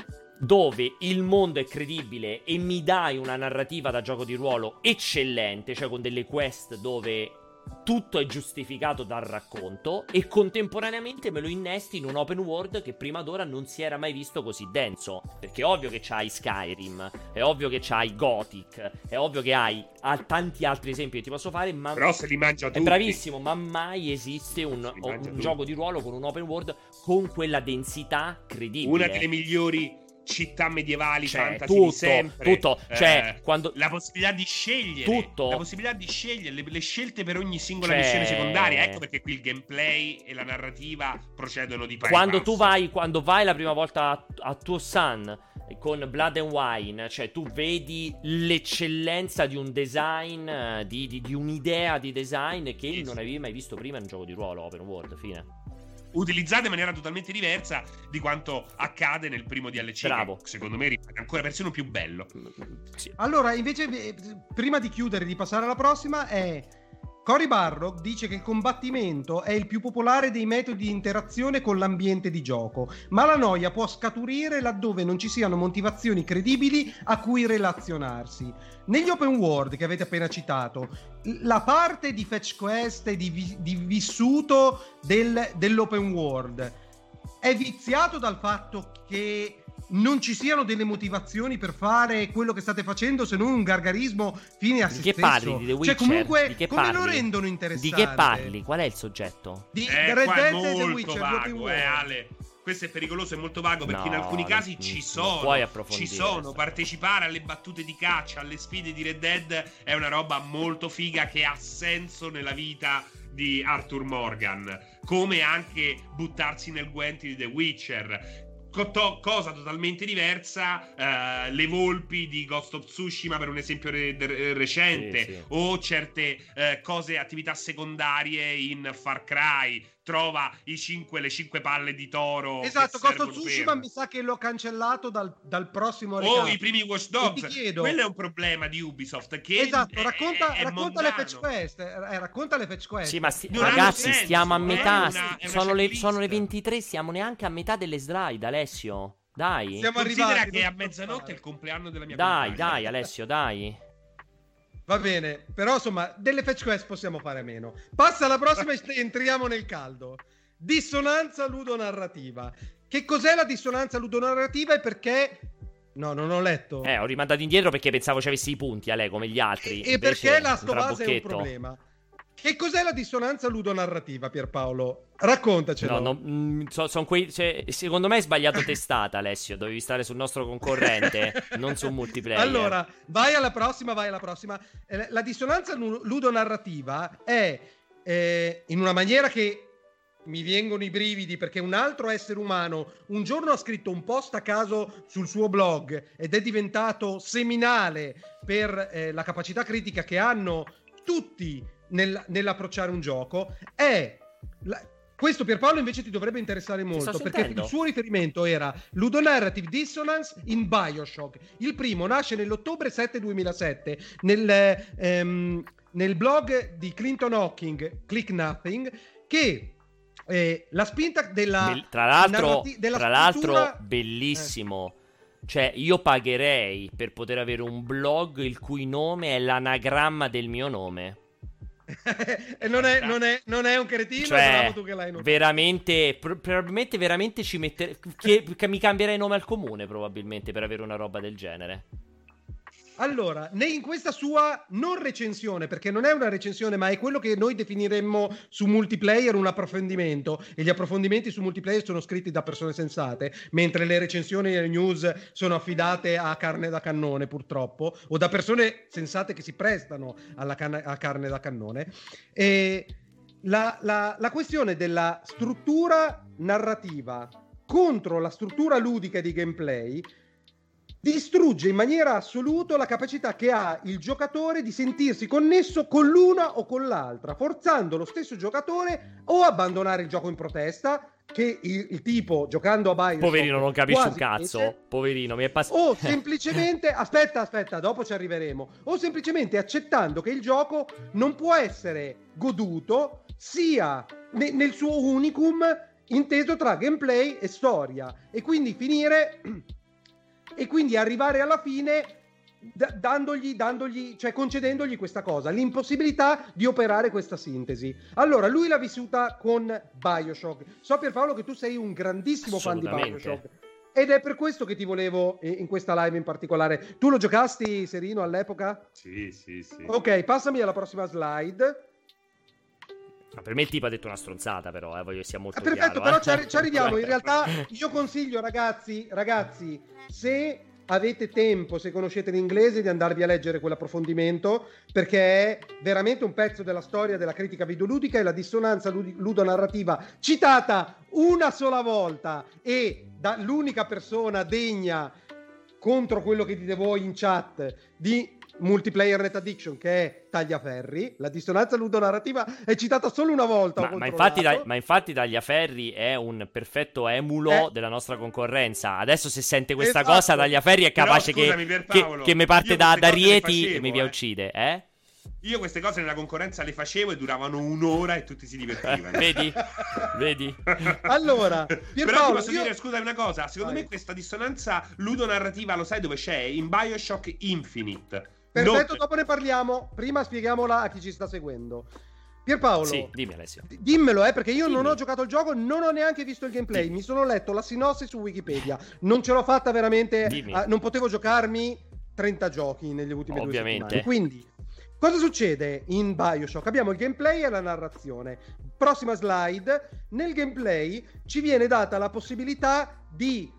dove il mondo è credibile e mi dai una narrativa da gioco di ruolo eccellente, cioè con delle quest dove tutto è giustificato dal racconto, e contemporaneamente me lo innesti in un open world che prima d'ora non si era mai visto così denso. Perché è ovvio che c'hai Skyrim, è ovvio che c'hai Gothic, è ovvio che hai tanti altri esempi che ti posso fare, ma però se li mangia tutti. È bravissimo, ma mai esiste un gioco di ruolo con un open world con quella densità credibile. Una delle migliori città medievali, fantasy tutto, di sempre. Tutto, cioè, quando la possibilità di scegliere, tutto, la possibilità di scegliere le scelte per ogni singola missione secondaria. Ecco perché qui il gameplay e la narrativa procedono di pari passo. Quando vai la prima volta a Toussaint con Blood and Wine, cioè tu vedi l'eccellenza di un design, di un'idea di design che non avevi mai visto prima in un gioco di ruolo open world, fine. Utilizzate in maniera totalmente diversa di quanto accade nel primo DLC. Bravo. Che secondo me rimane ancora persino più bello. Sì. Allora, invece, prima di chiudere, di passare alla prossima, Cory Barlog dice che il combattimento è il più popolare dei metodi di interazione con l'ambiente di gioco, ma la noia può scaturire laddove non ci siano motivazioni credibili a cui relazionarsi. Negli open world che avete appena citato, la parte di fetch quest e di vissuto dell'open world è viziato dal fatto che non ci siano delle motivazioni per fare quello che state facendo, se non un gargarismo fine a se stesso. Di che parli? Di The Witcher? Cioè, comunque, di che come parli? lo rendono interessante? Di che parli? Qual è il soggetto? Di Red Qua è Dead e The molto Witcher, vago, Ale. Questo è pericoloso e molto vago, perché in alcuni casi ci sono. Partecipare alle battute di caccia, alle sfide di Red Dead è una roba molto figa che ha senso nella vita di Arthur Morgan, come anche buttarsi nel guenti di The Witcher. Cosa totalmente diversa, le volpi di Ghost of Tsushima, per un esempio recente, sì. O certe attività secondarie in Far Cry. Trova le 5 palle di toro. Esatto, Ghost of Tsushima mi sa che l'ho cancellato dal prossimo recap. I primi Watch Dogs. Quello è un problema di Ubisoft. Che esatto, racconta le fetch quest. Racconta le fetch quest. Sì, ma ragazzi, stiamo a metà. Sono le 23, siamo neanche a metà delle slide, Alessio. Dai. Siamo arrivati. Che a mezzanotte è il compleanno della mia compagna. Dai, Alessio, dai. Va bene, però insomma, delle fetch quest possiamo fare meno. Passa alla prossima e entriamo nel caldo. Dissonanza ludonarrativa. Che cos'è la dissonanza ludonarrativa e perché... No, non ho letto. Ho rimandato indietro perché pensavo ci avessi i punti, Ale, come gli altri. E perché la Stovase è un problema. Che cos'è la dissonanza ludonarrativa, Pierpaolo? Raccontacelo. Sono quei, cioè, secondo me hai sbagliato testata, Alessio. Dovevi stare sul nostro concorrente, non su multiplayer. Allora, vai alla prossima. La dissonanza ludonarrativa è in una maniera che mi vengono i brividi, perché un altro essere umano un giorno ha scritto un post a caso sul suo blog ed è diventato seminale per la capacità critica che hanno tutti nell'approcciare un gioco. Questo, Pierpaolo, invece ti dovrebbe interessare molto, perché il suo riferimento era Ludonarrative Dissonance in BioShock. Il primo nasce nell'ottobre 7 2007 nel blog di Clinton Hawking, Click Nothing, che la spinta della tra l'altro bellissimo. Cioè, io pagherei per poter avere un blog il cui nome è l'anagramma del mio nome. E non è un cretino, cioè, tu che l'hai notato. Veramente, probabilmente veramente ci metterei che mi cambierei nome al comune, probabilmente, per avere una roba del genere. Allora, in questa sua non recensione, perché non è una recensione, ma è quello che noi definiremmo su multiplayer un approfondimento, e gli approfondimenti su multiplayer sono scritti da persone sensate, mentre le recensioni e le news sono affidate a carne da cannone, purtroppo, o da persone sensate che si prestano a carne da cannone. E la questione della struttura narrativa contro la struttura ludica di gameplay distrugge in maniera assoluta la capacità che ha il giocatore di sentirsi connesso con l'una o con l'altra, forzando lo stesso giocatore o a abbandonare il gioco in protesta, che il tipo giocando a BioShock poverino non capisce un cazzo, poverino, mi è passato. O semplicemente aspetta, dopo ci arriveremo, o semplicemente accettando che il gioco non può essere goduto sia nel suo unicum inteso tra gameplay e storia, e quindi finire e quindi arrivare alla fine dandogli, cioè concedendogli questa cosa, l'impossibilità di operare questa sintesi. Allora, lui l'ha vissuta con BioShock. So, Pierpaolo, che tu sei un grandissimo fan di BioShock. Ed è per questo che ti volevo, in questa live in particolare. Tu lo giocasti, Serino, all'epoca? Sì. Ok, passami alla prossima slide. Ma per me il tipo ha detto una stronzata, però, voglio che sia molto perfetto, chiaro. Però ci arriviamo. In realtà io consiglio, ragazzi, se avete tempo, se conoscete l'inglese, di andarvi a leggere quell'approfondimento, perché è veramente un pezzo della storia della critica videoludica e la dissonanza ludonarrativa citata una sola volta e dall'unica persona degna, contro quello che dite voi in chat, di Multiplayer Net Addiction, che è Tagliaferri. La dissonanza ludonarrativa è citata solo una volta. Ma infatti Tagliaferri è un perfetto emulo della nostra concorrenza. Adesso se sente questa cosa, Tagliaferri è capace che mi parte da Rieti e mi via uccide, Io queste cose nella concorrenza le facevo e duravano un'ora e tutti si divertivano. Vedi? Allora, però ti posso dire, scusami una cosa, secondo me questa dissonanza ludonarrativa lo sai dove c'è? In BioShock Infinite. Perfetto, dopo ne parliamo. Prima spieghiamola a chi ci sta seguendo. Pierpaolo, sì, dimmi, Alessio. Dimmelo, perché io non ho giocato il gioco, non ho neanche visto il gameplay. Mi sono letto la sinossi su Wikipedia. Non ce l'ho fatta veramente. Non potevo giocarmi 30 giochi negli ultimi 2 settimane. Quindi, cosa succede in BioShock? Abbiamo il gameplay e la narrazione. Prossima slide. Nel gameplay ci viene data la possibilità di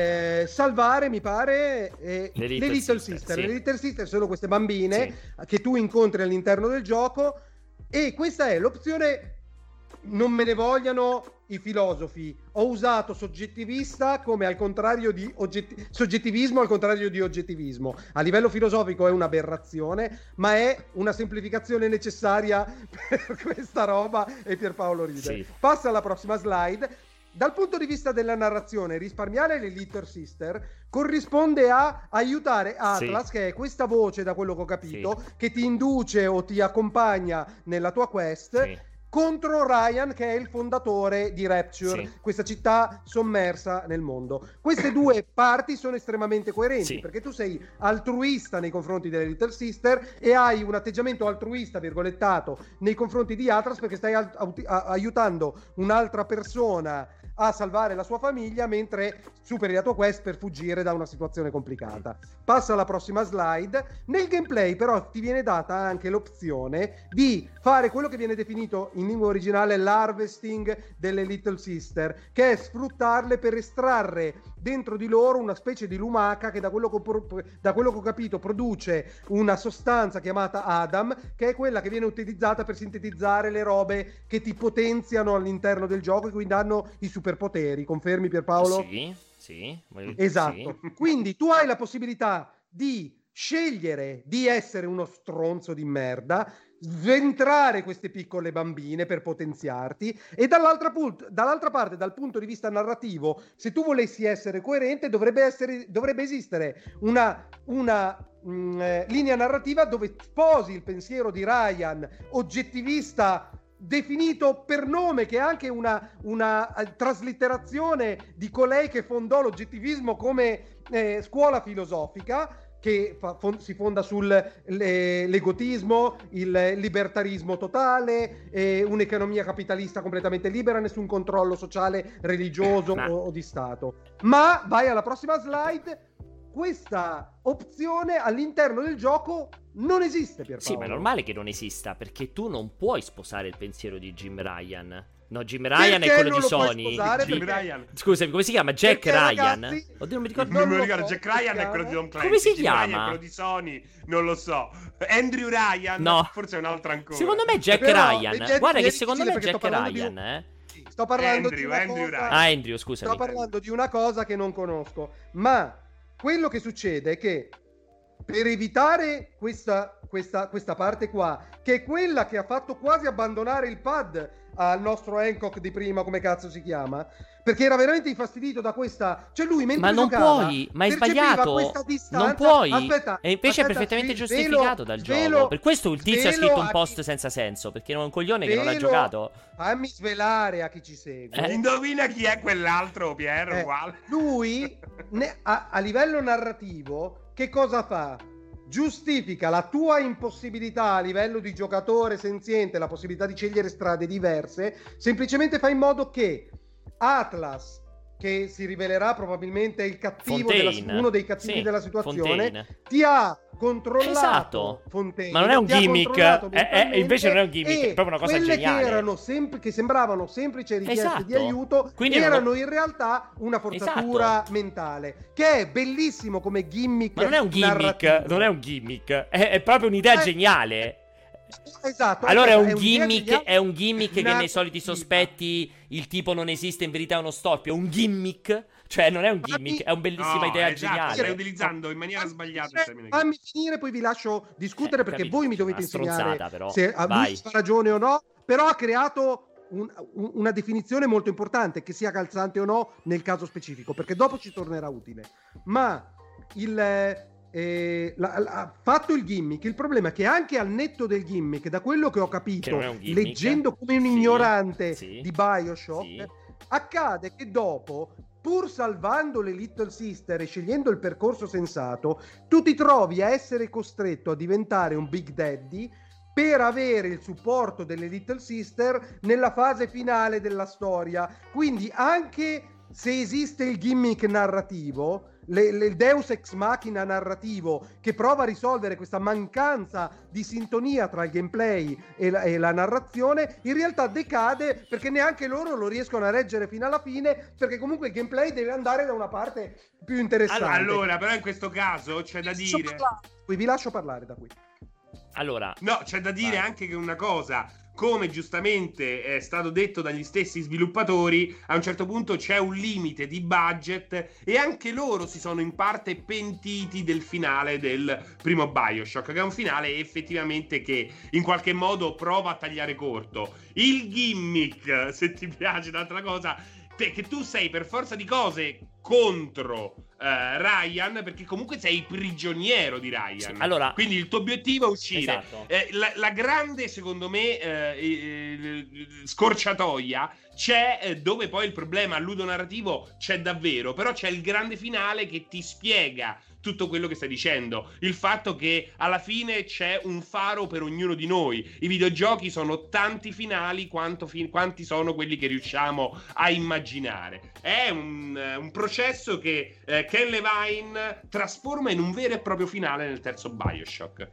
salvare, mi pare, le Little Sister. Le Little Sister sono queste bambine che tu incontri all'interno del gioco, e questa è l'opzione. Non me ne vogliano i filosofi, ho usato soggettivista come al contrario di soggettivismo al contrario di oggettivismo. A livello filosofico è un'aberrazione, ma è una semplificazione necessaria per questa roba, e Pierpaolo ride. Passa alla prossima slide. Dal punto di vista della narrazione, risparmiare le Little Sister corrisponde a aiutare Atlas, che è questa voce, da quello che ho capito, che ti induce o ti accompagna nella tua quest, contro Ryan, che è il fondatore di Rapture, questa città sommersa nel mondo. Queste due parti sono estremamente coerenti, perché tu sei altruista nei confronti delle Little Sister e hai un atteggiamento altruista, virgolettato, nei confronti di Atlas, perché stai aiutando un'altra persona a salvare la sua famiglia mentre superi la tua quest per fuggire da una situazione complicata. Passa alla prossima slide. Nel gameplay però ti viene data anche l'opzione di fare quello che viene definito in lingua originale l'harvesting delle Little Sister, che è sfruttarle per estrarre dentro di loro una specie di lumaca che, da quello che ho capito, produce una sostanza chiamata Adam, che è quella che viene utilizzata per sintetizzare le robe che ti potenziano all'interno del gioco e quindi danno i superpoteri. Confermi, Pierpaolo? Sì. Esatto. Quindi tu hai la possibilità di scegliere di essere uno stronzo di merda, sventrare queste piccole bambine per potenziarti, e dall'altra parte, dal punto di vista narrativo, se tu volessi essere coerente, dovrebbe esistere una linea narrativa dove sposi il pensiero di Ryan, oggettivista definito per nome, che è anche una traslitterazione di colei che fondò l'oggettivismo come scuola filosofica, che si fonda sull'egotismo, il libertarismo totale, un'economia capitalista completamente libera, nessun controllo sociale, religioso o di Stato. Ma vai alla prossima slide. Questa opzione all'interno del gioco non esiste, Pierpaolo. Sì, ma è normale che non esista, perché tu non puoi sposare il pensiero di Jim Ryan. No, Jim Ryan perché è quello di Sony. Ryan. Scusami, come si chiama? Jack Ryan? Ragazzi, oddio, non mi ricordo. Non me lo ricordo. Jack Ryan è quello di Tom Clancy. Come si Jim Ryan chiama? è quello di Sony, non lo so. Andrew Ryan? No. Forse è un altro ancora. Secondo me Jack Ryan. Guarda che secondo me Jack Ryan, Sto parlando Andrew, di una Andrew cosa... Ryan. Andrew, scusami. Sto parlando di una cosa che non conosco, ma quello che succede è che per evitare questa questa parte qua, che è quella che ha fatto quasi abbandonare il pad al nostro Hancock di prima, come cazzo si chiama, perché era veramente infastidito da questa, cioè lui mentre ma non giocava, puoi, ma è percepiva sbagliato, questa distanza. non puoi, aspetta, e invece è perfettamente giustificato dal gioco. Per questo il tizio ha scritto un post senza senso, perché non è un coglione che non ha giocato. Fammi svelare a chi ci segue. Indovina chi è quell'altro, Piero, uguale. Lui a livello narrativo che cosa fa? Giustifica la tua impossibilità a livello di giocatore senziente, la possibilità di scegliere strade diverse, semplicemente fa in modo che Atlas, che si rivelerà probabilmente il cattivo uno dei cattivi della situazione, Fontaine ti ha controllato. Esatto. Fontaine, ma non è un gimmick, invece non è un gimmick, è proprio una cosa geniale. Che sembravano semplici richieste di aiuto, quindi erano in realtà una forzatura mentale, che è bellissimo come gimmick. Ma non è un gimmick, non è un gimmick, è proprio un'idea geniale. Esatto. Allora è un gimmick che nei soliti sospetti il tipo non esiste, in verità è uno storpio. È un gimmick, cioè non è un gimmick, è una bellissima idea geniale. Stai utilizzando in maniera sbagliata il termine. Fammi finire, poi vi lascio discutere perché voi mi dovete insegnare però. Se lui fa ragione o no. Però ha creato una definizione molto importante, che sia calzante o no nel caso specifico, perché dopo ci tornerà utile. Ma ha fatto il gimmick. Il problema è che anche al netto del gimmick, da quello che ho capito leggendo come un ignorante di BioShock, accade che dopo, pur salvando le Little Sister e scegliendo il percorso sensato, tu ti trovi a essere costretto a diventare un Big Daddy per avere il supporto delle Little Sister nella fase finale della storia. Quindi anche se esiste il gimmick narrativo, il Deus ex machina narrativo che prova a risolvere questa mancanza di sintonia tra il gameplay e la narrazione, in realtà decade, perché neanche loro lo riescono a reggere fino alla fine, perché comunque il gameplay deve andare da una parte più interessante. Allora, però in questo caso c'è da dire... Qui vi lascio parlare da qui. Allora, no, c'è da dire anche che una cosa, come giustamente è stato detto dagli stessi sviluppatori, a un certo punto c'è un limite di budget e anche loro si sono in parte pentiti del finale del primo BioShock, che è un finale effettivamente che in qualche modo prova a tagliare corto. Il gimmick, se ti piace, d'altra cosa, che tu sei per forza di cose contro Ryan, perché comunque sei prigioniero di Ryan. Sì, allora, quindi il tuo obiettivo è uscire. Esatto. La grande, secondo me, scorciatoia c'è dove poi il problema ludonarrativo c'è davvero, però c'è il grande finale che ti spiega tutto quello che stai dicendo, il fatto che alla fine c'è un faro per ognuno di noi. I videogiochi sono tanti finali quanti sono quelli che riusciamo a immaginare. È un processo che Ken Levine trasforma in un vero e proprio finale nel terzo BioShock.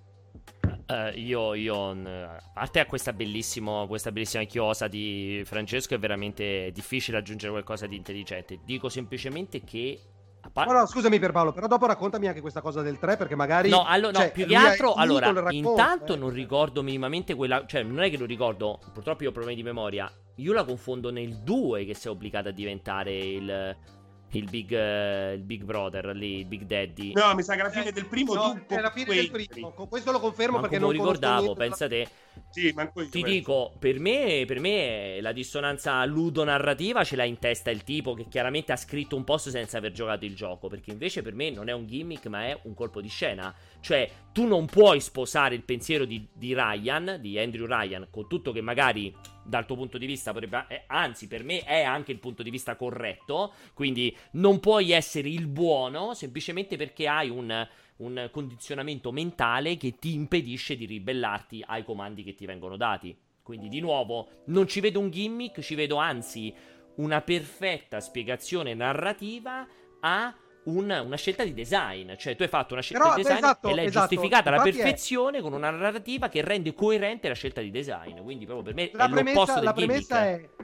A parte a questa bellissima chiosa di Francesco, è veramente difficile aggiungere qualcosa di intelligente. Dico semplicemente che no, scusami per Paolo, però dopo raccontami anche questa cosa del 3, perché magari più che altro, allora, intanto non ricordo minimamente quella, cioè non è che lo ricordo, purtroppo io ho problemi di memoria. Io la confondo nel 2 che si è obbligato a diventare il Big Brother lì, il Big Daddy. No, mi sa che alla fine del primo è la fine del primo. Questo lo confermo, perché non lo ricordavo, pensa te. Sì, ti dico, per me la dissonanza ludonarrativa ce l'ha in testa il tipo che chiaramente ha scritto un post senza aver giocato il gioco, perché invece per me non è un gimmick ma è un colpo di scena. Cioè tu non puoi sposare il pensiero di Ryan, di Andrew Ryan, con tutto che magari dal tuo punto di vista potrebbe, anzi per me è anche il punto di vista corretto, quindi non puoi essere il buono semplicemente perché hai un condizionamento mentale che ti impedisce di ribellarti ai comandi che ti vengono dati. Quindi di nuovo non ci vedo un gimmick, ci vedo anzi una perfetta spiegazione narrativa a una scelta di design. Cioè tu hai fatto una scelta di design e l'hai giustificata alla perfezione con una narrativa che rende coerente la scelta di design. Quindi proprio per me è l'opposto del gimmick.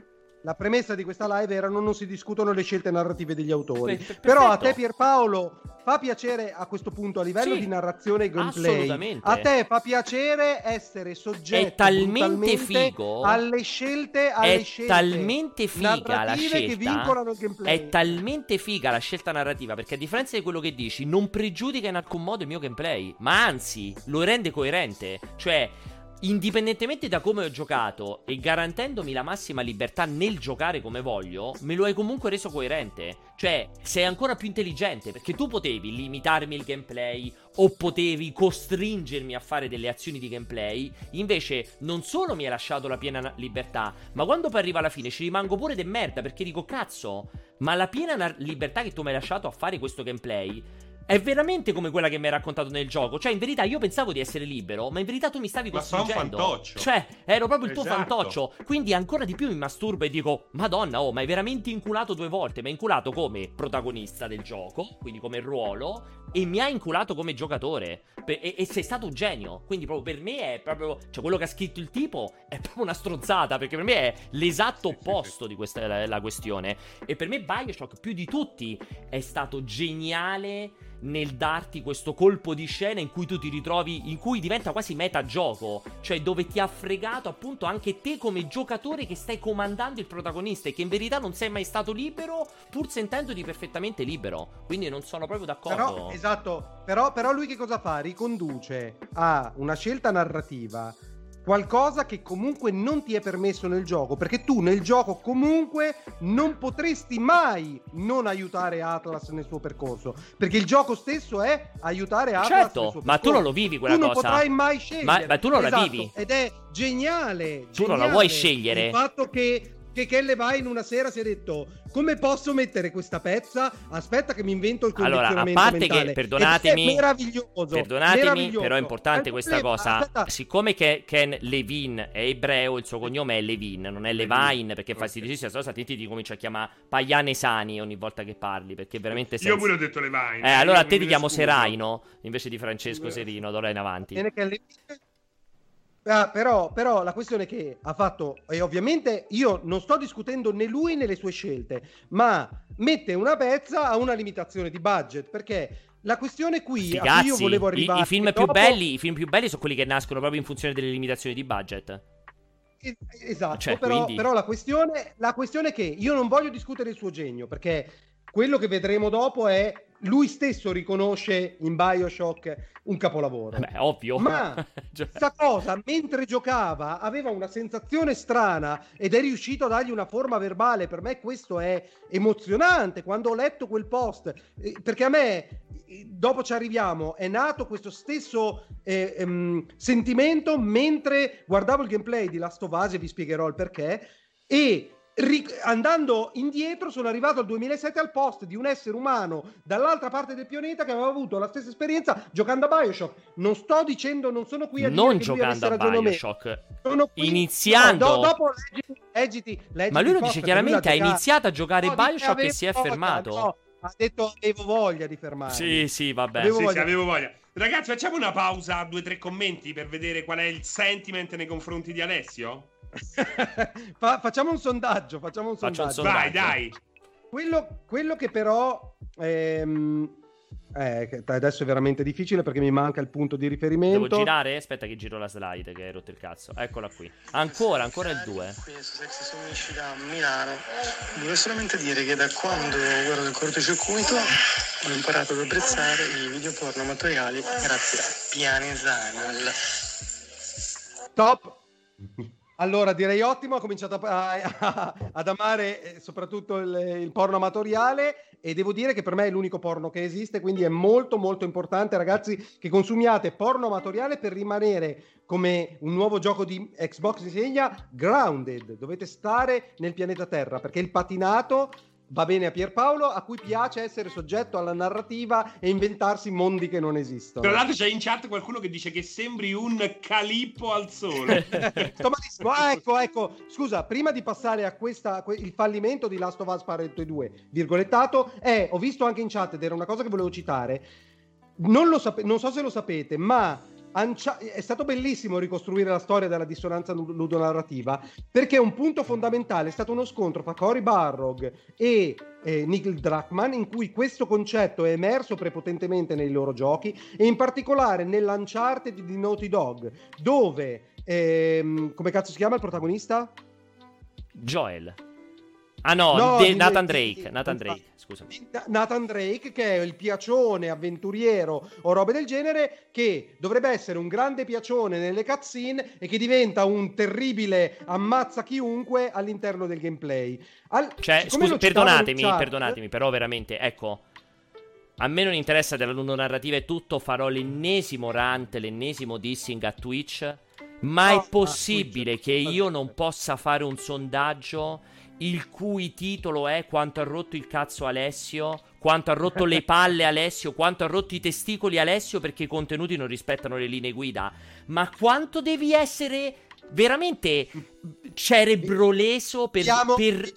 la premessa di questa live era non si discutono le scelte narrative degli autori. Però a te, Pierpaolo, fa piacere a questo punto a livello di narrazione e gameplay? Assolutamente. A te fa piacere essere soggetto è talmente figo alle scelte talmente figa la scelta che vincolano il gameplay. È talmente figa la scelta narrativa, perché a differenza di quello che dici non pregiudica in alcun modo il mio gameplay, ma anzi lo rende coerente. Cioè, indipendentemente da come ho giocato e garantendomi la massima libertà nel giocare come voglio, me lo hai comunque reso coerente. Cioè, sei ancora più intelligente, perché tu potevi limitarmi il gameplay o potevi costringermi a fare delle azioni di gameplay. Invece non solo mi hai lasciato la piena libertà, ma quando poi arriva alla fine ci rimango pure de merda, perché dico cazzo, ma la piena libertà che tu mi hai lasciato a fare questo gameplay è veramente come quella che mi hai raccontato nel gioco. Cioè, in verità io pensavo di essere libero, ma in verità tu mi stavi costringendo. Ma fa un fantoccio. Cioè, ero proprio il tuo Esatto. fantoccio. Quindi ancora di più mi masturbo e dico: Madonna, oh, ma hai veramente inculato 2 volte. Mi hai inculato come protagonista del gioco, quindi come ruolo, e mi ha inculato come giocatore. E sei stato un genio. Quindi proprio per me è proprio, cioè, quello che ha scritto il tipo è proprio una stronzata, perché per me è l'esatto opposto di questa la questione. E per me BioShock più di tutti è stato geniale nel darti questo colpo di scena in cui tu ti ritrovi, in cui diventa quasi metagioco, cioè dove ti ha fregato appunto anche te come giocatore che stai comandando il protagonista e che in verità non sei mai stato libero, pur sentendoti perfettamente libero. Quindi non sono proprio d'accordo. Però, esatto, però lui che cosa fa? Riconduce a una scelta narrativa qualcosa che comunque non ti è permesso nel gioco, perché tu nel gioco comunque non potresti mai non aiutare Atlas nel suo percorso, perché il gioco stesso è aiutare Atlas nel suo percorso. Ma tu non lo vivi quella cosa. Tu non potrai mai scegliere. Ma tu non la vivi. Ed è geniale. Tu non la vuoi scegliere. Il fatto che Levine in una sera si è detto: come posso mettere questa pezza? Aspetta che mi invento il condizionamento allora, a parte mentale. che, perdonatemi, è meraviglioso, perdonatemi, però è importante questa cosa. Aspetta. Siccome che Ken Levine è ebreo, il suo cognome è Levine, non è Levine, perché fastidiosissima sta cosa, altrimenti ti comincia a chiamare Paglianesani ogni volta che parli, perché veramente io pure ho detto Levine. allora a te ti chiamo Seraino invece di Francesco Serino, d'ora in avanti. Però la questione che ha fatto, e ovviamente io non sto discutendo né lui né le sue scelte, ma mette una pezza a una limitazione di budget, perché la questione qui a cui io volevo arrivare, i film più belli sono quelli che nascono proprio in funzione delle limitazioni di budget. Esatto, cioè, però la questione è che io non voglio discutere il suo genio, perché quello che vedremo dopo è lui stesso riconosce in BioShock un capolavoro. Beh, ovvio. Ma questa cosa, mentre giocava, aveva una sensazione strana ed è riuscito a dargli una forma verbale. Per me questo è emozionante. Quando ho letto quel post, perché a me, dopo ci arriviamo, è nato questo stesso sentimento mentre guardavo il gameplay di Last of Us, e vi spiegherò il perché, e andando indietro sono arrivato al 2007 al post di un essere umano dall'altra parte del pianeta che aveva avuto la stessa esperienza giocando a BioShock. Non sto dicendo, non sono qui a dire non che giocando a BioShock, sono qui, iniziando. no, dopo leggiti ma lui lo dice chiaramente, ha iniziato a giocare BioShock e si è fermato. No, ha detto avevo voglia di fermarmi. Sì, vabbè. Avevo voglia. Ragazzi, facciamo una pausa, 2-3 commenti per vedere qual è il sentiment nei confronti di Alessio. Facciamo un sondaggio. Vai, dai. Quello che però adesso è veramente difficile perché mi manca il punto di riferimento. Devo girare? Aspetta che giro la slide, che hai rotto il cazzo. Eccola qui. Ancora il 2. Qui su Sexy Sumici da Milano. Volevo solamente dire che da quando guardo il cortocircuito ho imparato ad apprezzare i video porno amatoriali grazie a Pianesana. Top. Allora direi ottimo, ho cominciato ad amare soprattutto il porno amatoriale, e devo dire che per me è l'unico porno che esiste, quindi è molto molto importante, ragazzi, che consumiate porno amatoriale per rimanere, come un nuovo gioco di Xbox insegna, grounded. Dovete stare nel pianeta Terra, perché il patinato va bene a Pierpaolo, a cui piace essere soggetto alla narrativa e inventarsi mondi che non esistono. Tra l'altro c'è in chat qualcuno che dice che sembri un calippo al sole. Sto malissimo. Ecco, scusa, prima di passare a il fallimento di Last of Us Part 2, virgolettato, ho visto anche in chat, ed era una cosa che volevo citare, non so se lo sapete, ma è stato bellissimo ricostruire la storia della dissonanza ludonarrativa, perché un punto fondamentale è stato uno scontro fra Cory Barlog e Neil Druckmann, in cui questo concetto è emerso prepotentemente nei loro giochi, e in particolare nell'Uncharted di Naughty Dog, dove come cazzo si chiama il protagonista? Joel. Ah no, Nathan Drake, scusa. Nathan Drake, che è il piacione avventuriero o robe del genere, che dovrebbe essere un grande piacione nelle cutscene e che diventa un terribile ammazza chiunque all'interno del gameplay. Cioè, scusi, perdonatemi, però veramente, ecco, a me non interessa della ludonarrativa e tutto, farò l'ennesimo rant, l'ennesimo dissing a Twitch, ma è possibile che io non possa fare un sondaggio il cui titolo è quanto ha rotto il cazzo Alessio, quanto ha rotto le palle Alessio, quanto ha rotto i testicoli Alessio perché i contenuti non rispettano le linee guida? Ma quanto devi essere veramente cerebroleso viviamo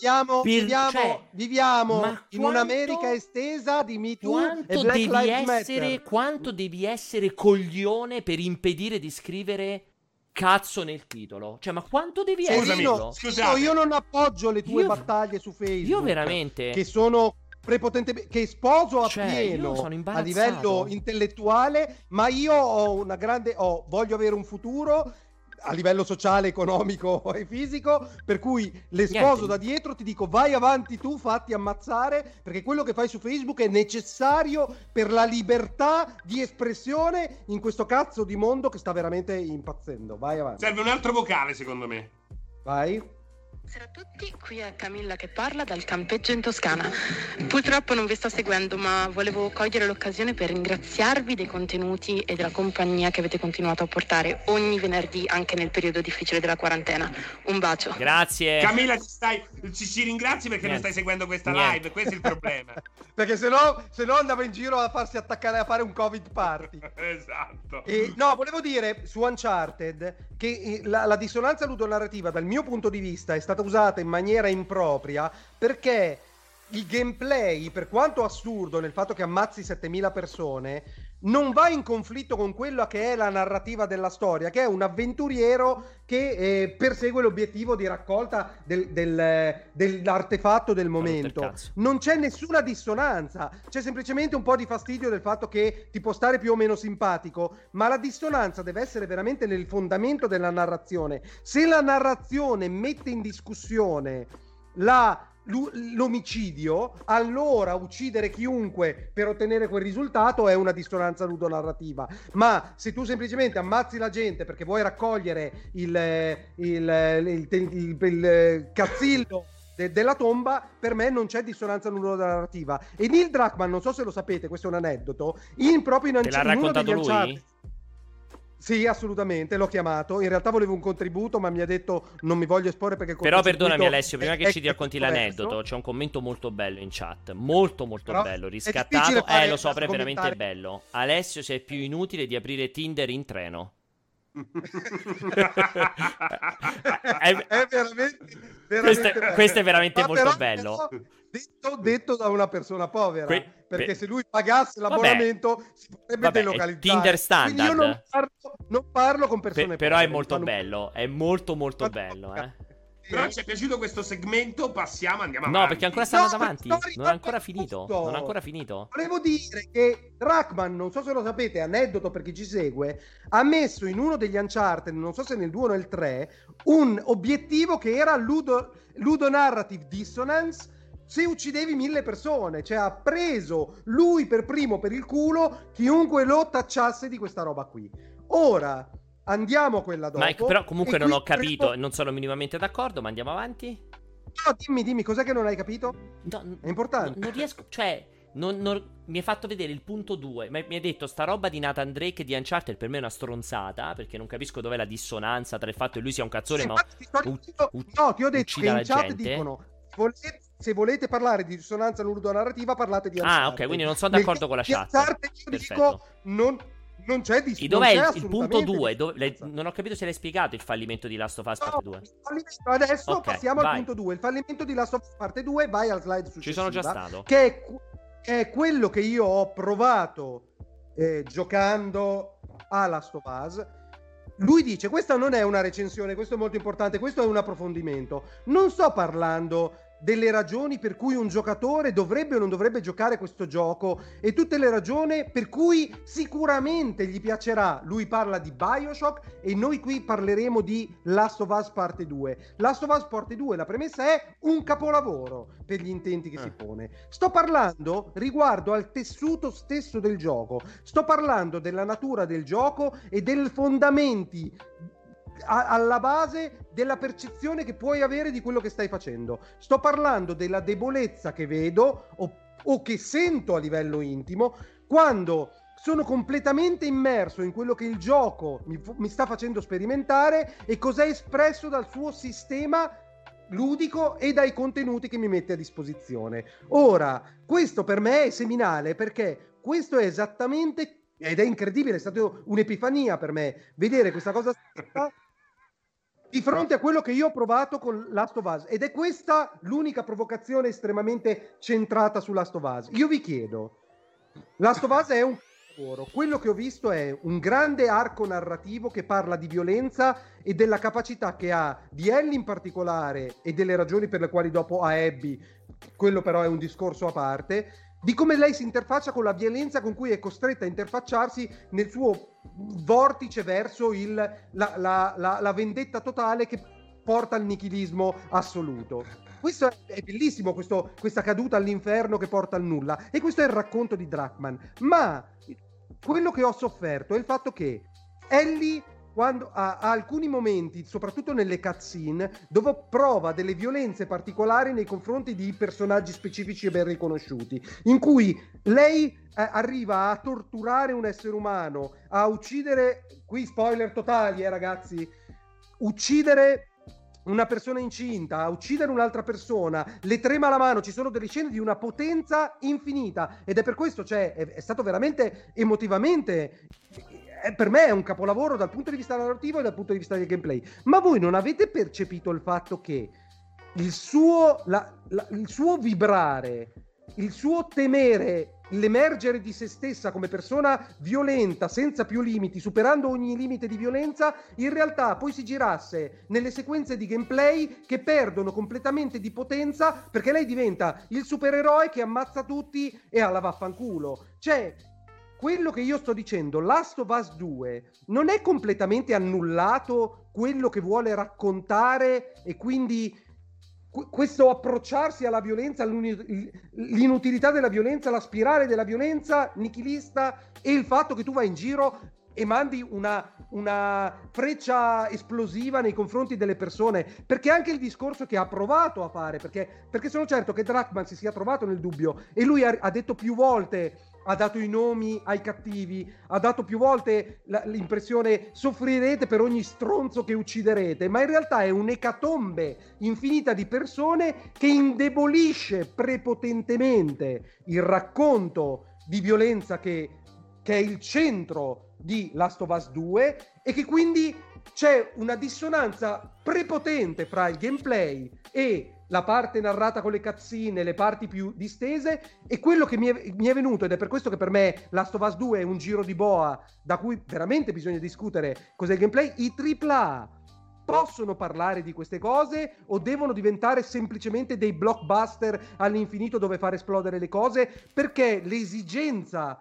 in un'America estesa di Me Too e Black Lives Matter. Quanto devi essere coglione per impedire di scrivere cazzo nel titolo? Cioè, ma quanto devi essere? Io non appoggio le tue battaglie su Facebook. Io veramente che sono prepotentemente, che sposo appieno a livello intellettuale, ma io ho una grande voglio avere un futuro a livello sociale, economico e fisico, per cui le sposo da dietro, ti dico vai avanti tu, fatti ammazzare, perché quello che fai su Facebook è necessario per la libertà di espressione in questo cazzo di mondo che sta veramente impazzendo. Vai avanti. Serve un altro vocale, secondo me. Vai. Buonasera a tutti, qui è Camilla che parla dal campeggio in Toscana. Purtroppo non vi sto seguendo, ma volevo cogliere l'occasione per ringraziarvi dei contenuti e della compagnia che avete continuato a portare ogni venerdì anche nel periodo difficile della quarantena. Un bacio. Grazie. Camilla, ci ringrazi perché non stai seguendo questa live, questo è il problema. Perché se no andava in giro a farsi attaccare, a fare un Covid party. Esatto. No, volevo dire su Uncharted che la dissonanza ludonarrativa dal mio punto di vista è stata usata in maniera impropria, perché il gameplay, per quanto assurdo nel fatto che ammazzi 7000 persone, non va in conflitto con quella che è la narrativa della storia, che è un avventuriero che persegue l'obiettivo di raccolta dell'artefatto del momento. Non c'è nessuna dissonanza, c'è semplicemente un po' di fastidio del fatto che ti può stare più o meno simpatico, ma la dissonanza deve essere veramente nel fondamento della narrazione. Se la narrazione mette in discussione l'omicidio, allora uccidere chiunque per ottenere quel risultato è una dissonanza ludonarrativa. Ma se tu semplicemente ammazzi la gente perché vuoi raccogliere il cazzillo della tomba, per me non c'è dissonanza ludonarrativa. E Neil Druckmann, non so se lo sapete, questo è un aneddoto, proprio in te l'ha raccontato lui? Sì, assolutamente, l'ho chiamato. In realtà volevo un contributo, ma mi ha detto non mi voglio esporre perché... Però perdonami Alessio, prima che ci racconti l'aneddoto, c'è un commento molto bello in chat, molto bello, riscattato. Lo so, però è veramente bello. Alessio, sei più inutile di aprire Tinder in treno. È veramente questo è veramente molto bello. Detto da una persona povera, perché se lui pagasse l'abbonamento si potrebbe delocalizzare. Tinder standard. Quindi io non parlo con persone però povere, è molto bello, è molto bello, Però ci è piaciuto questo segmento, andiamo avanti. No, perché ancora sta andando avanti. Non è ancora finito. Volevo dire che Druckmann, non so se lo sapete, aneddoto per chi ci segue, ha messo in uno degli Uncharted, non so se nel 2 o nel 3, un obiettivo che era ludonarrative dissonance. Se uccidevi 1000 persone, cioè ha preso lui per primo per il culo chiunque lo tacciasse di questa roba qui. Ora andiamo a quella dopo. Mike, però comunque non ho capito, non sono minimamente d'accordo, ma andiamo avanti. No, dimmi, cos'è che non hai capito? No, è importante. Non riesco, cioè, mi hai fatto vedere il punto 2, mi hai detto sta roba di Nathan Drake di Uncharted per me è una stronzata, perché non capisco dov'è la dissonanza tra il fatto che lui sia un cazzone, sì, ma no, ti ho detto che in chat gente. dicono se volete parlare di dissonanza ludonarrativa parlate di Uncharted. Ah, ok, quindi non sono d'accordo con la chat. Io dico non c'è dissonanza. E dov'è il punto 2? Non ho capito se l'hai spiegato il fallimento di Last of Us Part 2. Adesso passiamo al punto 2. Il fallimento di Last of Us Parte 2, vai al slide successivo. Ci sono già stato. Che è quello che io ho provato giocando a Last of Us. Lui dice: questa non è una recensione, questo è molto importante, questo è un approfondimento. Non sto parlando delle ragioni per cui un giocatore dovrebbe o non dovrebbe giocare questo gioco e tutte le ragioni per cui sicuramente gli piacerà. Lui parla di BioShock e noi qui parleremo di Last of Us Parte 2. Last of Us Parte 2, la premessa è un capolavoro per gli intenti che si pone. Sto parlando riguardo al tessuto stesso del gioco, sto parlando della natura del gioco e dei fondamenti alla base della percezione che puoi avere di quello che stai facendo. Sto parlando della debolezza che vedo o che sento a livello intimo quando sono completamente immerso in quello che il gioco mi sta facendo sperimentare e cos'è espresso dal suo sistema ludico e dai contenuti che mi mette a disposizione. Ora, questo per me è seminale, perché questo è esattamente, ed è incredibile, è stata un'epifania per me vedere questa cosa di fronte a quello che io ho provato con Last of Us, ed è questa l'unica provocazione estremamente centrata su Last of Us. Io vi chiedo, Last of Us è un lavoro, quello che ho visto è un grande arco narrativo che parla di violenza e della capacità che ha di Ellie in particolare e delle ragioni per le quali dopo ha Abby, quello però è un discorso a parte, di come lei si interfaccia con la violenza con cui è costretta a interfacciarsi nel suo vortice verso la vendetta totale che porta al nichilismo assoluto. Questo è bellissimo, questa caduta all'inferno che porta al nulla, e questo è il racconto di Druckmann. Ma quello che ho sofferto è il fatto che Ellie, quando ha alcuni momenti, soprattutto nelle cutscene, dove prova delle violenze particolari nei confronti di personaggi specifici e ben riconosciuti, in cui lei arriva a torturare un essere umano, a uccidere, qui spoiler totali ragazzi, uccidere una persona incinta, a uccidere un'altra persona, le trema la mano, ci sono delle scene di una potenza infinita, ed è per questo, cioè, è stato veramente emotivamente, per me è un capolavoro dal punto di vista narrativo e dal punto di vista del gameplay. Ma voi non avete percepito il fatto che il suo vibrare, il suo temere, l'emergere di se stessa come persona violenta, senza più limiti, superando ogni limite di violenza, in realtà poi si girasse nelle sequenze di gameplay che perdono completamente di potenza, perché lei diventa il supereroe che ammazza tutti e alla vaffanculo. Cioè, quello che io sto dicendo, Last of Us 2 non è completamente annullato quello che vuole raccontare, e quindi questo approcciarsi alla violenza, l'inutilità della violenza, la spirale della violenza nichilista, e il fatto che tu vai in giro e mandi una freccia esplosiva nei confronti delle persone, perché anche il discorso che ha provato a fare, perché sono certo che Druckmann si sia trovato nel dubbio, e lui ha detto più volte, ha dato i nomi ai cattivi, ha dato più volte l'impressione soffrirete per ogni stronzo che ucciderete, ma in realtà è un'ecatombe infinita di persone che indebolisce prepotentemente il racconto di violenza che è il centro di Last of Us 2, e che quindi c'è una dissonanza prepotente fra il gameplay e la parte narrata con le cutscene, le parti più distese, e quello che mi è venuto, ed è per questo che per me Last of Us 2 è un giro di boa da cui veramente bisogna discutere cos'è il gameplay. I AAA possono parlare di queste cose o devono diventare semplicemente dei blockbuster all'infinito dove far esplodere le cose, perché l'esigenza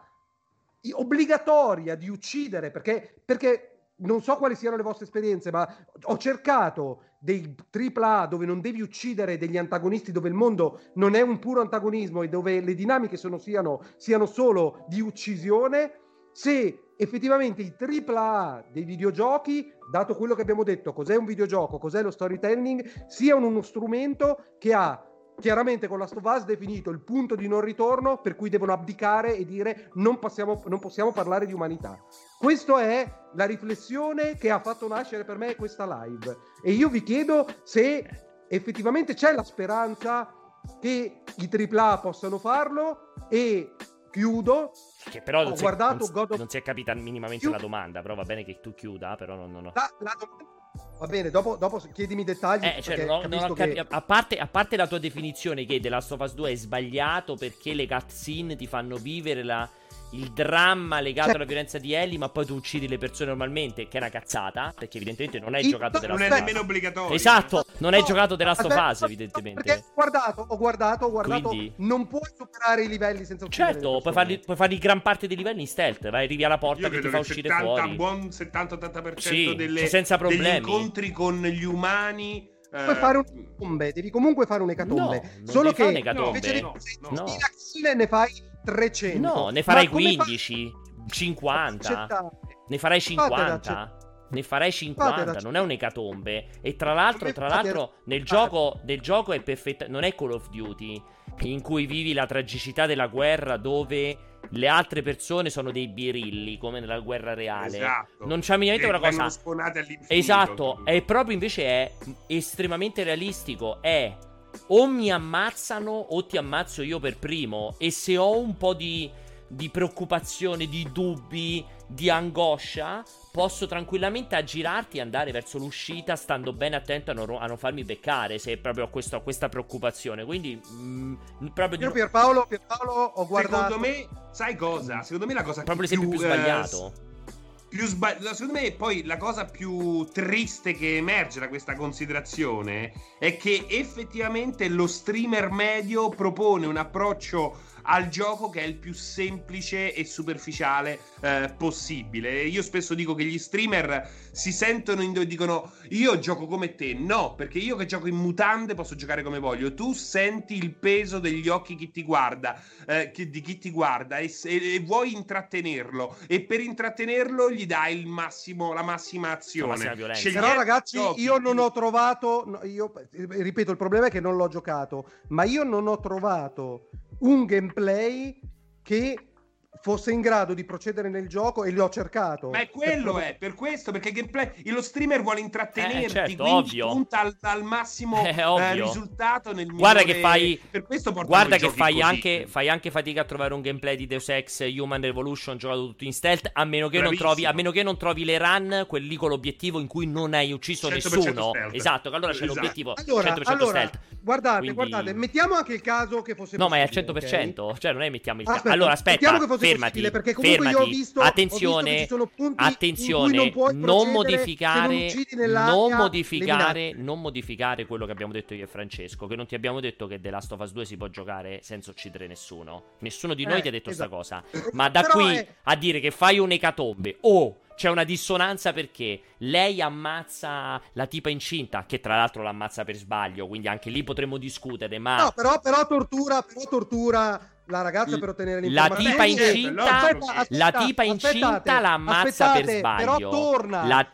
obbligatoria di uccidere, perché non so quali siano le vostre esperienze, ma ho cercato dei AAA dove non devi uccidere degli antagonisti, dove il mondo non è un puro antagonismo e dove le dinamiche siano solo di uccisione. Se effettivamente i AAA dei videogiochi, dato quello che abbiamo detto, cos'è un videogioco, cos'è lo storytelling, siano uno strumento che ha chiaramente con Last of Us definito il punto di non ritorno, per cui devono abdicare e dire non possiamo parlare di umanità. Questa è la riflessione che ha fatto nascere per me questa live, e io vi chiedo se effettivamente c'è la speranza che i AAA possano farlo. E chiudo, che però ho guardato non si è capita minimamente la domanda, però va bene che tu chiuda, però non la domanda. Va bene, dopo chiedimi i dettagli. Cioè, a parte la tua definizione che The Last of Us 2 è sbagliato perché le cutscene ti fanno vivere il dramma legato alla violenza di Ellie, ma poi tu uccidi le persone normalmente, che è una cazzata, perché evidentemente non hai giocato The Last of Us. Non è nemmeno obbligatorio. Esatto, non hai giocato The Last of Us, evidentemente. Perché ho guardato, Quindi... non puoi superare i livelli senza uccidere. Certo, puoi farli gran parte dei livelli in stealth, vai, arrivi alla porta che ti fa uscire fuori. Buon 70-80% sì, senza problemi. degli incontri con gli umani. Puoi fare un'ecatombe, devi comunque fare un'ecatombe. No, solo che un'ecatombe. No. Ne fai 300. No, ne farai 15, 50. Ne farai 50. Ne farai 50, non è un'ecatombe. E tra l'altro nel gioco è perfetta. Non è Call of Duty in cui vivi la tragicità della guerra, dove le altre persone sono dei birilli come nella guerra reale. Esatto. Non c'è minimamente una cosa. Spawnate all'infinito. Esatto, è proprio invece è estremamente realistico. È o mi ammazzano o ti ammazzo io per primo. E se ho un po' di preoccupazione, di dubbi, di angoscia, posso tranquillamente aggirarti e andare verso l'uscita, stando bene attento a non farmi beccare, se proprio ho questa preoccupazione. Quindi proprio io Pierpaolo ho guardato. Secondo me, sai cosa? Secondo me la cosa proprio l'esempio più sbagliato. Secondo me poi la cosa più triste che emerge da questa considerazione è che effettivamente lo streamer medio propone un approccio al gioco che è il più semplice e superficiale possibile. Io spesso dico che gli streamer si sentono e dicono: io gioco come te. No, perché io che gioco in mutande posso giocare come voglio. Tu senti il peso degli occhi chi ti guarda, di chi ti guarda, e vuoi intrattenerlo, e per intrattenerlo gli dai la massima azione. Però ragazzi, io non ho trovato, io ripeto, il problema è che non l'ho giocato, ma io non ho trovato un gameplay che fosse in grado di procedere nel gioco, e l'ho cercato. Ma è quello, per questo, perché il gameplay, lo streamer vuole intrattenerti, certo, quindi ovvio. punta al massimo risultato nel guarda migliore... che fai, per questo guarda che fai anche fatica a trovare un gameplay di Deus Ex Human Revolution giocato tutto in stealth, a meno che non trovi le run, quelli lì con l'obiettivo in cui non hai ucciso nessuno. Stealth. Esatto, che allora c'è l'obiettivo 100% stealth. Guardate, mettiamo anche il caso che fosse no, ma è al 100%, okay? Cioè non è mettiamo il caso. Allora aspetta, fermati, perché comunque io ho visto attenzione, non modificare quello che abbiamo detto io e Francesco, che non ti abbiamo detto che The Last of Us 2 si può giocare senza uccidere nessuno. Nessuno di noi ti ha detto sta cosa. Ma da qui a dire che fai un'ecatombe c'è una dissonanza perché lei ammazza la tipa incinta, che tra l'altro l'ammazza per sbaglio, quindi anche lì potremmo discutere, ma... No, però tortura la ragazza per ottenere l'informazione. La tipa incinta la ammazza per sbaglio. Però torna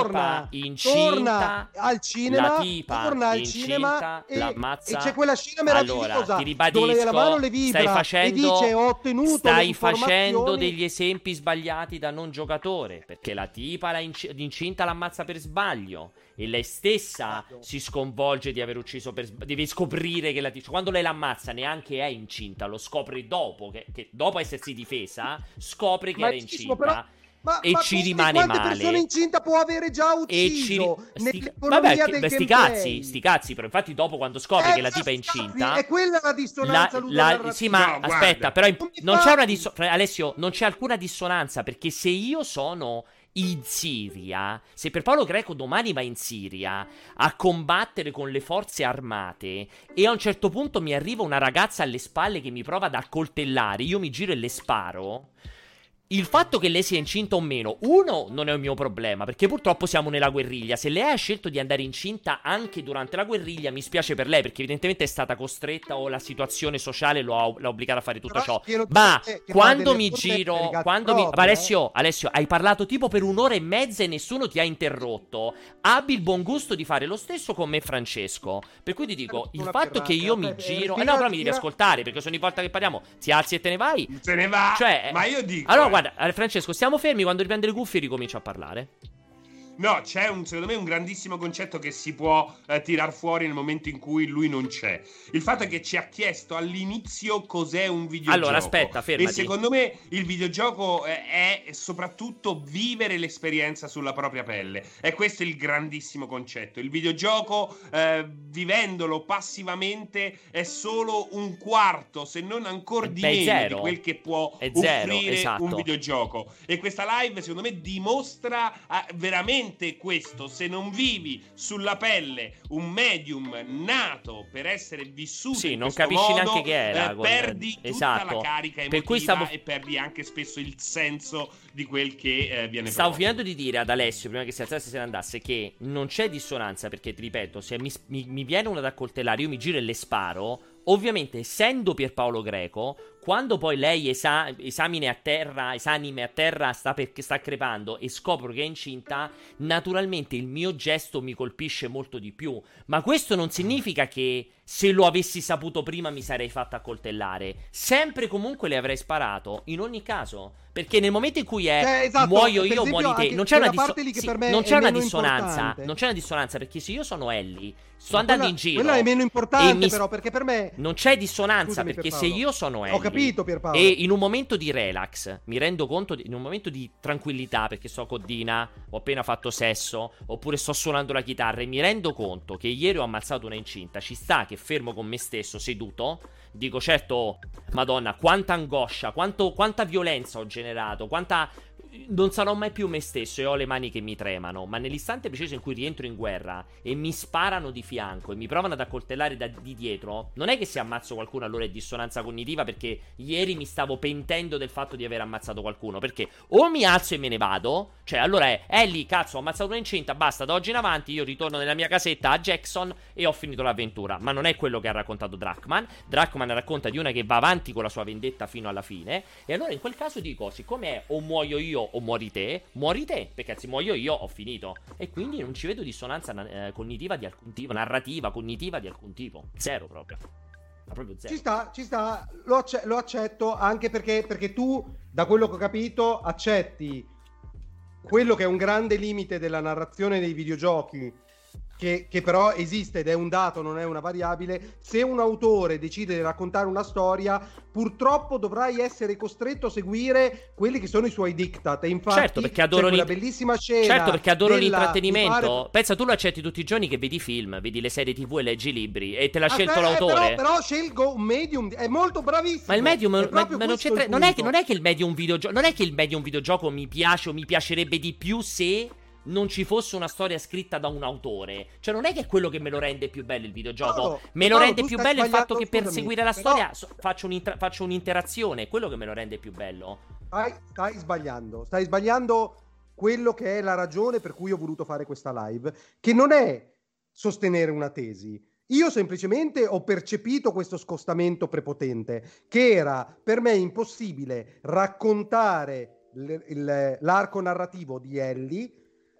al cinema e c'è quella scena meravigliosa dove la mano le vibra e dice: ho ottenuto stai facendo degli esempi sbagliati da non giocatore, perché la tipa incinta l'ammazza per sbaglio e lei stessa si sconvolge di aver ucciso devi scoprire che quando lei l'ammazza neanche è incinta, lo scopre dopo, che dopo essersi difesa scopre che era incinta. E ci rimane male. Quante persone incinta può avere già ucciso? Vabbè, sti cazzi, però infatti dopo quando scopri che la tipa è incinta, è quella la dissonanza. sì, ma no, aspetta, però non c'è una Alessio, non c'è alcuna dissonanza, perché se io sono in Siria, se Pierpaolo Greco domani va in Siria a combattere con le forze armate e a un certo punto mi arriva una ragazza alle spalle che mi prova ad accoltellare, io mi giro e le sparo. Il fatto che lei sia incinta o meno, non è un mio problema, perché purtroppo siamo nella guerriglia. Se lei ha scelto di andare incinta anche durante la guerriglia, mi spiace per lei, perché evidentemente è stata costretta o la situazione sociale l'ha obbligata a fare tutto ciò. Ma quando mi giro, Alessio, hai parlato tipo per 1 ora e mezza e nessuno ti ha interrotto. Abbi il buon gusto di fare lo stesso con me e Francesco. Per cui ti dico, il fatto che io mi giro... no, però mi devi ascoltare, perché ogni volta che parliamo ti alzi e te ne vai. Se ne va, cioè, ma io dico... Allora, guarda, Francesco, stiamo fermi, quando riprende le cuffie ricomincio a parlare. No, c'è secondo me un grandissimo concetto che si può tirar fuori nel momento in cui lui non c'è. Il fatto è che ci ha chiesto all'inizio cos'è un videogioco. Allora, aspetta, fermati. E secondo me il videogioco è soprattutto vivere l'esperienza sulla propria pelle. E questo è il grandissimo concetto. Il videogioco, vivendolo passivamente, è solo un quarto, se non ancora di meno, di quel che può offrire un videogioco. E questa live, secondo me, dimostra veramente questo. Se non vivi sulla pelle un medium nato per essere vissuto in non questo capisci modo, neanche che era perdi tutta la carica emotiva e perdi anche spesso il senso di quel che viene Stavo proposto. finendo di dire ad Alessio, prima che si alzasse e se ne andasse, che non c'è dissonanza, perché ti ripeto, se mi viene una da accoltellare, io mi giro e le sparo. Ovviamente, essendo Pierpaolo Greco, quando poi lei esanime a terra sta crepando e scopro che è incinta, naturalmente il mio gesto mi colpisce molto di più. Ma questo non significa che se lo avessi saputo prima mi sarei fatto accoltellare. Sempre comunque le avrei sparato, in ogni caso. Perché nel momento in cui muoio io, muori te, non c'è una dissonanza. Non c'è una dissonanza, perché se io sono Ellie, sto andando in giro. Quella è meno importante, però, perché per me non c'è dissonanza. Scusami, perché se io sono Ellie, ho capito, Pierpaolo, e in un momento di relax mi rendo conto, in un momento di tranquillità, perché sto con Dina, ho appena fatto sesso, oppure sto suonando la chitarra, e mi rendo conto che ieri ho ammazzato una incinta, ci sta che fermo con me stesso seduto, dico certo, madonna, quanta angoscia, quanta violenza ho generato, non sarò mai più me stesso e ho le mani che mi tremano. Ma nell'istante preciso in cui rientro in guerra e mi sparano di fianco e mi provano ad accoltellare di dietro, non è che se ammazzo qualcuno allora è dissonanza cognitiva, perché ieri mi stavo pentendo del fatto di aver ammazzato qualcuno. Perché o mi alzo e me ne vado, cioè allora è lì, cazzo, ho ammazzato una incinta, basta, da oggi in avanti io ritorno nella mia casetta a Jackson e ho finito l'avventura. Ma non è quello che ha raccontato Druckmann. Druckmann racconta di una che va avanti con la sua vendetta fino alla fine. E allora in quel caso dico, siccome è o muoio io o muori te, perché se muoio io ho finito. E quindi non ci vedo dissonanza cognitiva di alcun tipo, narrativa, cognitiva di alcun tipo. Zero proprio. Ma proprio zero. Ci sta, lo accetto, anche perché tu, da quello che ho capito, accetti quello che è un grande limite della narrazione dei videogiochi, che però esiste ed è un dato, non è una variabile. Se un autore decide di raccontare una storia, purtroppo dovrai essere costretto a seguire quelli che sono i suoi diktat. E infatti certo, perché adoro quella bellissima scena. Certo, perché adoro l'intrattenimento. Pensa, tu lo accetti tutti i giorni che vedi film, vedi le serie TV e leggi i libri, e te l'ha scelto l'autore. Però scelgo un medium, è molto bravissimo. Ma il medium non è che il medium videogioco, non è che il medium videogioco mi piace o mi piacerebbe di più se non ci fosse una storia scritta da un autore. Cioè non è che è quello che me lo rende più bello il videogioco. Me lo rende più bello il fatto che per seguire la storia faccio un'interazione. È quello che me lo rende più bello. Stai sbagliando quello che è la ragione per cui ho voluto fare questa live, che non è sostenere una tesi. Io semplicemente ho percepito questo scostamento prepotente, che era per me impossibile raccontare l'arco narrativo di Ellie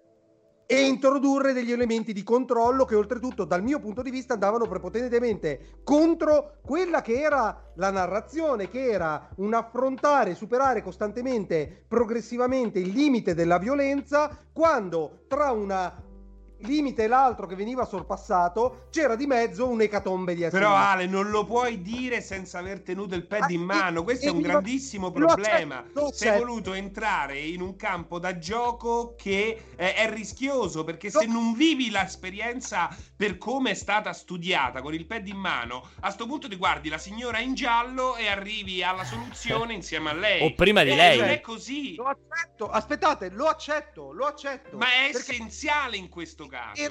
e introdurre degli elementi di controllo che oltretutto dal mio punto di vista andavano prepotentemente contro quella che era la narrazione, che era un affrontare, superare costantemente, progressivamente il limite della violenza, quando tra una limite e l'altro che veniva sorpassato c'era di mezzo un'ecatombe di esseri. Però Ale, non lo puoi dire senza aver tenuto il pad in mano. Questo è un grandissimo problema. Sei voluto entrare in un campo da gioco che è rischioso, perché se non vivi l'esperienza per come è stata studiata con il pad in mano, a sto punto ti guardi la signora in giallo e arrivi alla soluzione insieme a lei. O prima di lei. Non è così. Lo accetto. Aspettate, lo accetto. Ma è essenziale in questo caso.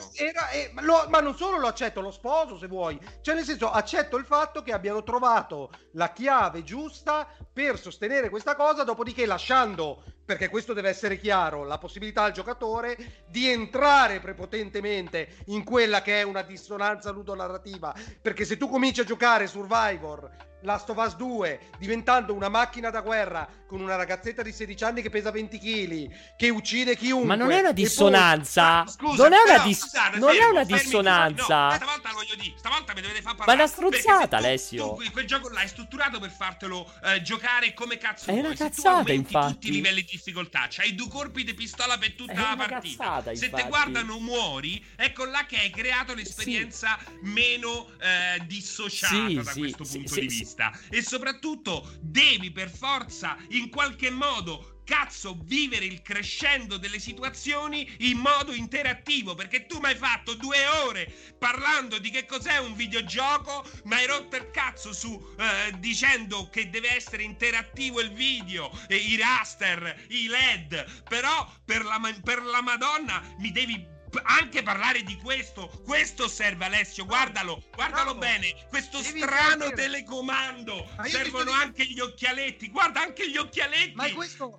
Ma non solo lo accetto, lo sposo se vuoi. Cioè nel senso, accetto il fatto che abbiano trovato la chiave giusta per sostenere questa cosa, dopodiché lasciando, perché questo deve essere chiaro, la possibilità al giocatore di entrare prepotentemente in quella che è una dissonanza ludonarrativa. Perché se tu cominci a giocare Survivor, Last of Us 2, diventando una macchina da guerra con una ragazzetta di 16 anni che pesa 20 kg, che uccide chiunque, ma non è una dissonanza. Scusa, non è una dissonanza. No, questa volta lo voglio dire, stavolta mi dovete far Ma è parlare. una stronzata, Alessio. Tu quel gioco là è strutturato per fartelo giocare come cazzo È vuoi. una Se cazzata, tu aumenti infatti. tutti i livelli di difficoltà, c'hai 2 colpi di pistola per tutta È la una partita. cazzata, Se infatti. te guardano muori, ecco là che hai creato l'esperienza meno dissociata da questo punto di vista. E soprattutto devi per forza in qualche modo vivere il crescendo delle situazioni in modo interattivo, perché tu mi hai fatto 2 ore parlando di che cos'è un videogioco, ma hai rotto il cazzo su dicendo che deve essere interattivo il video, i raster, i LED, però per la Madonna mi devi anche parlare di questo serve, Alessio, guardalo bene, questo strano telecomando, servono anche gli occhialetti, guarda anche gli occhialetti, ma è questo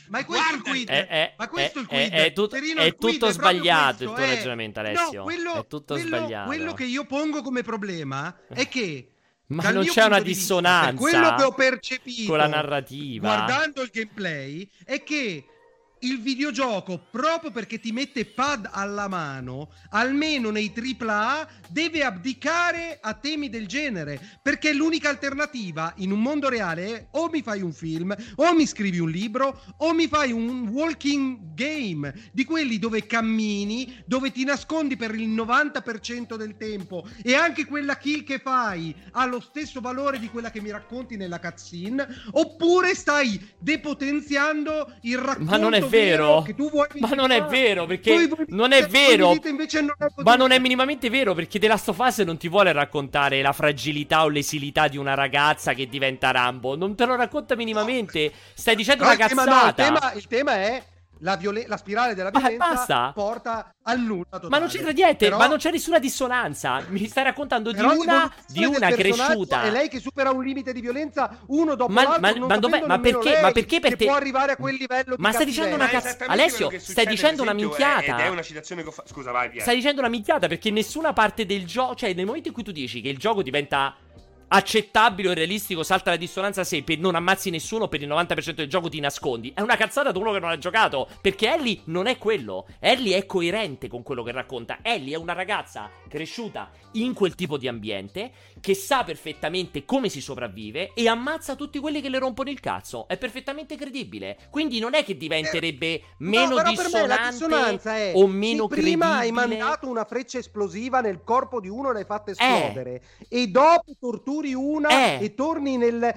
il quid, ma questo è tutto sbagliato il tuo ragionamento, Alessio. No, è tutto sbagliato. Quello che io pongo come problema è che ma non c'è una dissonanza, quello che ho percepito con la narrativa guardando il gameplay è che il videogioco, proprio perché ti mette pad alla mano, almeno nei AAA, deve abdicare a temi del genere, perché l'unica alternativa in un mondo reale è o mi fai un film, o mi scrivi un libro, o mi fai un walking game, di quelli dove cammini, dove ti nascondi per il 90% del tempo, e anche quella kill che fai ha lo stesso valore di quella che mi racconti nella cutscene, oppure stai depotenziando il racconto. Ma non è vero, che tu vuoi, ma non è vero, perché non è vero, ma non è minimamente vero, perché The Last of Us non ti vuole raccontare la fragilità o l'esilità di una ragazza che diventa Rambo, non te lo racconta minimamente, stai dicendo una cazzata. Il tema è la spirale della violenza porta al nulla totale. Ma non c'entra niente, ma non c'è nessuna dissonanza. Mi stai raccontando di una cresciuta. È lei che supera un limite di violenza uno dopo l'altro. Ma perché per te può arrivare a quel livello di ma stai dicendo una cazzata, Alessio, stai dicendo una minchiata. Ed è una citazione che scusa, vai via. Stai dicendo una minchiata, perché nessuna parte del gioco, cioè nel momento in cui tu dici che il gioco diventa accettabile o realistico, salta la dissonanza se non ammazzi nessuno, per il 90% del gioco ti nascondi. È una cazzata da uno che non ha giocato, perché Ellie non è quello. Ellie è coerente con quello che racconta. Ellie è una ragazza cresciuta in quel tipo di ambiente, che sa perfettamente come si sopravvive e ammazza tutti quelli che le rompono il cazzo. È perfettamente credibile. Quindi non è che diventerebbe meno dissonante o meno credibile. Prima hai mandato una freccia esplosiva nel corpo di uno e l'hai fatta esplodere, e dopo torturi una e torni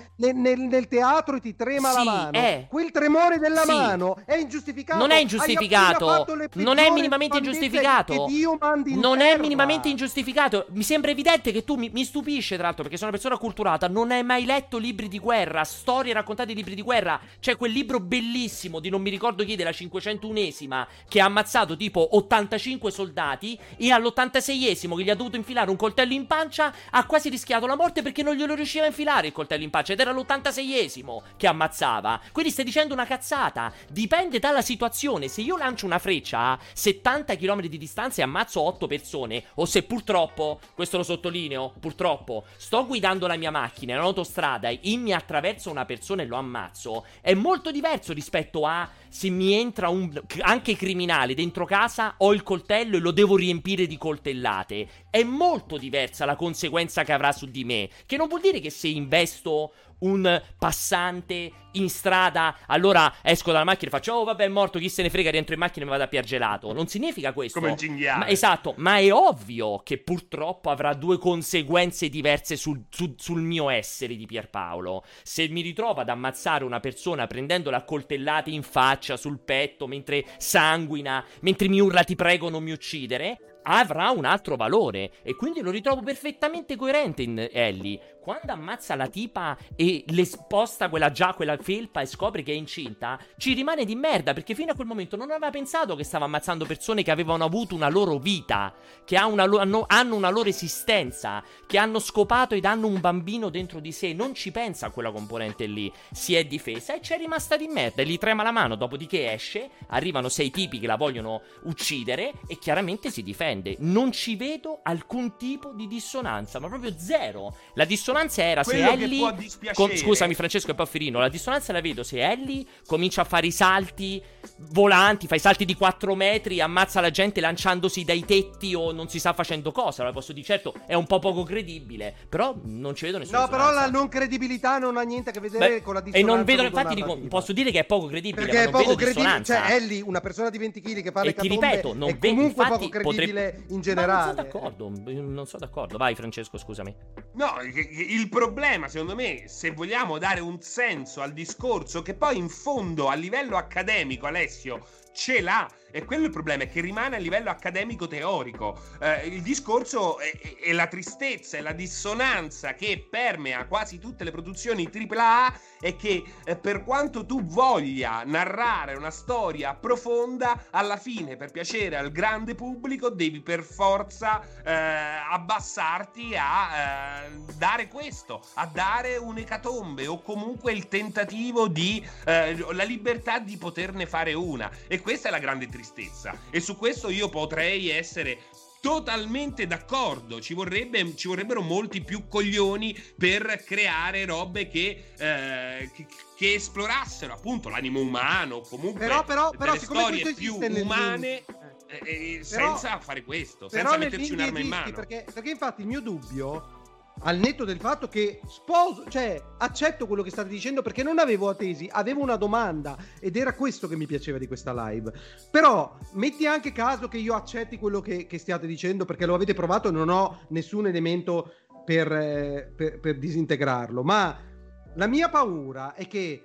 nel teatro e ti trema la mano. Quel tremore della mano è ingiustificato. Non è ingiustificato. Non è minimamente ingiustificato. Non è minimamente ingiustificato. Mi sembra evidente che tu mi stupisce, tra l'altro, perché sono una persona culturata. Non hai mai letto libri di guerra, storie raccontate di libri di guerra. C'è quel libro bellissimo di non mi ricordo chi, della 501esima, che ha ammazzato tipo 85 soldati, e all'86esimo, che gli ha dovuto infilare un coltello in pancia, ha quasi rischiato la morte perché non glielo riusciva a infilare il coltello in pancia, ed era l'86esimo che ammazzava. Quindi stai dicendo una cazzata. Dipende dalla situazione. Se io lancio una freccia a 70 km di distanza e ammazzo 8 persone, o se purtroppo, questo lo sottolineo, purtroppo sto guidando la mia macchina in un'autostrada e mi attraverso una persona e lo ammazzo, è molto diverso rispetto a se mi entra anche criminale dentro casa, ho il coltello e lo devo riempire di coltellate. È molto diversa la conseguenza che avrà su di me, che non vuol dire che se investo un passante in strada, allora esco dalla macchina e faccio: oh vabbè, è morto, chi se ne frega, rientro in macchina e mi vado a piar gelato. Non significa questo. Come il cinghiale. Esatto, ma è ovvio che purtroppo avrà 2 conseguenze diverse sul mio essere di Pierpaolo. Se mi ritrovo ad ammazzare una persona prendendola a coltellate in faccia, sul petto, mentre sanguina, mentre mi urla ti prego non mi uccidere, avrà un altro valore, e quindi lo ritrovo perfettamente coerente in Ellie. Quando ammazza la tipa e le sposta quella felpa e scopre che è incinta, ci rimane di merda, perché fino a quel momento non aveva pensato che stava ammazzando persone che avevano avuto una loro vita, che hanno una loro esistenza, che hanno scopato ed hanno un bambino dentro di sé. Non ci pensa a quella componente lì. Si è difesa e c'è rimasta di merda e gli trema la mano. Dopodiché esce, arrivano 6 tipi che la vogliono uccidere e chiaramente si difende. sorprende. Non ci vedo alcun tipo di dissonanza, ma proprio zero. La dissonanza era quello se Ellie che può dispiacere. scusami Francesco e poi Firino. La dissonanza la vedo se Ellie comincia a fare i salti volanti, fa i salti di 4 metri, ammazza la gente lanciandosi dai tetti o non si sa facendo cosa. Lo posso dire, certo, è un po' poco credibile, però non ci vedo nessuna No, però dissonanza. la non credibilità non ha niente a che vedere con la dissonanza. E non vedo, infatti narrativa. posso dire che è poco credibile, Perché ma è non poco vedo credibile, dissonanza. cioè Ellie, una persona di 20 kg che fa le E ti catombe, ripeto, non è vedo, comunque infatti, poco credibile in generale. Ma non sono d'accordo. Vai Francesco, scusami. No, il problema, secondo me, se vogliamo dare un senso al discorso, che poi in fondo a livello accademico, Alessio, ce l'ha, e quello è il problema, è che rimane a livello accademico teorico. Il discorso è la tristezza e la dissonanza che permea quasi tutte le produzioni AAA, è che per quanto tu voglia narrare una storia profonda, alla fine, per piacere al grande pubblico, devi per forza abbassarti a dare questo, a dare un'ecatombe o comunque il tentativo di la libertà di poterne fare una. E questa è la grande tristezza, e su questo io potrei essere totalmente d'accordo. Ci vorrebbero molti più coglioni per creare robe che esplorassero appunto l'animo umano, comunque però delle siccome storie più umane, senza fare questo, senza metterci un'arma in mano. Perché infatti il mio dubbio, al netto del fatto che accetto quello che state dicendo, perché non avevo attesi, avevo una domanda ed era questo che mi piaceva di questa live. Però metti anche caso che io accetti quello che stiate dicendo, perché lo avete provato e non ho nessun elemento per disintegrarlo, ma la mia paura è che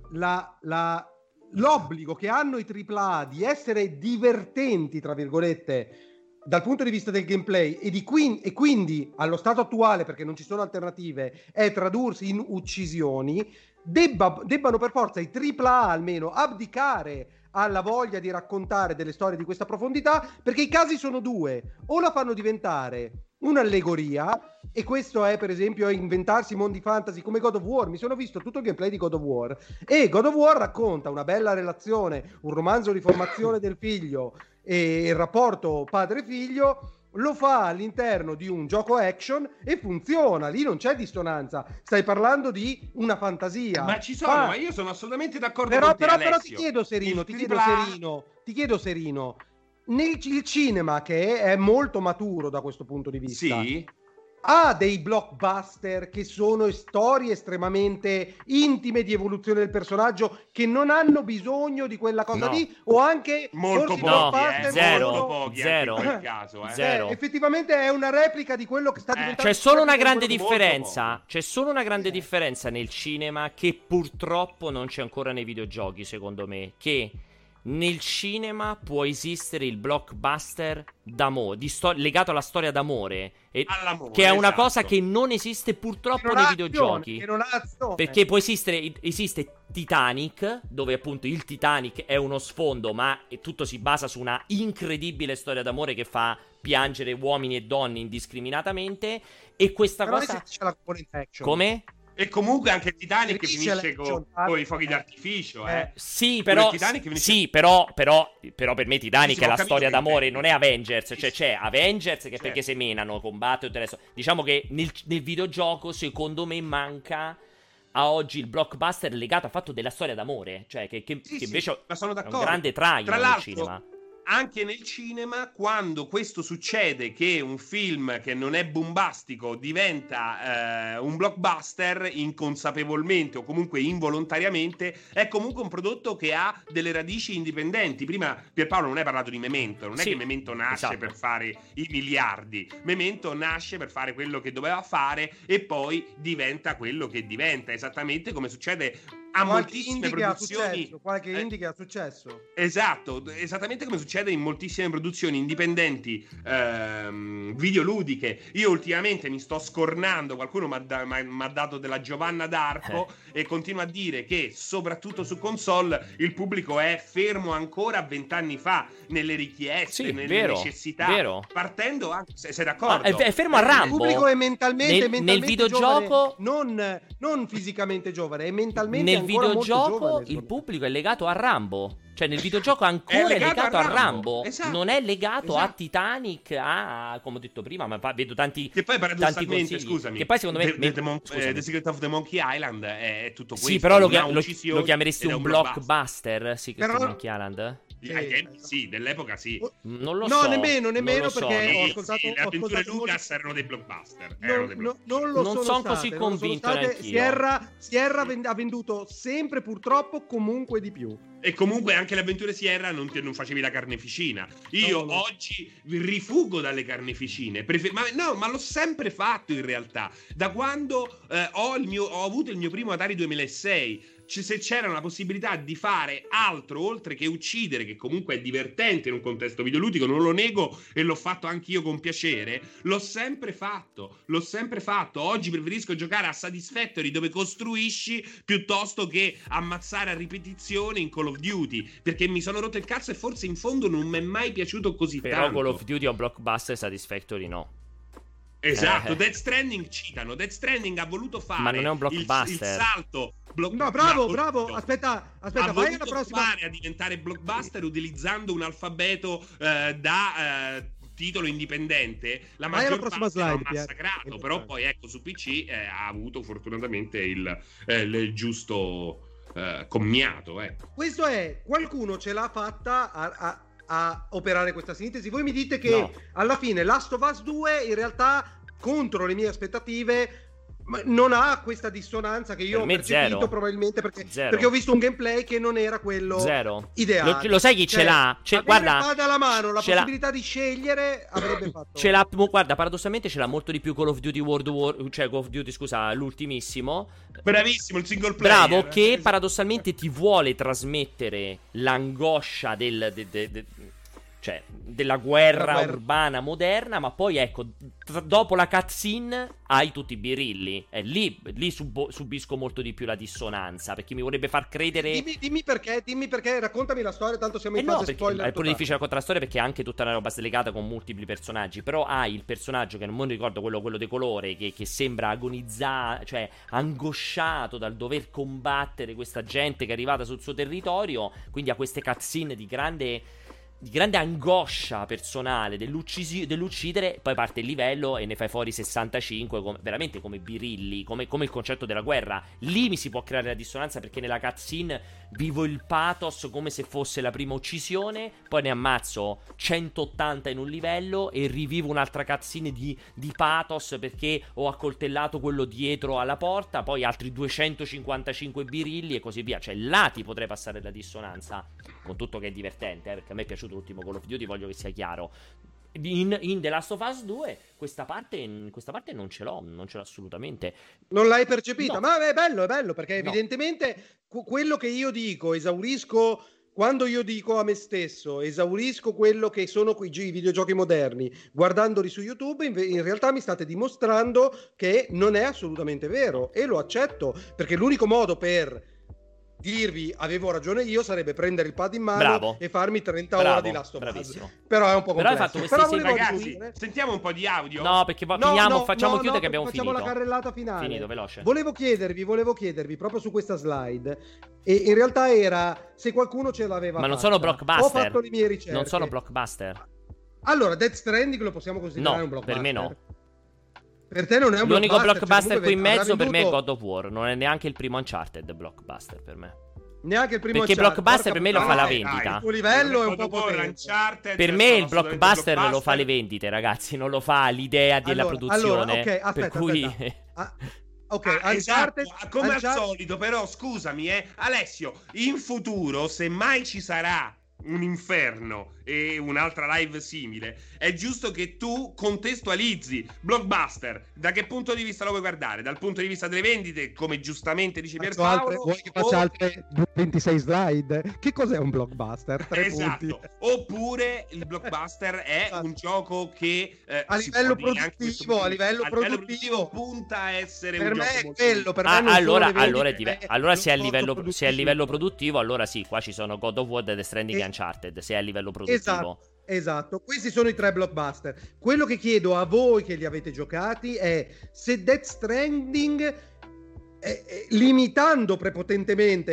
l'obbligo che hanno i AAA di essere divertenti, tra virgolette, dal punto di vista del gameplay e quindi allo stato attuale, perché non ci sono alternative, è tradursi in uccisioni, debbano per forza i AAA almeno abdicare alla voglia di raccontare delle storie di questa profondità, perché i casi sono due: o la fanno diventare un'allegoria, e questo è per esempio inventarsi mondi fantasy come God of War. Mi sono visto tutto il gameplay di God of War, e God of War racconta una bella relazione, un romanzo di formazione del figlio e il rapporto padre-figlio, lo fa all'interno di un gioco action e funziona. Lì non c'è dissonanza, stai parlando di una fantasia. Ma ci sono, ma io sono assolutamente d'accordo con te, però Alessio. ti chiedo Serino, il cinema, che è molto maturo da questo punto di vista, sì, ha dei blockbuster che sono storie estremamente intime di evoluzione del personaggio, che non hanno bisogno di quella cosa lì, o anche molto pochi, zero. Effettivamente è una replica di quello che sta diventando. C'è solo una grande differenza. C'è solo una grande differenza nel cinema, che purtroppo non c'è ancora nei videogiochi, secondo me, che nel cinema può esistere il blockbuster d'amore, legato alla storia d'amore, che è una cosa che non esiste purtroppo nei videogiochi. Perché può esiste Titanic, dove appunto il Titanic è uno sfondo, ma tutto si basa su una incredibile storia d'amore che fa piangere uomini e donne indiscriminatamente. E questa cosa come? E comunque anche Titanic finisce con i fuochi d'artificio, Sì, però per me Titanic è la storia d'amore, non è Avengers. Cioè c'è Avengers che perché semenano, combattono, tutto il resto. Diciamo che nel videogioco, secondo me, manca a oggi il blockbuster legato al fatto della storia d'amore. Cioè che invece è un grande traino nel cinema. Anche nel cinema, quando questo succede, che un film che non è bombastico diventa un blockbuster, inconsapevolmente o comunque involontariamente, è comunque un prodotto che ha delle radici indipendenti. Prima Pierpaolo non hai parlato di Memento, non è che Memento nasce per fare i miliardi, Memento nasce per fare quello che doveva fare e poi diventa quello che diventa, esattamente come succede a moltissime produzioni. Qualche indie che ha successo. Esatto, esattamente come succede in moltissime produzioni indipendenti videoludiche. Io ultimamente mi sto scornando, qualcuno mi ha dato della Giovanna d'Arco e continua a dire che soprattutto su console il pubblico è fermo ancora a 20 anni fa nelle richieste, nelle necessità, partendo anche, sei d'accordo? È fermo a Rambo. Il pubblico è mentalmente nel videogioco giovane, non fisicamente giovane, è mentalmente. Nel videogioco il pubblico è legato a Rambo. Cioè nel videogioco ancora è legato a Rambo. Esatto, non è legato a esatto. Titanic, come ho detto prima, ma vedo tanti Che poi paradossalmente, consigli. scusami, Che poi secondo me The Secret of the Monkey Island è tutto questo. sì, però lo uccisione chiameresti ed è un blockbuster, Secret of Però- Monkey Island? Ai tempi sì, dell'epoca sì. Non lo No, so. nemmeno, non lo so, perché non- ho ascoltato... Sì, le ho avventure ascoltato Lucas molti- erano dei blockbuster. Non lo Non sono son state, così non lo sono convinto state. neanch'io. Sierra ha venduto sempre, purtroppo, comunque di più. E comunque anche le avventure Sierra non facevi la carneficina. Io No. oggi rifugo dalle carneficine. Ma l'ho sempre fatto in realtà. Da quando ho avuto il mio primo Atari 2006. Se c'era una possibilità di fare altro oltre che uccidere, che comunque è divertente in un contesto videoludico, non lo nego e l'ho fatto anch'io con piacere, l'ho sempre fatto. Oggi preferisco giocare a Satisfactory dove costruisci piuttosto che ammazzare a ripetizione in Call of Duty, perché mi sono rotto il cazzo e forse in fondo non mi è mai piaciuto così Però tanto. Call of Duty è un blockbuster, Satisfactory no. Esatto, Death Stranding citano. Death Stranding ha voluto fare Ma non è un blockbuster. il salto. No, bravo. Aspetta, ha vai alla voluto prossima. fare a diventare blockbuster utilizzando un alfabeto da titolo indipendente. La Vai alla maggior prossima parte l'ha slide, Pier. massacrato, però poi ecco su PC ha avuto fortunatamente il giusto commiato, ecco. Questo è, qualcuno ce l'ha fatta a operare questa sintesi. Voi mi dite che No. alla fine Last of Us 2 in realtà, contro le mie aspettative, non ha questa dissonanza che io Per ho me percepito, zero. probabilmente perché Zero. ho visto un gameplay che non era quello Zero. ideale. Lo sai chi ce l'ha? Avere Guarda, spada alla mano, la ce l'ha- possibilità di scegliere avrebbe fatto. Ce l'ha, guarda, paradossalmente ce l'ha molto di più Call of Duty World War, cioè Call of Duty, scusa, l'ultimissimo. Bravissimo il single player. Bravo, che paradossalmente ti vuole trasmettere l'angoscia cioè, della guerra urbana moderna, ma poi ecco, dopo la cutscene hai tutti i birilli. E lì subisco molto di più la dissonanza, perché mi vorrebbe far credere... Dimmi perché, raccontami la storia, tanto siamo in no, fase perché spoiler. è pure difficile raccontare la storia perché è anche tutta una roba slegata con multipli personaggi. Però hai il personaggio che non mi ricordo, quello di colore, che sembra agonizzato, cioè angosciato dal dover combattere questa gente che è arrivata sul suo territorio. Quindi ha queste cutscene di grande angoscia personale dell'uccidere. Poi parte il livello e ne fai fuori 65 veramente come birilli, come il concetto della guerra. Lì mi si può creare la dissonanza, perché nella cutscene vivo il pathos come se fosse la prima uccisione, poi ne ammazzo 180 in un livello e rivivo un'altra cutscene di pathos perché ho accoltellato quello dietro alla porta, poi altri 255 birilli e così via. Cioè là ti potrei passare la dissonanza, con tutto che è divertente, perché a me è piaciuto l'ultimo Call of Duty, voglio che sia chiaro. In The Last of Us 2 questa parte non ce l'ho assolutamente. Non l'hai percepita, No. ma è bello perché No. evidentemente quello che io dico esaurisco. Quando io dico a me stesso, esaurisco quello che sono quei videogiochi moderni, guardandoli su YouTube, in realtà mi state dimostrando che non è assolutamente vero, e lo accetto, perché l'unico modo per dirvi avevo ragione io sarebbe prendere il pad in mano Bravo. e farmi 30 Bravo, ore di Last of Us. bravissimo. Però è un po' Però hai complesso. fatto questi volevo Ragazzi, aggiungere- sentiamo un po' di audio. No, perché facciamo chiudere che abbiamo facciamo finito. la carrellata finale. Finito, veloce. Volevo chiedervi proprio su questa slide, e in realtà era se qualcuno ce l'aveva Ma non fatta. sono blockbuster. Ho fatto le mie ricerche. Non sono blockbuster. Allora, Death Stranding lo possiamo considerare No, un blockbuster? per me no. Per te non è un L'unico blockbuster, blockbuster cioè, qui in comunque mezzo per me è venduto God of War. Non è neanche il primo Uncharted blockbuster per me. neanche il primo Perché Uncharted, blockbuster porca per me lo fa la puttana. vendita. Il tuo livello è un po' God of War, potente. Uncharted, Per me sono il assolutamente blockbuster non lo fa le vendite, ragazzi. Non lo fa l'idea della produzione. ok, aspetta, per cui... Ok, esatto, Uncharted, come al Uncharted- solito, però scusami, Alessio, in futuro, se mai ci sarà un inferno e un'altra live simile, è giusto che tu contestualizzi blockbuster. Da che punto di vista lo vuoi guardare? Dal punto di vista delle vendite, come giustamente dice Pierpaolo? vuoi che faccia altre 26 slide? Che cos'è un blockbuster? 3 Esatto. punti. Oppure il blockbuster è Esatto. un gioco che A si livello può dire anche produttivo, a livello produttivo punta a essere per un me gioco è molto quello, per me non sono allora, le vendite, allora, allora se è a l'indotto livello, produttivo. se è a livello produttivo, allora sì, qua ci sono God of War, Death Stranding e Uncharted. Se è a livello produttivo, Esatto, questi sono i 3 blockbuster. Quello che chiedo a voi che li avete giocati è se Death Stranding, limitando prepotentemente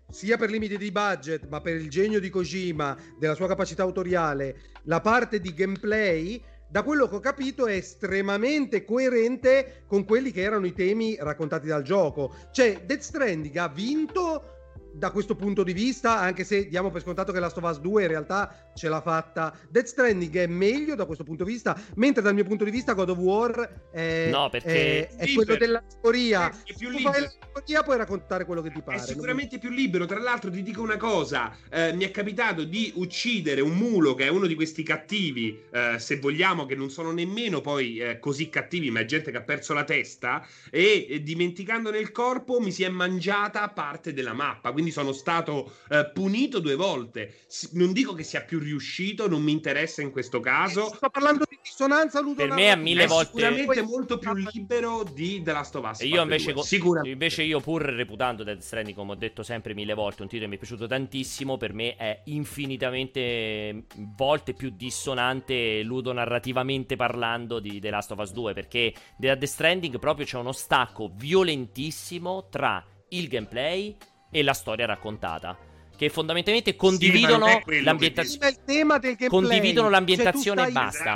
sia per limiti di budget, ma per il genio di Kojima, della sua capacità autoriale, la parte di gameplay, da quello che ho capito, è estremamente coerente con quelli che erano i temi raccontati dal gioco. Cioè, Death Stranding ha vinto da questo punto di vista, anche se diamo per scontato che Last of Us 2 in realtà ce l'ha fatta. Death Stranding è meglio da questo punto di vista, mentre dal mio punto di vista God of War è quello della teoria. È più tu fai la teoria, puoi raccontare quello che ti pare. È sicuramente più libero. Tra l'altro ti dico una cosa, mi è capitato di uccidere un mulo che è uno di questi cattivi, se vogliamo, che non sono nemmeno poi così cattivi, ma è gente che ha perso la testa, e dimenticandone il corpo mi si è mangiata parte della mappa, quindi sono stato punito 2 volte. Non dico che sia più riuscito, non mi interessa in questo caso. Sto parlando di dissonanza ludonarrativa. Per me è 1000 volte sicuramente molto più libero di The Last of Us. E io invece io, pur reputando Death Stranding, come ho detto sempre 1000 volte, un titolo che mi è piaciuto tantissimo, per me è infinitamente volte più dissonante ludonarrativamente parlando di The Last of Us 2, perché da Death Stranding proprio c'è uno stacco violentissimo tra il gameplay e la storia raccontata, che fondamentalmente condividono l'ambientazione. Il tema del gameplay. Condividono l'ambientazione e basta.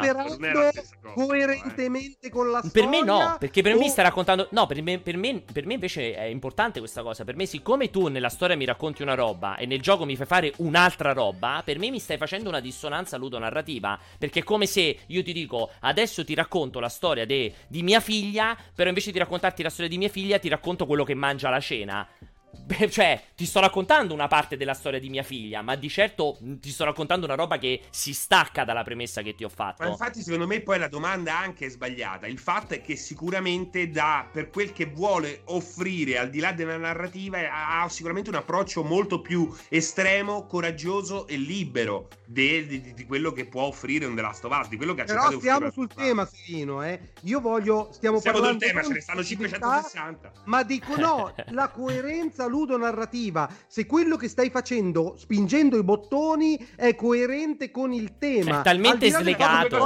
Coerentemente con la storia. Per me no, perché per me stai raccontando. No, per me invece è importante questa cosa. Per me, siccome tu nella storia mi racconti una roba e nel gioco mi fai fare un'altra roba, per me mi stai facendo una dissonanza ludonarrativa. Perché è come se io ti dico: adesso ti racconto la storia di mia figlia, però invece di raccontarti la storia di mia figlia, ti racconto quello che mangia alla cena. Cioè, ti sto raccontando una parte della storia di mia figlia, ma di certo ti sto raccontando una roba che si stacca dalla premessa che ti ho fatto. Ma infatti secondo me poi la domanda anche è sbagliata. Il fatto è che sicuramente per quel che vuole offrire al di là della narrativa ha sicuramente un approccio molto più estremo, coraggioso e libero di quello che può offrire un The Last of Us, di quello che ha cercato di offrire. Però stiamo sul tema, Serino, Io voglio... Stiamo parlando sul tema, ce ne stanno 560. Ma dico no, la coerenza ludonarrativa, se quello che stai facendo spingendo i bottoni è coerente con il tema, è talmente slegato,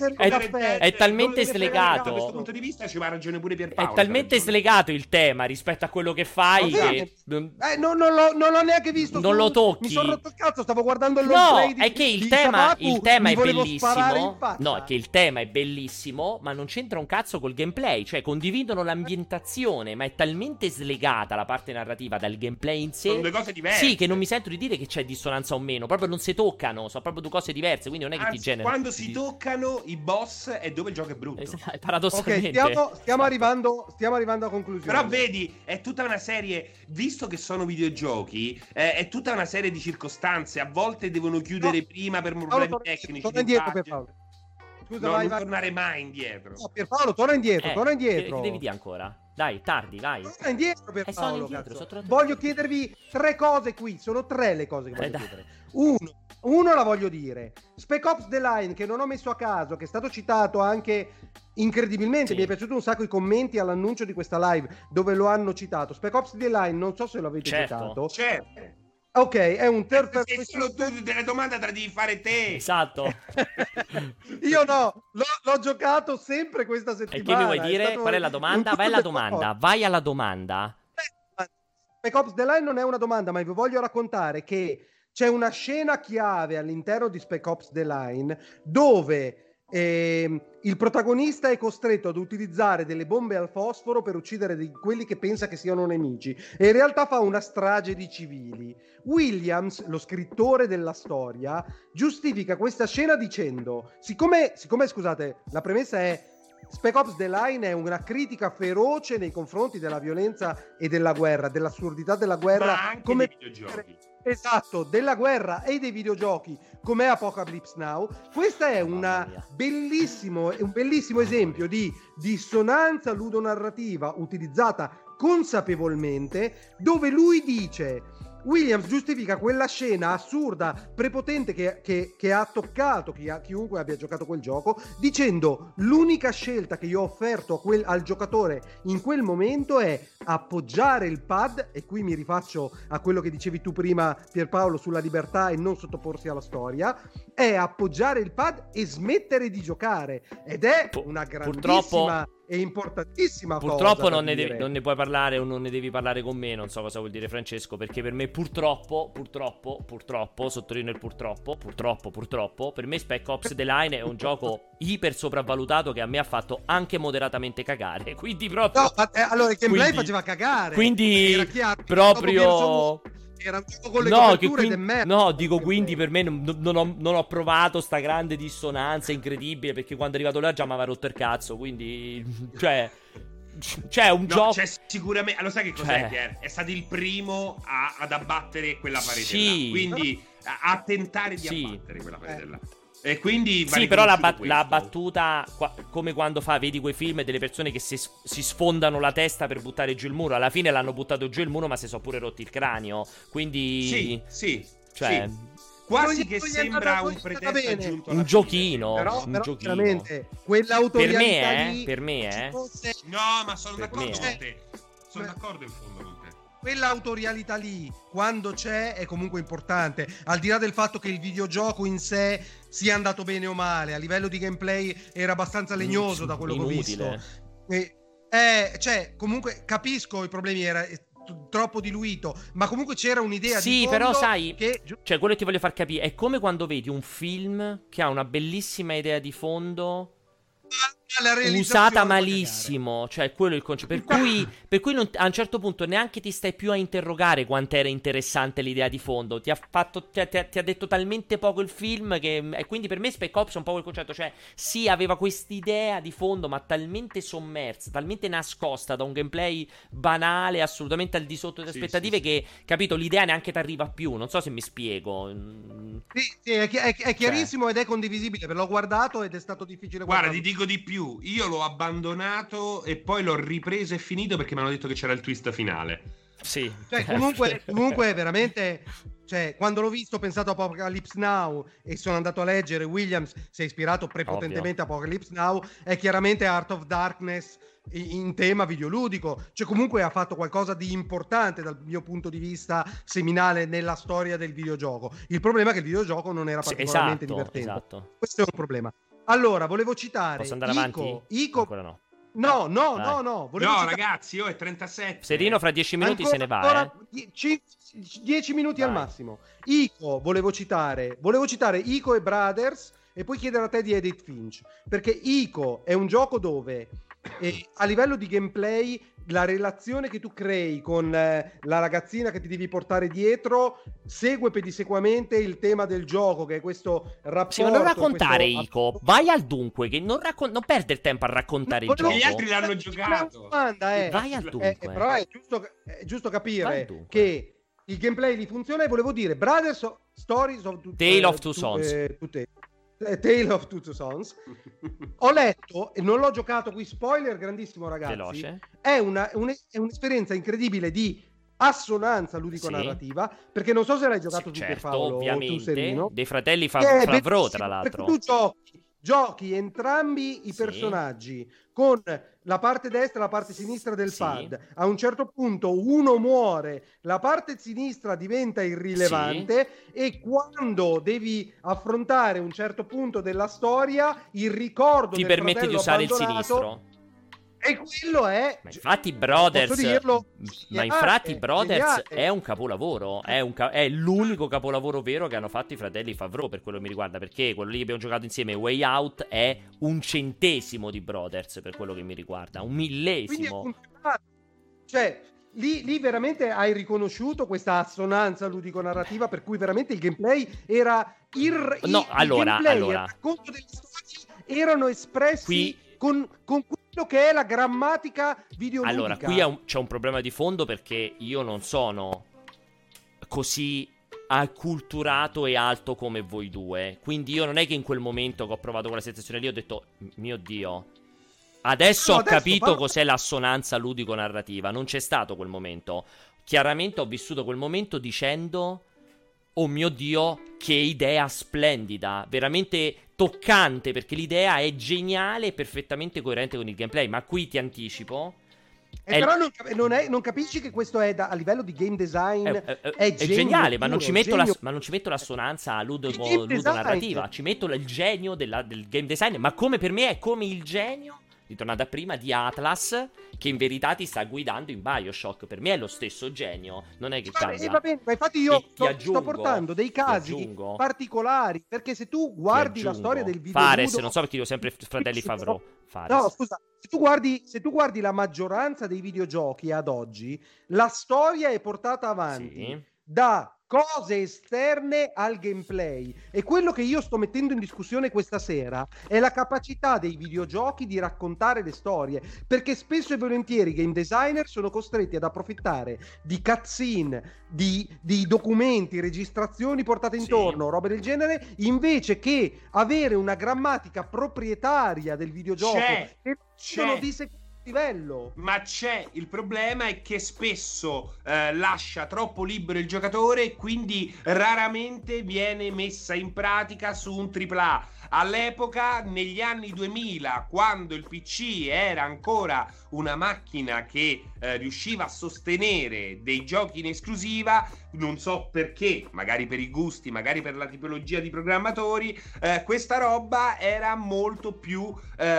è talmente slegato, da questo punto di vista ci va ragione pure Pierpaolo, è talmente slegato il tema rispetto a quello che fai che non l'ho neanche visto, non lo tocchi. Mi sono rotto il cazzo, stavo guardando il roleplay è che il tema è bellissimo. No, è che il tema è bellissimo, ma non c'entra un cazzo col gameplay. Cioè, condividono l'ambientazione, ma è talmente slegata la parte narrativa dal gameplay in sé. Sono 2 cose diverse. Sì, che non mi sento di dire che c'è dissonanza o meno. Proprio non si toccano, sono proprio 2 cose diverse. Quindi non è che ti genera. Quando si toccano i boss è dove il gioco è brutto. Paradossalmente. Ok, stiamo arrivando a conclusione. Però vedi, è tutta una serie, visto che sono videogiochi, è tutta una serie di circostanze. A volte devono chiudere prima per problemi tecnici. Torna indietro, Pierpaolo. Scusa, non tornare mai indietro. No, Pierpaolo, torna indietro. Che devi dire ancora? Dai, tardi, vai. Torna indietro, Pierpaolo. Voglio chiedervi 3 cose qui. Sono 3 le cose che voglio chiedere. Uno la voglio dire. Spec Ops The Line, che non ho messo a caso, che è stato citato anche incredibilmente. Mi è piaciuto un sacco i commenti all'annuncio di questa live dove lo hanno citato. Spec Ops The Line, non so se lo avete citato. Certo. Ok, è un third person. Solo tu delle domande te la devi fare te. Esatto. Io no, l'ho giocato sempre questa settimana. E che mi vuoi dire? Qual è la domanda? Vai alla domanda. Vai alla domanda. Spec Ops The Line non è una domanda, ma vi voglio raccontare che c'è una scena chiave all'interno di Spec Ops The Line dove il protagonista è costretto ad utilizzare delle bombe al fosforo per uccidere quelli che pensa che siano nemici e in realtà fa una strage di civili. Williams, lo scrittore della storia, giustifica questa scena dicendo siccome scusate, la premessa è Spec Ops The Line è una critica feroce nei confronti della violenza e della guerra, dell'assurdità della guerra, ma anche come dei videogiochi. Esatto, della guerra e dei videogiochi come Apocalypse Now. Questa è un bellissimo esempio di dissonanza ludonarrativa utilizzata consapevolmente, dove lui dice Williams giustifica quella scena assurda, prepotente che ha toccato chiunque abbia giocato quel gioco, dicendo l'unica scelta che io ho offerto al giocatore in quel momento è appoggiare il pad, e qui mi rifaccio a quello che dicevi tu prima, Pierpaolo, sulla libertà e non sottoporsi alla storia, è appoggiare il pad e smettere di giocare, ed è una grandissima e importantissima purtroppo cosa non da ne, dire. non ne puoi parlare o non ne devi parlare con me. Non so cosa vuol dire Francesco, perché per me purtroppo, sottolineo il purtroppo, per me Spec Ops The Line è un gioco iper sopravvalutato che a me ha fatto anche moderatamente cagare. Quindi proprio No, allora il gameplay faceva cagare. Quindi era chiaro, proprio era un gioco con le coperture de merda. No, dico, quindi per me non ho provato sta grande dissonanza incredibile, perché quando è arrivato là già mi aveva rotto il cazzo. Quindi cioè c'è un gioco, c'è sicuramente, lo sai che cos'è, Pier? È stato il primo ad abbattere quella parete là. Quindi a tentare di abbattere quella parete là. E quindi sì, però la battuta come quando vedi quei film delle persone che si sfondano la testa per buttare giù il muro. Alla fine l'hanno buttato giù il muro, ma si sono pure rotti il cranio. Quindi sì. quasi che sembra un pretesto aggiunto un giochino. Però giochino. Veramente quell'autorialità per me no, ma sono d'accordo con te. Sono d'accordo in fondo con te. Quell'autorialità lì, quando c'è, è comunque importante. Al di là del fatto che il videogioco in sé sia andato bene o male, a livello di gameplay era abbastanza legnoso da quello che ho visto. Cioè, comunque capisco i problemi, era troppo diluito, ma comunque c'era un'idea di fondo. Però sai, che... cioè quello che ti voglio far capire è come quando vedi un film che ha una bellissima idea di fondo usata malissimo, cioè quello è il concetto. Per cui a un certo punto neanche ti stai più a interrogare quanto era interessante l'idea di fondo. Ti ha detto talmente poco il film che. E quindi per me Spec Ops è un po' quel concetto. Cioè, sì, aveva quest'idea di fondo, ma talmente sommersa, talmente nascosta da un gameplay banale, assolutamente al di sotto delle aspettative, che, capito, l'idea neanche ti arriva più. Non so se mi spiego. Sì, è chiarissimo, ed è condivisibile. L'ho guardato ed è stato difficile. Guarda, ti dico di più. Io l'ho abbandonato e poi l'ho ripreso e finito perché mi hanno detto che c'era il twist finale. Sì. Cioè, comunque veramente, cioè, quando l'ho visto ho pensato a Apocalypse Now e sono andato a leggere. Williams si è ispirato prepotentemente a Apocalypse Now, è chiaramente Heart of Darkness in tema videoludico, cioè comunque ha fatto qualcosa di importante dal mio punto di vista, seminale nella storia del videogioco. Il problema è che il videogioco non era particolarmente divertente. Esatto. Questo è un problema. Allora, volevo citare Posso andare avanti? Ancora no. No, ragazzi, è 37. Serino fra 10 minuti se ne va. 10 minuti al massimo. Ico, volevo citare Ico e Brothers, e poi chiedere a te di Edith Finch, perché Ico è un gioco dove a livello di gameplay la relazione che tu crei con la ragazzina che ti devi portare dietro segue pedissequamente il tema del gioco, che è questo rapporto. Sì, ma non raccontare Ico, vai al dunque, che non perdere tempo a raccontare il gioco. Gli altri l'hanno giocato. Vai al dunque. Però è giusto capire che il gameplay lì funziona, e volevo dire Brothers Stories of Tale of Two Sons. Tale of Two Sons. Ho letto e non l'ho giocato, qui spoiler grandissimo ragazzi. Veloce. È un'esperienza incredibile di assonanza ludico-narrativa, perché non so se l'hai giocato tu, certo, Paolo, ovviamente, tu Serino, dei fratelli Favreau, tra l'altro. Perché tu giochi entrambi i personaggi con la parte destra e la parte sinistra del pad. A un certo punto uno muore, la parte sinistra diventa irrilevante, e quando devi affrontare un certo punto della storia, il ricordo ti del permette di usare il sinistro. E quello è... Ma infatti Brothers, posso dirlo? Brothers è un capolavoro. È l'unico capolavoro vero che hanno fatto i fratelli Favreau, per quello che mi riguarda, perché quello lì che abbiamo giocato insieme, Way Out, è un centesimo di Brothers, per quello che mi riguarda, un millesimo. Cioè, lì veramente hai riconosciuto questa assonanza ludico-narrativa, per cui veramente il gameplay era il racconto delle storie erano espressi qui... con quello che è la grammatica videoludica. Allora, qui c'è un problema di fondo, perché io non sono così acculturato e alto come voi due. Quindi io non è che in quel momento che ho provato quella sensazione lì ho detto, mio Dio, adesso ho capito cos'è l'assonanza ludico-narrativa. Non c'è stato quel momento. Chiaramente ho vissuto quel momento dicendo, oh mio Dio, che idea splendida, veramente toccante, perché l'idea è geniale e perfettamente coerente con il gameplay. Ma qui ti anticipo, però non capisci che questo è a livello di game design è geniale, ma non ci metto l'assonanza ludo-narrativa, ci metto il genio del game design, ma come per me è come il genio ritornando a prima, di Atlas, che in verità ti sta guidando in BioShock. Per me è lo stesso genio, non è che cambia. Va bene, ma infatti io Ti sto portando dei casi particolari, perché se tu guardi la storia del video Fares, non so perché dico sempre fratelli Favreau. Fares. No, scusa, se tu guardi la maggioranza dei videogiochi ad oggi, la storia è portata avanti da cose esterne al gameplay, e quello che io sto mettendo in discussione questa sera è la capacità dei videogiochi di raccontare le storie, perché spesso e volentieri i game designer sono costretti ad approfittare di cutscene, di documenti, registrazioni portate intorno, robe del genere, invece che avere una grammatica proprietaria del videogioco che sono di livello. Ma il problema è che spesso lascia troppo libero il giocatore e quindi raramente viene messa in pratica su un AAA. All'epoca, negli anni 2000, quando il PC era ancora una macchina che riusciva a sostenere dei giochi in esclusiva, non so perché, magari per i gusti, magari per la tipologia di programmatori, questa roba era molto più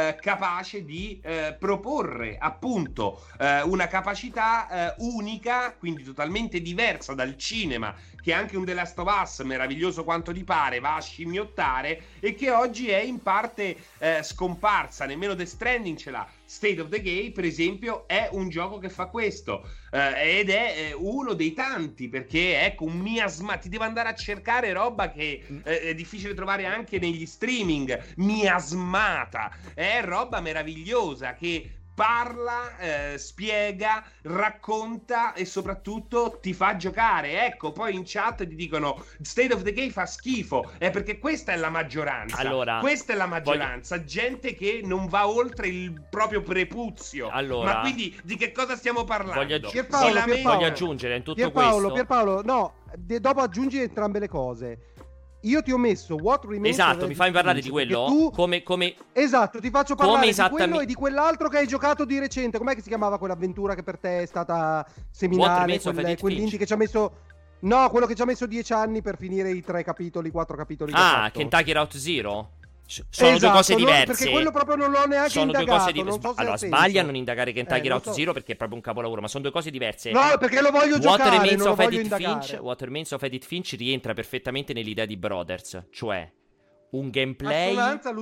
capace di proporre appunto una capacità unica, quindi totalmente diversa dal cinema, che anche un The Last of Us, meraviglioso quanto ti pare, va a scimmiottare, e che oggi è in parte scomparsa. Nemmeno Death Stranding ce l'ha. State of Decay, per esempio, è un gioco che fa questo, ed è uno dei tanti, perché ecco, un miasma, ti deve andare a cercare roba che è difficile trovare anche negli streaming, miasmata, è roba meravigliosa che parla, spiega, racconta e soprattutto ti fa giocare. Ecco, poi in chat ti dicono State of Decay fa schifo, perché questa è la maggioranza. Allora, questa è la maggioranza, gente che non va oltre il proprio prepuzio. Allora, ma quindi di che cosa stiamo parlando? Voglio aggiungere in tutto questo. Pierpaolo, no, dopo aggiungi entrambe le cose. Io ti ho messo What Remains of Edith Finch. Mi fai parlare di quello? Come... Esatto, ti faccio parlare di quello e di quell'altro che hai giocato di recente. Com'è che si chiamava quell'avventura che per te è stata seminale? Quell'indie che ci ha messo... No, quello che ci ha messo 10 anni per finire i 4 capitoli. Kentucky Route Zero? Sono due cose diverse. Perché quello proprio non l'ho neanche indagato. Allora, sbaglia a non indagare Kentucky Route Zero, perché è proprio un capolavoro, ma sono due cose diverse. No, perché lo voglio giocare, non lo voglio indagare. What Remains of Edith Finch rientra perfettamente nell'idea di Brothers, cioè un gameplay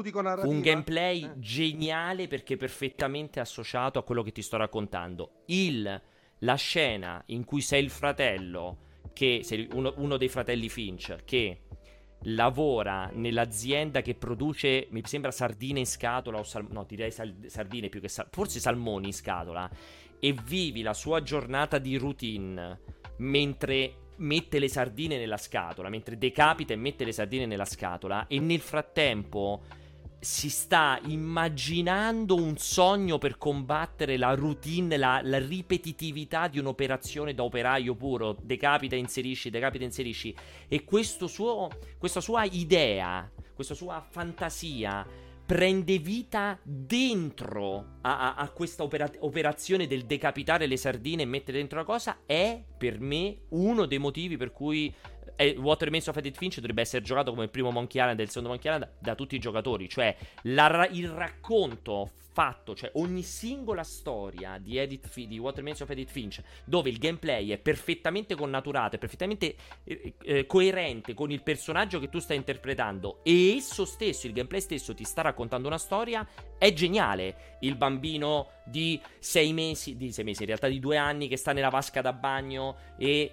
geniale, perché perfettamente associato a quello che ti sto raccontando. La scena in cui sei il fratello, che sei uno dei fratelli Finch, che lavora nell'azienda che produce, mi sembra, sardine in scatola no, direi sardine più che forse salmoni in scatola, e vivi la sua giornata di routine mentre mette le sardine nella scatola, mentre decapita e mette le sardine nella scatola, e nel frattempo si sta immaginando un sogno per combattere la routine, la ripetitività di un'operazione da operaio puro. Decapita, inserisci, e questa sua idea, questa sua fantasia prende vita dentro a questa operazione del decapitare le sardine e mettere dentro la cosa. È per me uno dei motivi per cui What Remains of Edith Finch dovrebbe essere giocato come il primo Monkey Island e il secondo Monkey Island da tutti i giocatori. Cioè il racconto fatto, cioè ogni singola storia di What Remains of Edith Finch, dove il gameplay è perfettamente connaturato, è perfettamente coerente con il personaggio che tu stai interpretando, e esso stesso, il gameplay stesso, ti sta raccontando una storia, è geniale. Il bambino di 6 mesi, in realtà di 2 anni, che sta nella vasca da bagno e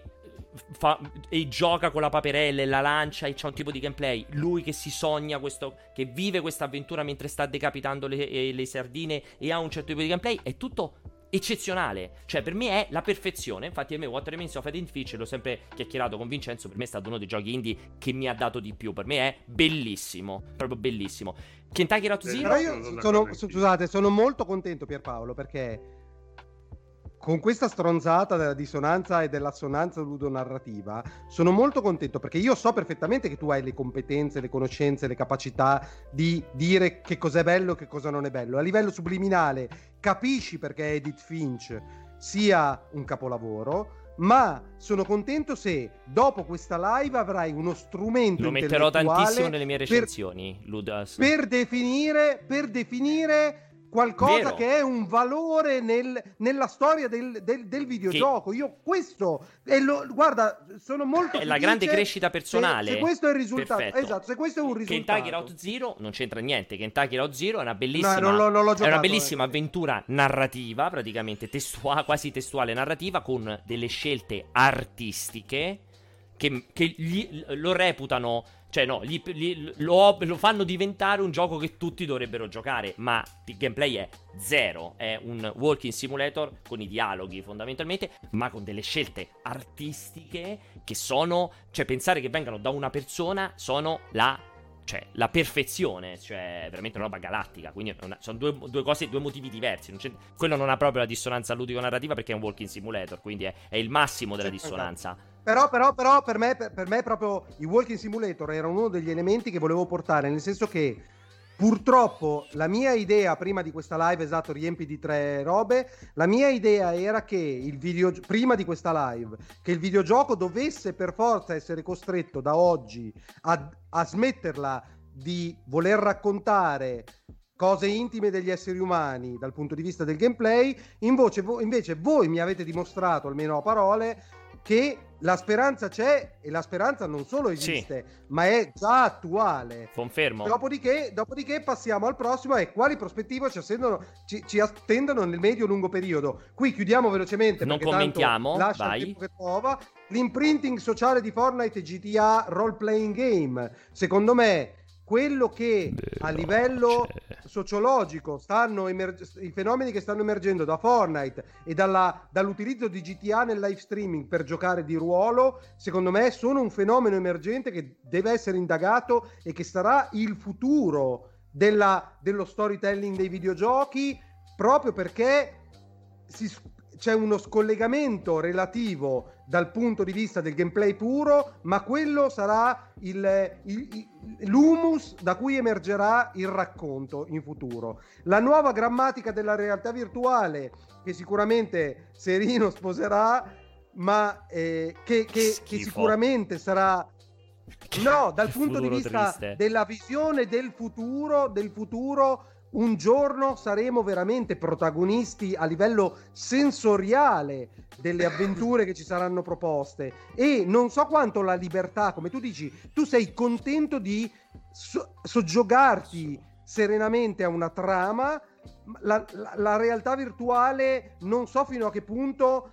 gioca con la paperella e la lancia, e c'è un tipo di gameplay. Lui che si sogna che vive questa avventura mentre sta decapitando le sardine, e ha un certo tipo di gameplay. È tutto eccezionale, cioè per me è la perfezione. Infatti a me What Remains of Edith Finch, l'ho sempre chiacchierato con Vincenzo, per me è stato uno dei giochi indie che mi ha dato di più. Per me è bellissimo, proprio bellissimo. Kentucky Route Zero. Scusate, sono molto contento, Pierpaolo, perché con questa stronzata della dissonanza e dell'assonanza ludonarrativa sono molto contento, perché io so perfettamente che tu hai le competenze, le conoscenze, le capacità di dire che cos'è bello e che cosa non è bello. A livello subliminale capisci perché Edith Finch sia un capolavoro, ma sono contento se dopo questa live avrai uno strumento lo metterò tantissimo nelle mie recensioni, Ludas, per definire qualcosa Vero. che è un valore nella storia del videogioco. Io questo guarda, sono molto È la grande crescita personale. se questo è il risultato. Perfetto. Esatto, se questo è un risultato. Kentucky Route Zero non c'entra niente. Kentucky Route Zero è una bellissima, No, non l'ho giocato, è una bellissima avventura narrativa, praticamente quasi testuale narrativa, con delle scelte artistiche che lo reputano, cioè no, lo fanno diventare un gioco che tutti dovrebbero giocare, ma il gameplay è zero, è un walking simulator con i dialoghi fondamentalmente, ma con delle scelte artistiche che sono, cioè pensare che vengano da una persona sono la perfezione, cioè veramente una roba galattica. Quindi sono due cose, due motivi diversi. Quello non ha proprio la dissonanza ludico-narrativa perché è un walking simulator, quindi è il massimo della dissonanza. Però per me proprio i walking simulator erano uno degli elementi che volevo portare, nel senso che purtroppo la mia idea prima di questa live, esatto, riempi di 3 robe, la mia idea era che prima di questa live, che il videogioco dovesse per forza essere costretto da oggi a smetterla di voler raccontare cose intime degli esseri umani dal punto di vista del gameplay. Invece voi mi avete dimostrato, almeno a parole, che la speranza c'è, e la speranza non solo esiste, ma è già attuale. Confermo. Dopodiché passiamo al prossimo, e quali prospettive ci attendono nel medio-lungo periodo. Qui chiudiamo velocemente, non perché commentiamo, tanto lascia vai. il tempo che trova. L'imprinting sociale di Fortnite e GTA role playing game, secondo me quello che a livello sociologico i fenomeni che stanno emergendo da Fortnite e dall'utilizzo di GTA nel live streaming per giocare di ruolo, secondo me sono un fenomeno emergente che deve essere indagato e che sarà il futuro dello storytelling dei videogiochi, proprio perché c'è uno scollegamento relativo dal punto di vista del gameplay puro, ma quello sarà l'humus da cui emergerà il racconto in futuro. La nuova grammatica della realtà virtuale, che sicuramente Serino sposerà, ma che sicuramente sarà... No, dal punto di vista triste. Della visione del futuro, un giorno saremo veramente protagonisti a livello sensoriale delle avventure che ci saranno proposte, e non so quanto la libertà, come tu dici, tu sei contento di soggiogarti serenamente a una trama, la realtà virtuale non so fino a che punto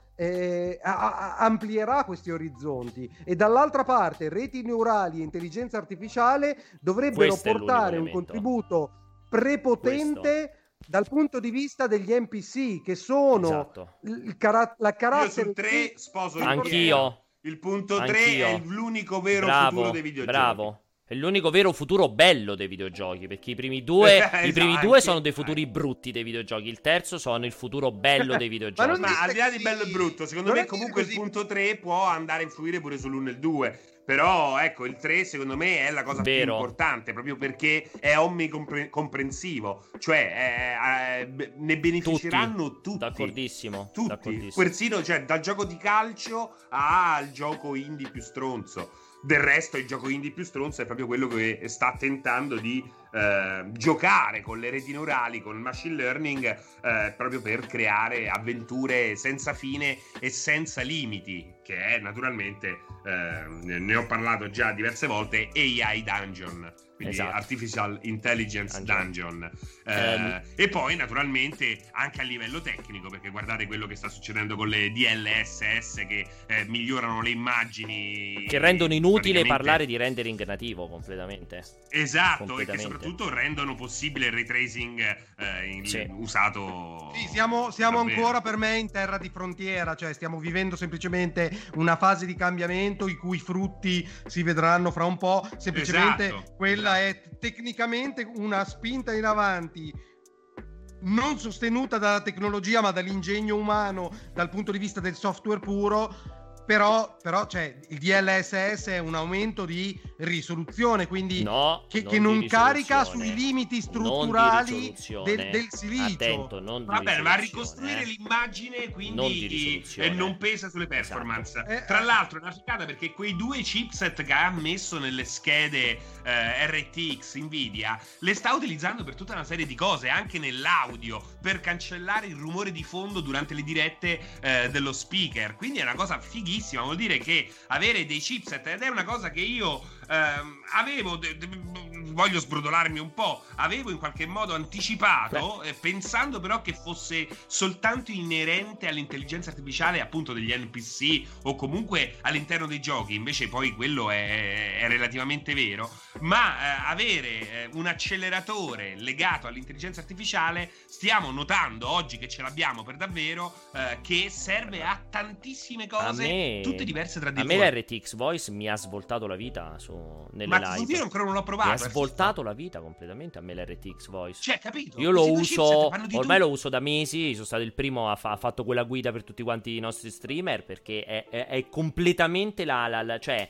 amplierà questi orizzonti, e dall'altra parte reti neurali e intelligenza artificiale dovrebbero portare un contributo prepotente dal punto di vista degli NPC, che sono la carattere. Io sul 3 sposo anch'io. Il punto 3 è l'unico vero futuro dei videogiochi. Bravo. È l'unico vero futuro bello dei videogiochi, perché i primi due sono dei futuri brutti dei videogiochi, il terzo sono il futuro bello dei videogiochi. Ma al di là di bello e brutto, secondo me comunque il punto 3 può andare a influire pure sull'1 e il 2. Però ecco, il 3 secondo me è la cosa più importante, proprio perché è omnicomprensivo, cioè ne beneficeranno tutti. D'accordissimo. Tutti. Persino, cioè, dal gioco di calcio al gioco indie più stronzo. Del resto il gioco indie più stronzo è proprio quello che sta tentando di giocare con le reti neurali, con il machine learning, proprio per creare avventure senza fine e senza limiti, che è naturalmente, ne ho parlato già diverse volte, AI Dungeon, quindi Artificial Intelligence Dungeon. E poi naturalmente anche a livello tecnico, perché guardate quello che sta succedendo con le DLSS che migliorano le immagini, che rendono inutile parlare di rendering nativo completamente. Esatto, e che soprattutto rendono possibile il ray tracing usato. Sì, siamo ancora per me in terra di frontiera, cioè stiamo vivendo semplicemente una fase di cambiamento i cui frutti si vedranno fra un po', semplicemente quella è tecnicamente una spinta in avanti non sostenuta dalla tecnologia ma dall'ingegno umano dal punto di vista del software puro. Però cioè, il DLSS è un aumento di risoluzione, quindi No, che non carica sui risoluzione. limiti Non strutturali di risoluzione. del silicio. Attento, non di Va bene, va a risoluzione, ricostruire l'immagine, Non di quindi risoluzione. non pesa sulle performance. Esatto. Tra l'altro è una figata perché quei due chipset che ha messo nelle schede RTX Nvidia le sta utilizzando per tutta una serie di cose, anche nell'audio, per cancellare il rumore di fondo durante le dirette dello speaker. Quindi è una cosa fighissima, vuol dire che avere dei chipset, ed è una cosa che io avevo, voglio sbrodolarmi un po', avevo in qualche modo anticipato, pensando però che fosse soltanto inerente all'intelligenza artificiale appunto degli NPC o comunque all'interno dei giochi. Invece poi quello è relativamente vero, ma avere un acceleratore legato all'intelligenza artificiale, stiamo notando oggi che ce l'abbiamo per davvero, che serve a tantissime cose, tutte diverse tra di A loro. me l'RTX Voice mi ha svoltato la vita nelle Ma live. io ancora non l'ho provato. Mi ha svoltato la vita completamente a me l'RTX Voice. Cioè, capito? Io lo Questi due uso, chipset fanno di ormai tutto. lo uso da mesi. Sono stato il primo ha fatto quella guida per tutti quanti i nostri streamer, perché è completamente cioè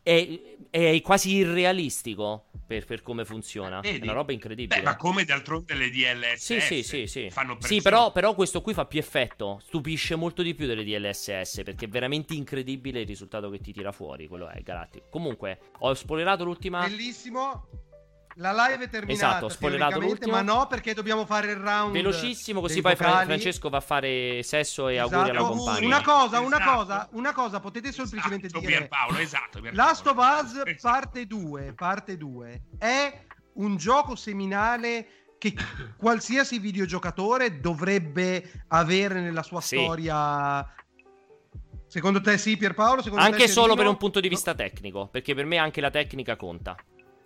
è quasi irrealistico per come funziona. Vedi? È una roba incredibile. Beh, ma come d'altronde le DLSS Sì. fanno Sì, pressione. però questo qui fa più effetto. Stupisce molto di più delle DLSS, perché è veramente incredibile il risultato che ti tira fuori. Quello è galattico. Comunque, ho spoilerato l'ultima. Bellissimo. La live è terminata. Esatto, ho spoilerato teoricamente, l'ultima. ma no, perché dobbiamo fare il round Velocissimo, così dei poi vocali. Francesco va a fare sesso e Esatto. auguri alla Auguri. compagna. Una cosa, potete semplicemente Esatto, dire Pierpaolo, esatto. Last of Us Esatto. parte 2 è un gioco seminale che qualsiasi videogiocatore dovrebbe avere nella sua Sì. storia. Secondo te sì, Pierpaolo? Secondo Anche te, solo Serino? per un punto di vista tecnico, perché per me anche la tecnica conta.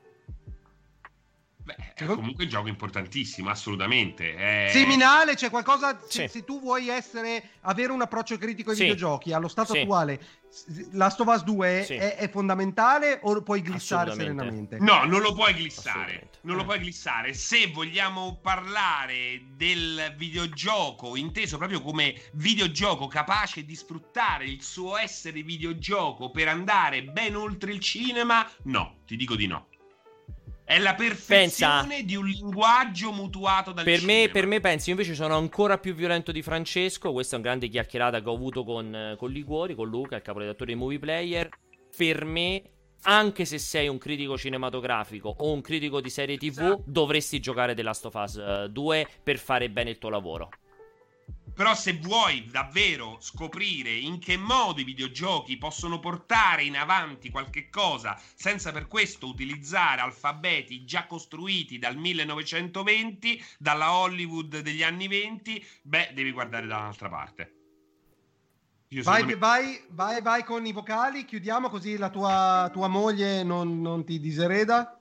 Beh, è comunque un gioco importantissimo, assolutamente. Seminale, c'è qualcosa. Sì. Se tu vuoi avere un approccio critico ai Sì. videogiochi allo stato Sì. attuale, Last of Us 2 Sì. è fondamentale o puoi glissare Assolutamente. serenamente? No, non lo puoi glissare. Assolutamente. Non lo puoi glissare. Se vogliamo parlare del videogioco inteso proprio come videogioco capace di sfruttare il suo essere videogioco per andare ben oltre il cinema, no, ti dico di no. È la perfezione di un linguaggio mutuato dal cinema. Per me penso, io invece sono ancora più violento di Francesco. Questa è una grande chiacchierata che ho avuto con Liguori, con Luca, il caporedattore di Movie Player. Per me, anche se sei un critico cinematografico o un critico di serie TV, Esatto. dovresti giocare The Last of Us 2 per fare bene il tuo lavoro. Però se vuoi davvero scoprire in che modo i videogiochi possono portare in avanti qualche cosa senza per questo utilizzare alfabeti già costruiti dal 1920, dalla Hollywood degli anni 20, beh, devi guardare da un'altra parte. Io secondo me- Vai con i vocali, chiudiamo così la tua moglie non ti disereda.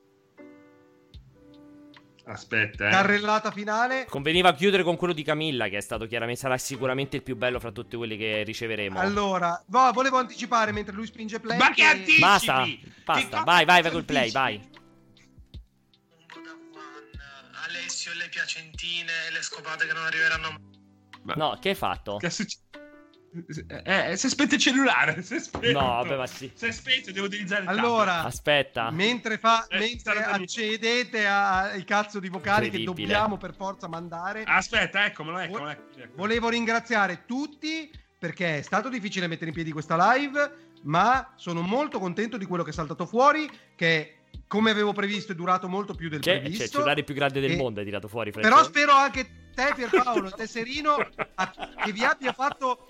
Aspetta, Carrellata finale. Conveniva chiudere con quello di Camilla, che è stato chiaramente, sarà sicuramente il più bello fra tutti quelli che riceveremo. Allora, volevo anticipare mentre lui spinge play. Ma che anticipi? Basta, Che basta, cosa vai anticipi? col play, vai. Un po' da Juan, Alessio e le piacentine e le scopate che non arriveranno mai. No, che hai fatto? Che è successo? Si è spento il cellulare. Si è spento. No, vabbè, ma sì. Si è spento, devo utilizzare il Allora, Aspetta. mentre accedete ai cazzo di vocali che Incredibile. dobbiamo per forza mandare, Aspetta, eccomelo. volevo ringraziare tutti perché è stato difficile mettere in piedi questa live, ma sono molto contento di quello che è saltato fuori, che come avevo previsto è durato molto più del C'è il previsto. cellulare più grande del E- mondo, hai tirato fuori. Però Francesco. spero anche te, Pierpaolo, e te, Serino, che vi abbia fatto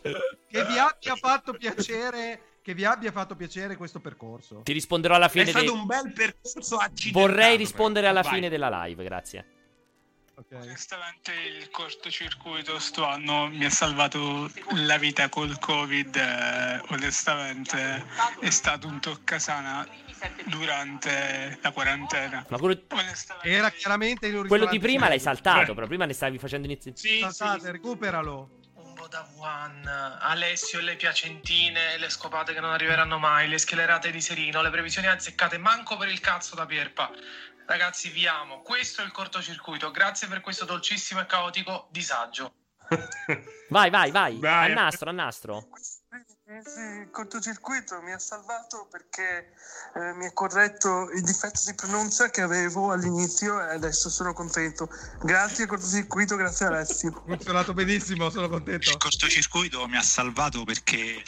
piacere questo percorso. Ti risponderò alla È fine. stato un bel percorso accidentato. Vorrei rispondere alla Vai. fine della live, grazie. Onestamente il cortocircuito sto anno mi ha salvato la vita col Covid, onestamente è stato un toccasana durante la quarantena. Ma quello Onestamente, Era chiaramente in un di ristorante prima l'hai cinese. saltato, però prima ne stavi facendo iniziare. Sì, Saltate, recuperalo. Un po' da Juan, Alessio e le piacentine e le scopate che non arriveranno mai, le schelerate di Serino, le previsioni azzeccate, manco per il cazzo da Pierpa. Ragazzi, vi amo. Questo è il cortocircuito. Grazie per questo dolcissimo e caotico disagio. Vai. Vai. Al nastro. Sì, il cortocircuito mi ha salvato perché mi è corretto il difetto di pronuncia che avevo all'inizio e adesso sono contento. Grazie cortocircuito, grazie Alessio. Ha funzionato benissimo, sono contento. Il cortocircuito mi ha salvato perché...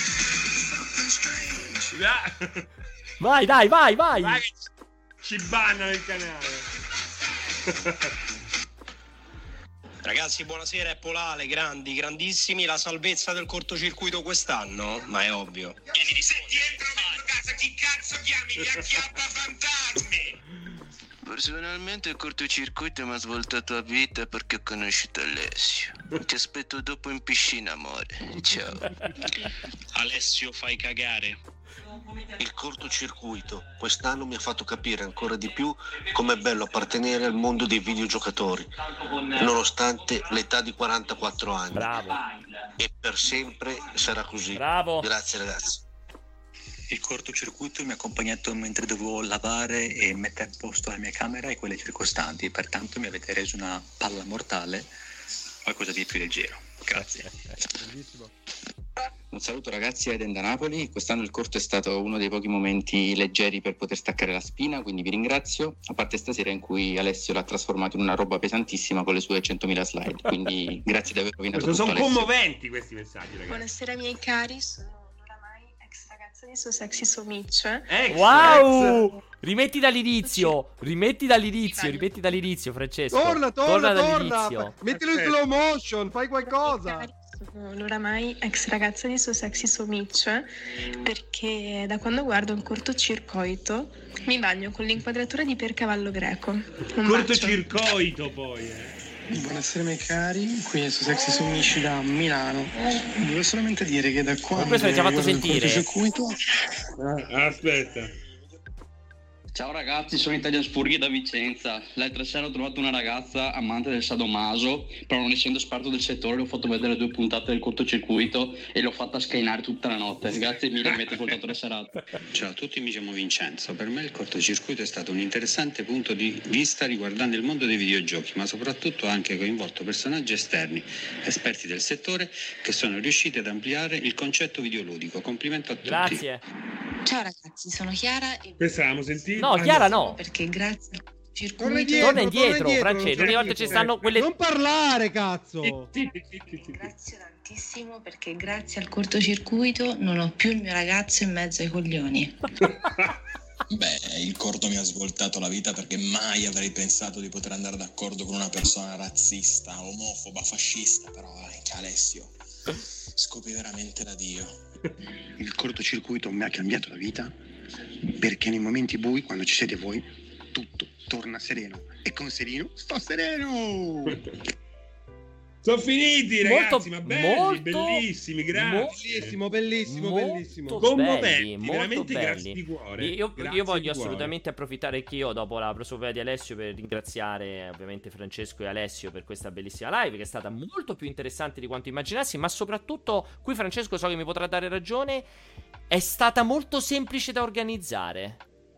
Vai, dai, vai. Vai che ci bannano il canale. Ragazzi, buonasera, è Polale, grandissimi. La salvezza del cortocircuito quest'anno? Ma è ovvio. Senti, entro dentro casa, chi cazzo chiami? Gli acchiappa fantasmi. Personalmente il cortocircuito mi ha svoltato la vita perché ho conosciuto Alessio. Ti aspetto dopo in piscina, amore. Ciao. Alessio, fai cagare. Il cortocircuito quest'anno mi ha fatto capire ancora di più com'è bello appartenere al mondo dei videogiocatori, nonostante l'età di 44 anni. Bravo. E per sempre sarà così. Bravo. Grazie ragazzi. Il cortocircuito mi ha accompagnato mentre dovevo lavare e mettere a posto la mia camera e quelle circostanti, pertanto mi avete reso una palla mortale, qualcosa di più leggero. Grazie. Bellissimo. Un saluto ragazzi, Eden da Napoli. Quest'anno il corto è stato uno dei pochi momenti leggeri per poter staccare la spina, quindi vi ringrazio, a parte stasera in cui Alessio l'ha trasformato in una roba pesantissima con le sue 100.000 slide, quindi grazie di aver rovinato tutto, Sono Alessio. commoventi questi messaggi, ragazzi. Buonasera miei cari, sono l'oramai ex ragazza di So Sexy So Mitch. Wow! Rimetti dall'inizio, Francesco. Torna. dall'inizio. Mettilo in slow motion, fai qualcosa. Sono l'oramai ex ragazza di So Sexy So Mitch perché da quando guardo un cortocircuito mi bagno con l'inquadratura di Piercavallo Greco. Un Cortocircuito poi. Buonasera miei cari, qui è So Sexy So Mitch da Milano. Volevo solamente dire che da quando questo l'hai già fatto sentire. Cortocircuito... Aspetta. Ciao ragazzi, sono Italian Spurghi da Vicenza. L'altra sera ho trovato una ragazza amante del sadomaso, però non essendo esperto del settore le ho fatto vedere 2 puntate del cortocircuito e l'ho fatta scainare tutta la notte. Grazie mille, mi avete portato le serate. Ciao a tutti, mi chiamo Vincenzo. Per me il cortocircuito è stato un interessante punto di vista riguardante il mondo dei videogiochi, ma soprattutto ha anche coinvolto personaggi esterni, esperti del settore, che sono riusciti ad ampliare il concetto videoludico. Complimento a tutti. Grazie. Ciao ragazzi, sono Chiara e... Questa l'abbiamo sentita? No, Chiara no. Perché grazie al Torna Torna indietro, Francesco. L'unica volta ci stanno quelle... Non parlare, cazzo. Ringrazio tantissimo perché grazie al cortocircuito non ho più il mio ragazzo in mezzo ai coglioni. Beh, il corto mi ha svoltato la vita perché mai avrei pensato di poter andare d'accordo con una persona razzista, omofoba, fascista, però anche Alessio scopri veramente da Dio. Il cortocircuito mi ha cambiato la vita perché nei momenti bui, quando ci siete voi, tutto torna sereno e con sereno sto sereno. Sono finiti ragazzi, ma belli, molto, bellissimi, grazie. Bellissimo. Commoventi, molto veramente belli. grazie di cuore. Io Grazie voglio di cuore. assolutamente approfittare anch'io dopo la prosopea di Alessio per ringraziare ovviamente Francesco e Alessio per questa bellissima live che è stata molto più interessante di quanto immaginassi, ma soprattutto qui Francesco so che mi potrà dare ragione, è stata molto semplice da organizzare.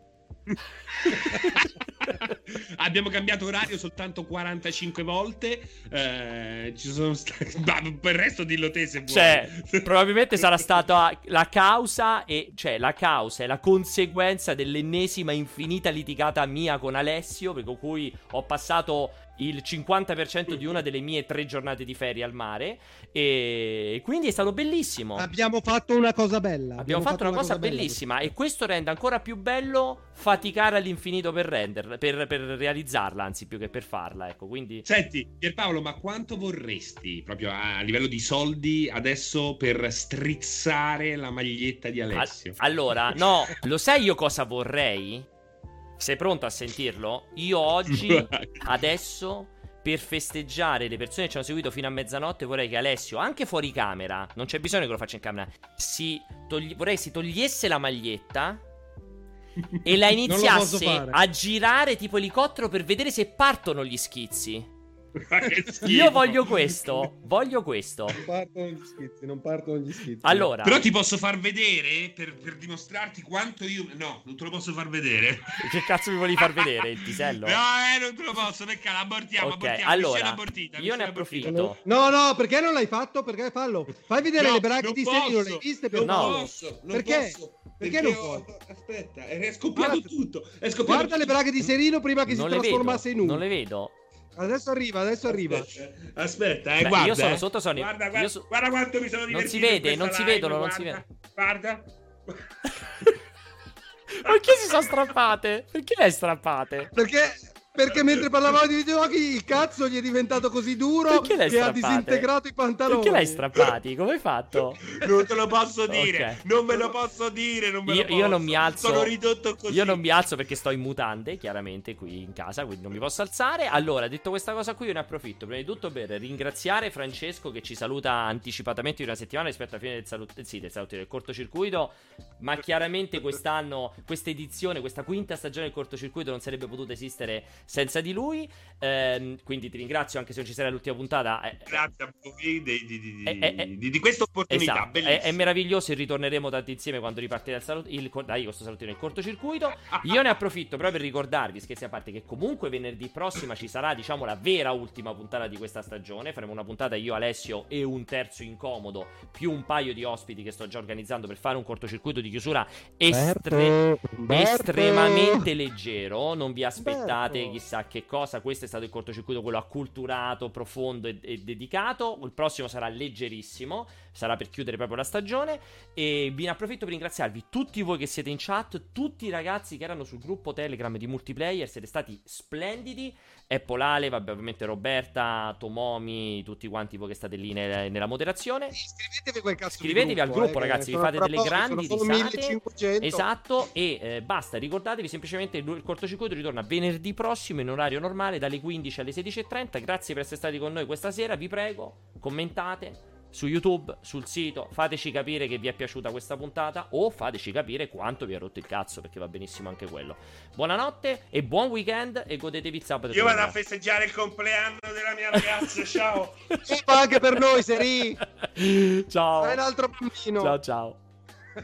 Abbiamo cambiato orario soltanto 45 volte. Ci sono stati. Ma per il resto dillo te se vuoi. Cioè, probabilmente sarà stata la causa e la conseguenza dell'ennesima infinita litigata mia con Alessio, per cui ho passato il 50% di una delle mie 3 giornate di ferie al mare e quindi è stato bellissimo. Abbiamo fatto una cosa bella. Abbiamo fatto una cosa bellissima e questo rende ancora più bello faticare all'infinito per renderla, per realizzarla, anzi più che per farla, ecco, quindi... Senti, Pierpaolo, ma quanto vorresti proprio a livello di soldi adesso per strizzare la maglietta di Alessio? Allora, no, lo sai io cosa vorrei? Sei pronto a sentirlo? Io oggi, adesso, per festeggiare le persone che ci hanno seguito fino a mezzanotte, vorrei che Alessio, anche fuori camera, non c'è bisogno che lo faccia in camera, vorrei si togliesse la maglietta e la iniziasse a girare tipo elicottero per vedere se partono gli schizzi. Io voglio questo. Non partono gli schizzi. Allora, però ti posso far vedere per dimostrarti quanto io. No, non te lo posso far vedere. Che cazzo mi volevi far vedere? Il pisello? No, non te lo posso, perché l'abortiamo. Ok, allora, io ne approfitto. No, perché non l'hai fatto? Perché fallo. Fai vedere le braghe di Serino, le hai viste? Non posso. Perché non puoi? Aspetta, è scoppiato tutto. Guarda le braghe di Serino prima che si trasformasse in uno. Non le vedo. Adesso arriva. Aspetta, beh, guarda. Io sono sotto Sony. Guarda quanto mi sono divertito. Non si vede, non si vedono, guarda, non si vede. Guarda. Perché si sono strappate? Perché le hai strappate? Perché mentre parlavamo di videogiochi il cazzo gli è diventato così duro che ha disintegrato i pantaloni. Perché l'hai strappati? Come hai fatto? Non te lo posso dire. Okay. Non me lo posso dire. Io non mi alzo. Sono ridotto così. Io non mi alzo perché sto in mutande, chiaramente, qui in casa, quindi non mi posso alzare. Allora, detto questa cosa qui, io ne approfitto prima di tutto per ringraziare Francesco che ci saluta anticipatamente di una settimana rispetto alla fine del cortocircuito. Ma chiaramente quest'anno, questa edizione, questa quinta stagione del cortocircuito non sarebbe potuta esistere senza di lui, quindi ti ringrazio anche se non ci sarà l'ultima puntata. Grazie a voi di questa opportunità. Esatto, è meraviglioso e ritorneremo tanti insieme quando ripartirà questo salutino in cortocircuito. Io ne approfitto proprio per ricordarvi, scherzi a parte, che comunque venerdì prossima ci sarà, diciamo, la vera ultima puntata di questa stagione. Faremo una puntata io, Alessio e un terzo incomodo più un paio di ospiti che sto già organizzando per fare un cortocircuito di chiusura estremamente leggero. Non vi aspettate chissà che cosa. Questo è stato il cortocircuito, quello acculturato, profondo e dedicato. Il prossimo sarà leggerissimo, sarà per chiudere proprio la stagione. E vi ne approfitto per ringraziarvi tutti voi che siete in chat, tutti i ragazzi che erano sul gruppo Telegram di Multiplayer. Siete stati splendidi. Polale, vabbè, ovviamente Roberta, Tomomi, tutti quanti voi che state lì nella moderazione. Iscrivetevi al gruppo, ragazzi, vi fate delle grandi risate. Esatto. E basta, ricordatevi semplicemente il cortocircuito ritorna venerdì prossimo in orario normale dalle 15 alle 16:30. Grazie per essere stati con noi questa sera. Vi prego, commentate su YouTube, sul sito, fateci capire che vi è piaciuta questa puntata o fateci capire quanto vi ha rotto il cazzo, perché va benissimo anche quello. Buonanotte e buon weekend e godetevi il sabato. Io vado a festeggiare il compleanno della mia ragazza. Ciao. Anche per noi, Seri. Ciao. Hai un altro bambino. Ciao.